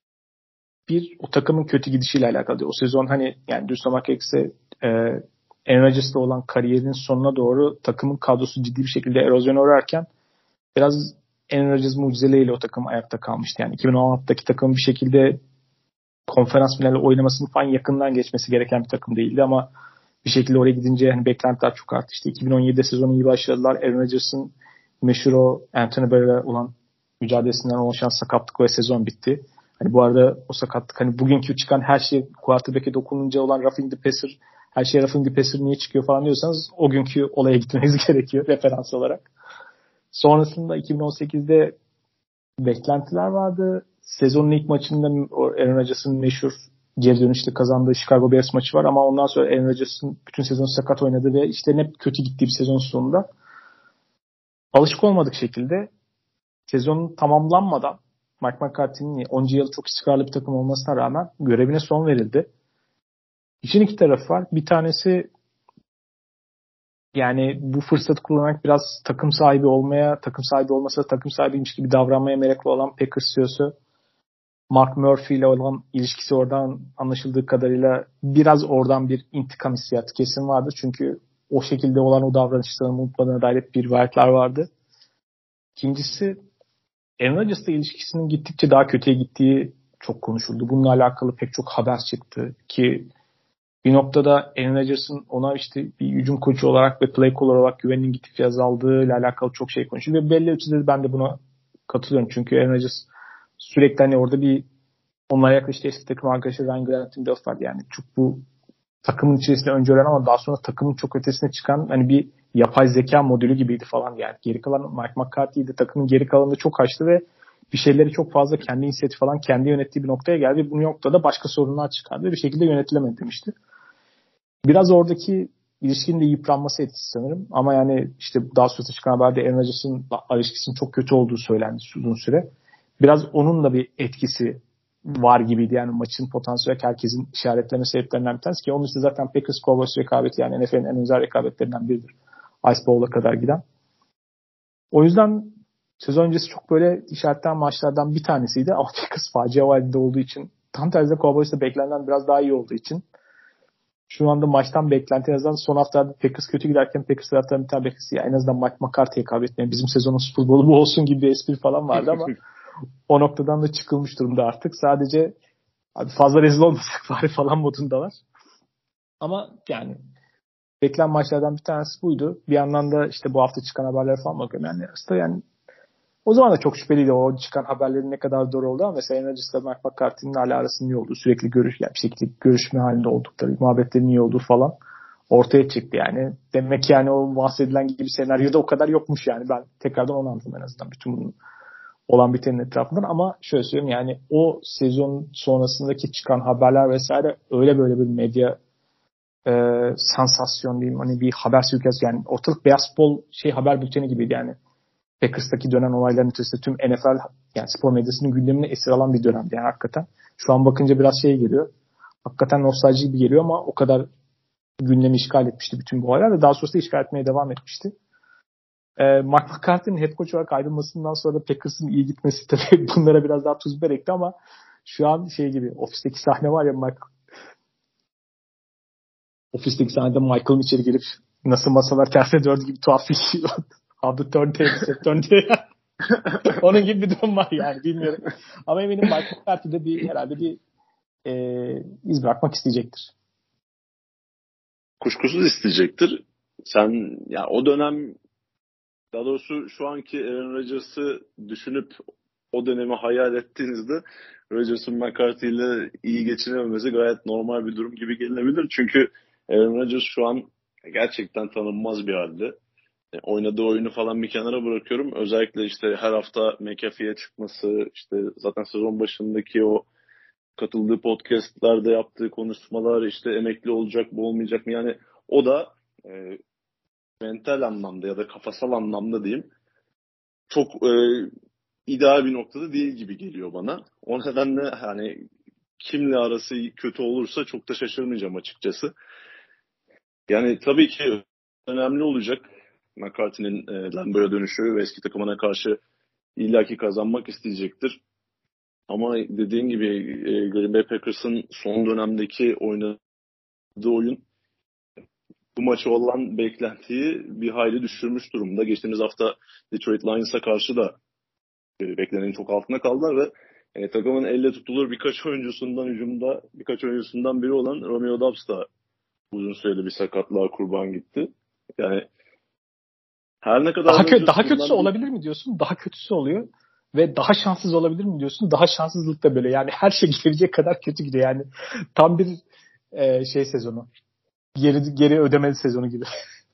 bir o takımın kötü gidişiyle alakalı. O sezon hani yani dürüst olmak gerekirse e, Aaron Rodgers'la olan kariyerinin sonuna doğru takımın kadrosu ciddi bir şekilde erozyona uğrarken biraz Aaron Rodgers mucizeleriyle o takım ayakta kalmıştı. Yani iki bin on altıdaki takımın bir şekilde konferans finali oynamasının falan yakından geçmesi gereken bir takım değildi ama bir şekilde oraya gidince hani beklentiler çok arttı. İşte iki bin on yedide sezonu iyi başladılar. Aaron Rodgers'ın meşhur o Anthony Barr'la olan mücadelesinden oluşan sakatlık ve sezon bitti. Hani bu arada o sakatlık hani bugünkü çıkan her şey quarterback'e dokununca olan roughing the passer, her şey roughing the passer niye çıkıyor falan diyorsanız o günkü olaya gitmeniz gerekiyor referans olarak. Sonrasında iki bin on sekizde beklentiler vardı. Sezonun ilk maçında Aaron Rodgers'ın meşhur geri dönüşte kazandığı Chicago Bears maçı var ama ondan sonra Aaron Rodgers'ın bütün sezon sakat oynadı ve işlerin hep kötü gittiği bir sezon sonunda alışık olmadık şekilde sezonun tamamlanmadan Mike McCarthy'nin onuncu yılı çok istikrarlı bir takım olmasına rağmen görevine son verildi. İşin iki tarafı var. Bir tanesi yani bu fırsatı kullanarak biraz takım sahibi olmaya, takım sahibi olmasa da takım sahibiymiş gibi davranmaya meraklı olan Packers C E O'su Mark Murphy ile olan ilişkisi oradan anlaşıldığı kadarıyla biraz oradan bir intikam hissiyatı kesin vardı. Çünkü o şekilde olan o davranışlarını unutmadığına dair bir rivayetler vardı. İkincisi Aaron Rodgers'la ilişkisinin gittikçe daha kötüye gittiği çok konuşuldu. Bununla alakalı pek çok haber çıktı ki bir noktada Aaron Rodgers'ın ona işte bir hücum koçu olarak ve play caller olarak güveninin gittikçe azaldığı ile alakalı çok şey konuşuldu. Ve belli ölçüde ben de buna katılıyorum. Çünkü Aaron Rodgers sürekli hani orada bir onlara yaklaşık eski takım arkadaşı Ryan Grant'in de vardı. Yani çok bu takımın içerisinde önce öğren ama daha sonra takımın çok ötesine çıkan hani bir yapay zeka modülü gibiydi falan yani. Geri kalan Mike McCarthy'ydi. Takımın geri kalanında çok açtı ve bir şeyleri çok fazla kendi inisiyatif falan kendi yönettiği bir noktaya geldi. Bu noktada başka sorunlar çıkardı. Bir şekilde yönetilemedi demişti. Biraz oradaki ilişkinin de yıpranması etkisi sanırım. Ama yani işte daha sonra çıkan haberde Aaron Rodgers'ın ilişkisinin çok kötü olduğu söylendi uzun süre. Biraz onun da bir etkisi var gibiydi. Yani maçın potansiyel herkesin işaretleme sebeplerinden bir tanesi ki onun için zaten Packers Cowboys rekabeti yani N F L'in en özel rekabetlerinden biridir. Ice Bowl'a kadar giden. O yüzden sezon öncesi çok böyle işaretlenen maçlardan bir tanesiydi ama Packers facia halinde olduğu için tam tersine Cowboys'ta beklenen biraz daha iyi olduğu için şu anda maçtan beklenti en azından son haftalarda Packers kötü giderken Packers taraftarının bir tane beklentisi ya en azından Mike McCarthy'ye kaybetmeyin. Bizim sezonun Super Bowl'u bu olsun gibi bir espri falan vardı ama o noktadan da çıkılmış durumda artık. Sadece abi fazla rezil olmasak bari falan modundalar. Ama yani beklenen maçlardan bir tanesi buydu. Bir yandan da işte bu hafta çıkan haberlere falan bakıyorum. Yani aslında yani o zaman da çok şüpheliydi o çıkan haberlerin ne kadar doğru olduğu ama mesela Aaron Rodgers'la Mike McCarthy'nin hala arasının iyi olduğu, sürekli görüş, yani bir şekilde görüşme halinde oldukları, muhabbetlerin iyi olduğu falan ortaya çıktı yani. Demek ki yani o bahsedilen gibi senaryoda o kadar yokmuş yani. Ben tekrardan onu anladım en azından bütün bunun olan bitenin etrafından ama şöyle söyleyeyim yani o sezon sonrasındaki çıkan haberler vesaire öyle böyle bir medya e, sansasyon diyeyim hani bir haber sürükası yani ortalık beyaz futbol şey haber bülteni gibiydi yani. Packers'taki dönen olayların ötesinde tüm N F L yani spor medyasının gündemine esir alan bir dönemdi yani hakikaten. Şu an bakınca biraz şey geliyor. Hakikaten nostalji gibi geliyor ama o kadar gündemi işgal etmişti bütün bu olaylar ve daha sonrasında işgal etmeye devam etmişti. Ee, Mike McCarthy'nin head coach olarak ayrılmasından sonra Packers'ın iyi gitmesi tabii bunlara biraz daha tuz biber ekti ama şu an şey gibi ofisteki sahne var ya Mike ofisteki sahnede Michael'ın içeri girip nasıl masalar tersine döndü gibi tuhaf bir şey var. How the turntable set döndü. Onun gibi bir durum var yani bilmiyorum. Ama eminim Mike McCarthy de bir, herhalde bir e, iz bırakmak isteyecektir. Kuşkusuz isteyecektir. Sen ya o dönem daha doğrusu şu anki Aaron Rodgers'ı düşünüp o dönemi hayal ettiğinizde Rodgers'ın McCarthy ile iyi geçinememesi gayet normal bir durum gibi gelebilir. Çünkü Aaron Rodgers şu an gerçekten tanınmaz bir halde. E, oynadığı oyunu falan bir kenara bırakıyorum. Özellikle işte her hafta McAfee'ye çıkması, işte zaten sezon başındaki o katıldığı podcastlerde yaptığı konuşmalar, işte emekli olacak mı olmayacak mı? Yani o da e, mental anlamda ya da kafasal anlamda diyeyim çok e, ideal bir noktada değil gibi geliyor bana. O nedenle hani kimle arası kötü olursa çok da şaşırmayacağım açıkçası. Yani tabii ki önemli olacak McCarthy'nin e, Lambeau'ya dönüşü ve eski takımına karşı illaki kazanmak isteyecektir. Ama dediğin gibi e, Green Bay Packers'ın son dönemdeki oynadığı oyun bu maça olan beklentiyi bir hayli düşürmüş durumda. Geçtiğimiz hafta Detroit Lions'a karşı da e, beklenenin çok altına kaldılar ve e, takımın elle tutulur birkaç oyuncusundan hücumda birkaç oyuncusundan biri olan Romeo Doubs da uzun süreli bir sakatlığa kurban gitti. Yani her ne kadar daha, kö- daha kötüsü bir... olabilir mi diyorsun? Daha kötüsü oluyor. Ve daha şanssız olabilir mi diyorsun? Daha şanssızlık da böyle. Yani her şey gidebilecek kadar kötü gidiyor. Yani tam bir e, şey sezonu. Geri, geri ödemeli sezonu gibi.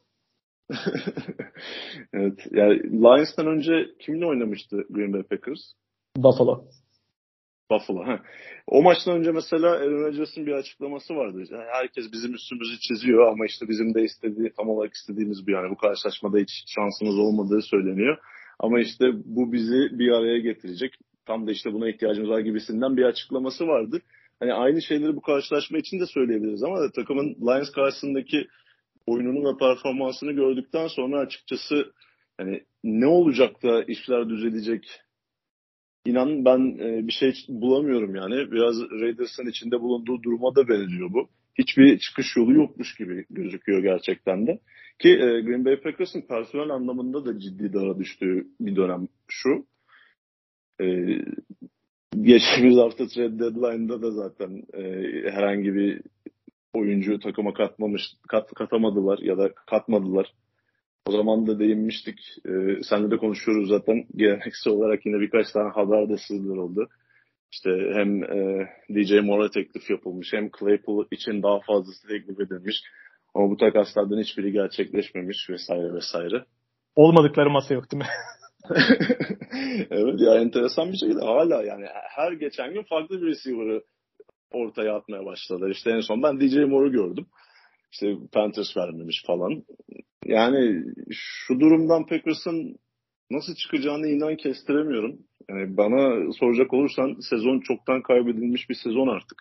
Evet. Yani Lions'tan önce kimle oynamıştı Green Bay Packers? Buffalo. Buffalo. Heh. O maçtan önce mesela Aaron Rodgers'ın bir açıklaması vardı. Yani herkes bizim üstümüzü çiziyor ama işte bizim de istediği, tam olarak istediğimiz bir yani bu karşılaşmada hiç şansımız olmadığı söyleniyor. Ama işte bu bizi bir araya getirecek. Tam da işte buna ihtiyacımız var gibisinden bir açıklaması vardı. Hani aynı şeyleri bu karşılaşma için de söyleyebiliriz ama takımın Lions karşısındaki oyununu ve performansını gördükten sonra açıkçası hani ne olacak da işler düzelecek? İnan ben e, bir şey bulamıyorum yani. Biraz Raiders'ın içinde bulunduğu duruma da benziyor bu. Hiçbir çıkış yolu yokmuş gibi gözüküyor gerçekten de. Ki e, Green Bay Packers'ın personel anlamında da ciddi dara düştüğü bir dönem şu. E, geçtiğimiz hafta trade deadline'da da zaten e, herhangi bir oyuncu takıma katmamış, kat, katamadılar ya da katmadılar. O zaman da değinmiştik. Ee, seninle de konuşuyoruz zaten. Geleneksel olarak yine birkaç tane haber de sızdırıldı. İşte hem e, D J Moore'a teklif yapılmış hem Claypool için daha fazlası teklif edilmiş. Ama bu takaslardan hiçbiri gerçekleşmemiş vesaire vesaire. Olmadıkları masa yok değil mi? Evet ya enteresan bir şekilde hala yani her geçen gün farklı bir receiver'ı ortaya atmaya başladılar. İşte en son ben D J Moore'u gördüm. İşte Panthers vermemiş falan. Yani şu durumdan Packers'ın nasıl çıkacağını inan kestiremiyorum. Yani bana soracak olursan sezon çoktan kaybedilmiş bir sezon artık.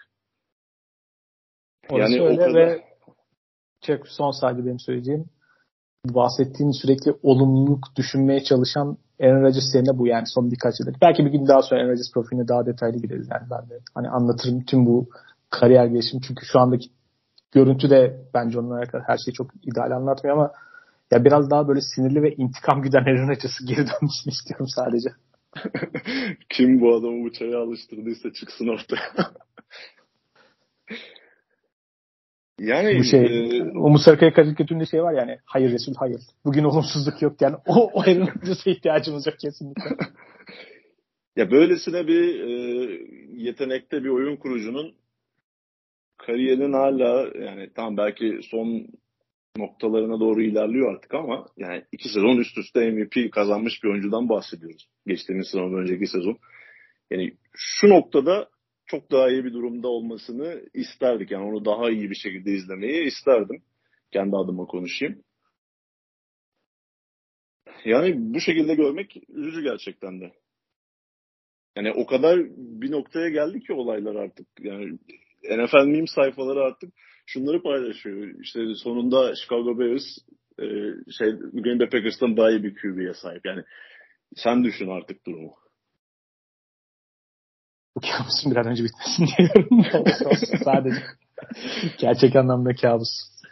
Orası Yani öyle o kadar... ve çok son sadece benim söyleyeceğim. Bahsettiğin sürekli olumluluk düşünmeye çalışan Aaron Rodgers yerine bu yani son birkaç yıldır. Belki bir gün daha sonra Aaron Rodgers profiline daha detaylı gideriz yani ben de. Hani anlatırım tüm bu kariyer gelişimi çünkü şu andaki görüntü de bence onunla alakalı her şeyi çok ideal anlatmıyor ama ya biraz daha böyle sinirli ve intikam güden Aaron Rodgers'ı geri dönmesini istiyorum sadece. Kim bu adamı bu çaya alıştırdıysa çıksın ortaya. Yani bu şey e, Umut Sarıkaya karikatüründe şey var yani, hayır Resul hayır. Bugün olumsuzluk yok yani. O o Aaron Rodgers'a ihtiyacımız yok kesinlikle. ya böylesine bir e, yetenekte bir oyun kurucunun kariyerinin hala yani tam belki son noktalarına doğru ilerliyor artık ama yani iki sezon üst üste M V P kazanmış bir oyuncudan bahsediyoruz. Geçtiğimiz sezon, önceki sezon. Yani şu noktada çok daha iyi bir durumda olmasını isterdik. Yani onu daha iyi bir şekilde izlemeyi isterdim. Kendi adıma konuşayım. Yani bu şekilde görmek üzücü gerçekten de. Yani o kadar bir noktaya geldi ki olaylar artık. Yani N F L meme sayfaları artık şunları paylaşıyor. İşte sonunda Chicago Bears e, şey Green Bay Packers'tan daha iyi bir Q B'ye sahip. Yani sen düşün artık durumu. Bu kabusun bir an önce bitmesin diyorum. Sadece gerçek anlamda kabus.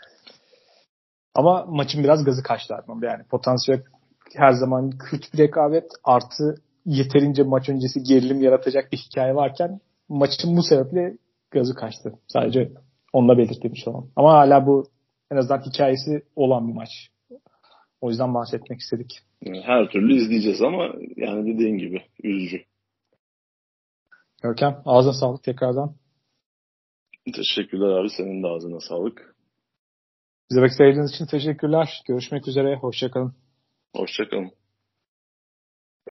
Ama maçın biraz gazı kaçtı Arman. Yani potansiyel her zaman kötü bir rekabet artı yeterince maç öncesi gerilim yaratacak bir hikaye varken maçın bu sebeple gazı kaçtı. Sadece onunla belirtmiş olalım. Ama hala bu en azından hikayesi olan bir maç. O yüzden bahsetmek istedik. Yani her türlü izleyeceğiz ama yani dediğin gibi üzücü. Görkem ağzına sağlık tekrardan. Teşekkürler abi. Senin de ağzına sağlık. Bize vakit ayırdığınız için teşekkürler. Görüşmek üzere. Hoşça kalın. Hoşça kalın.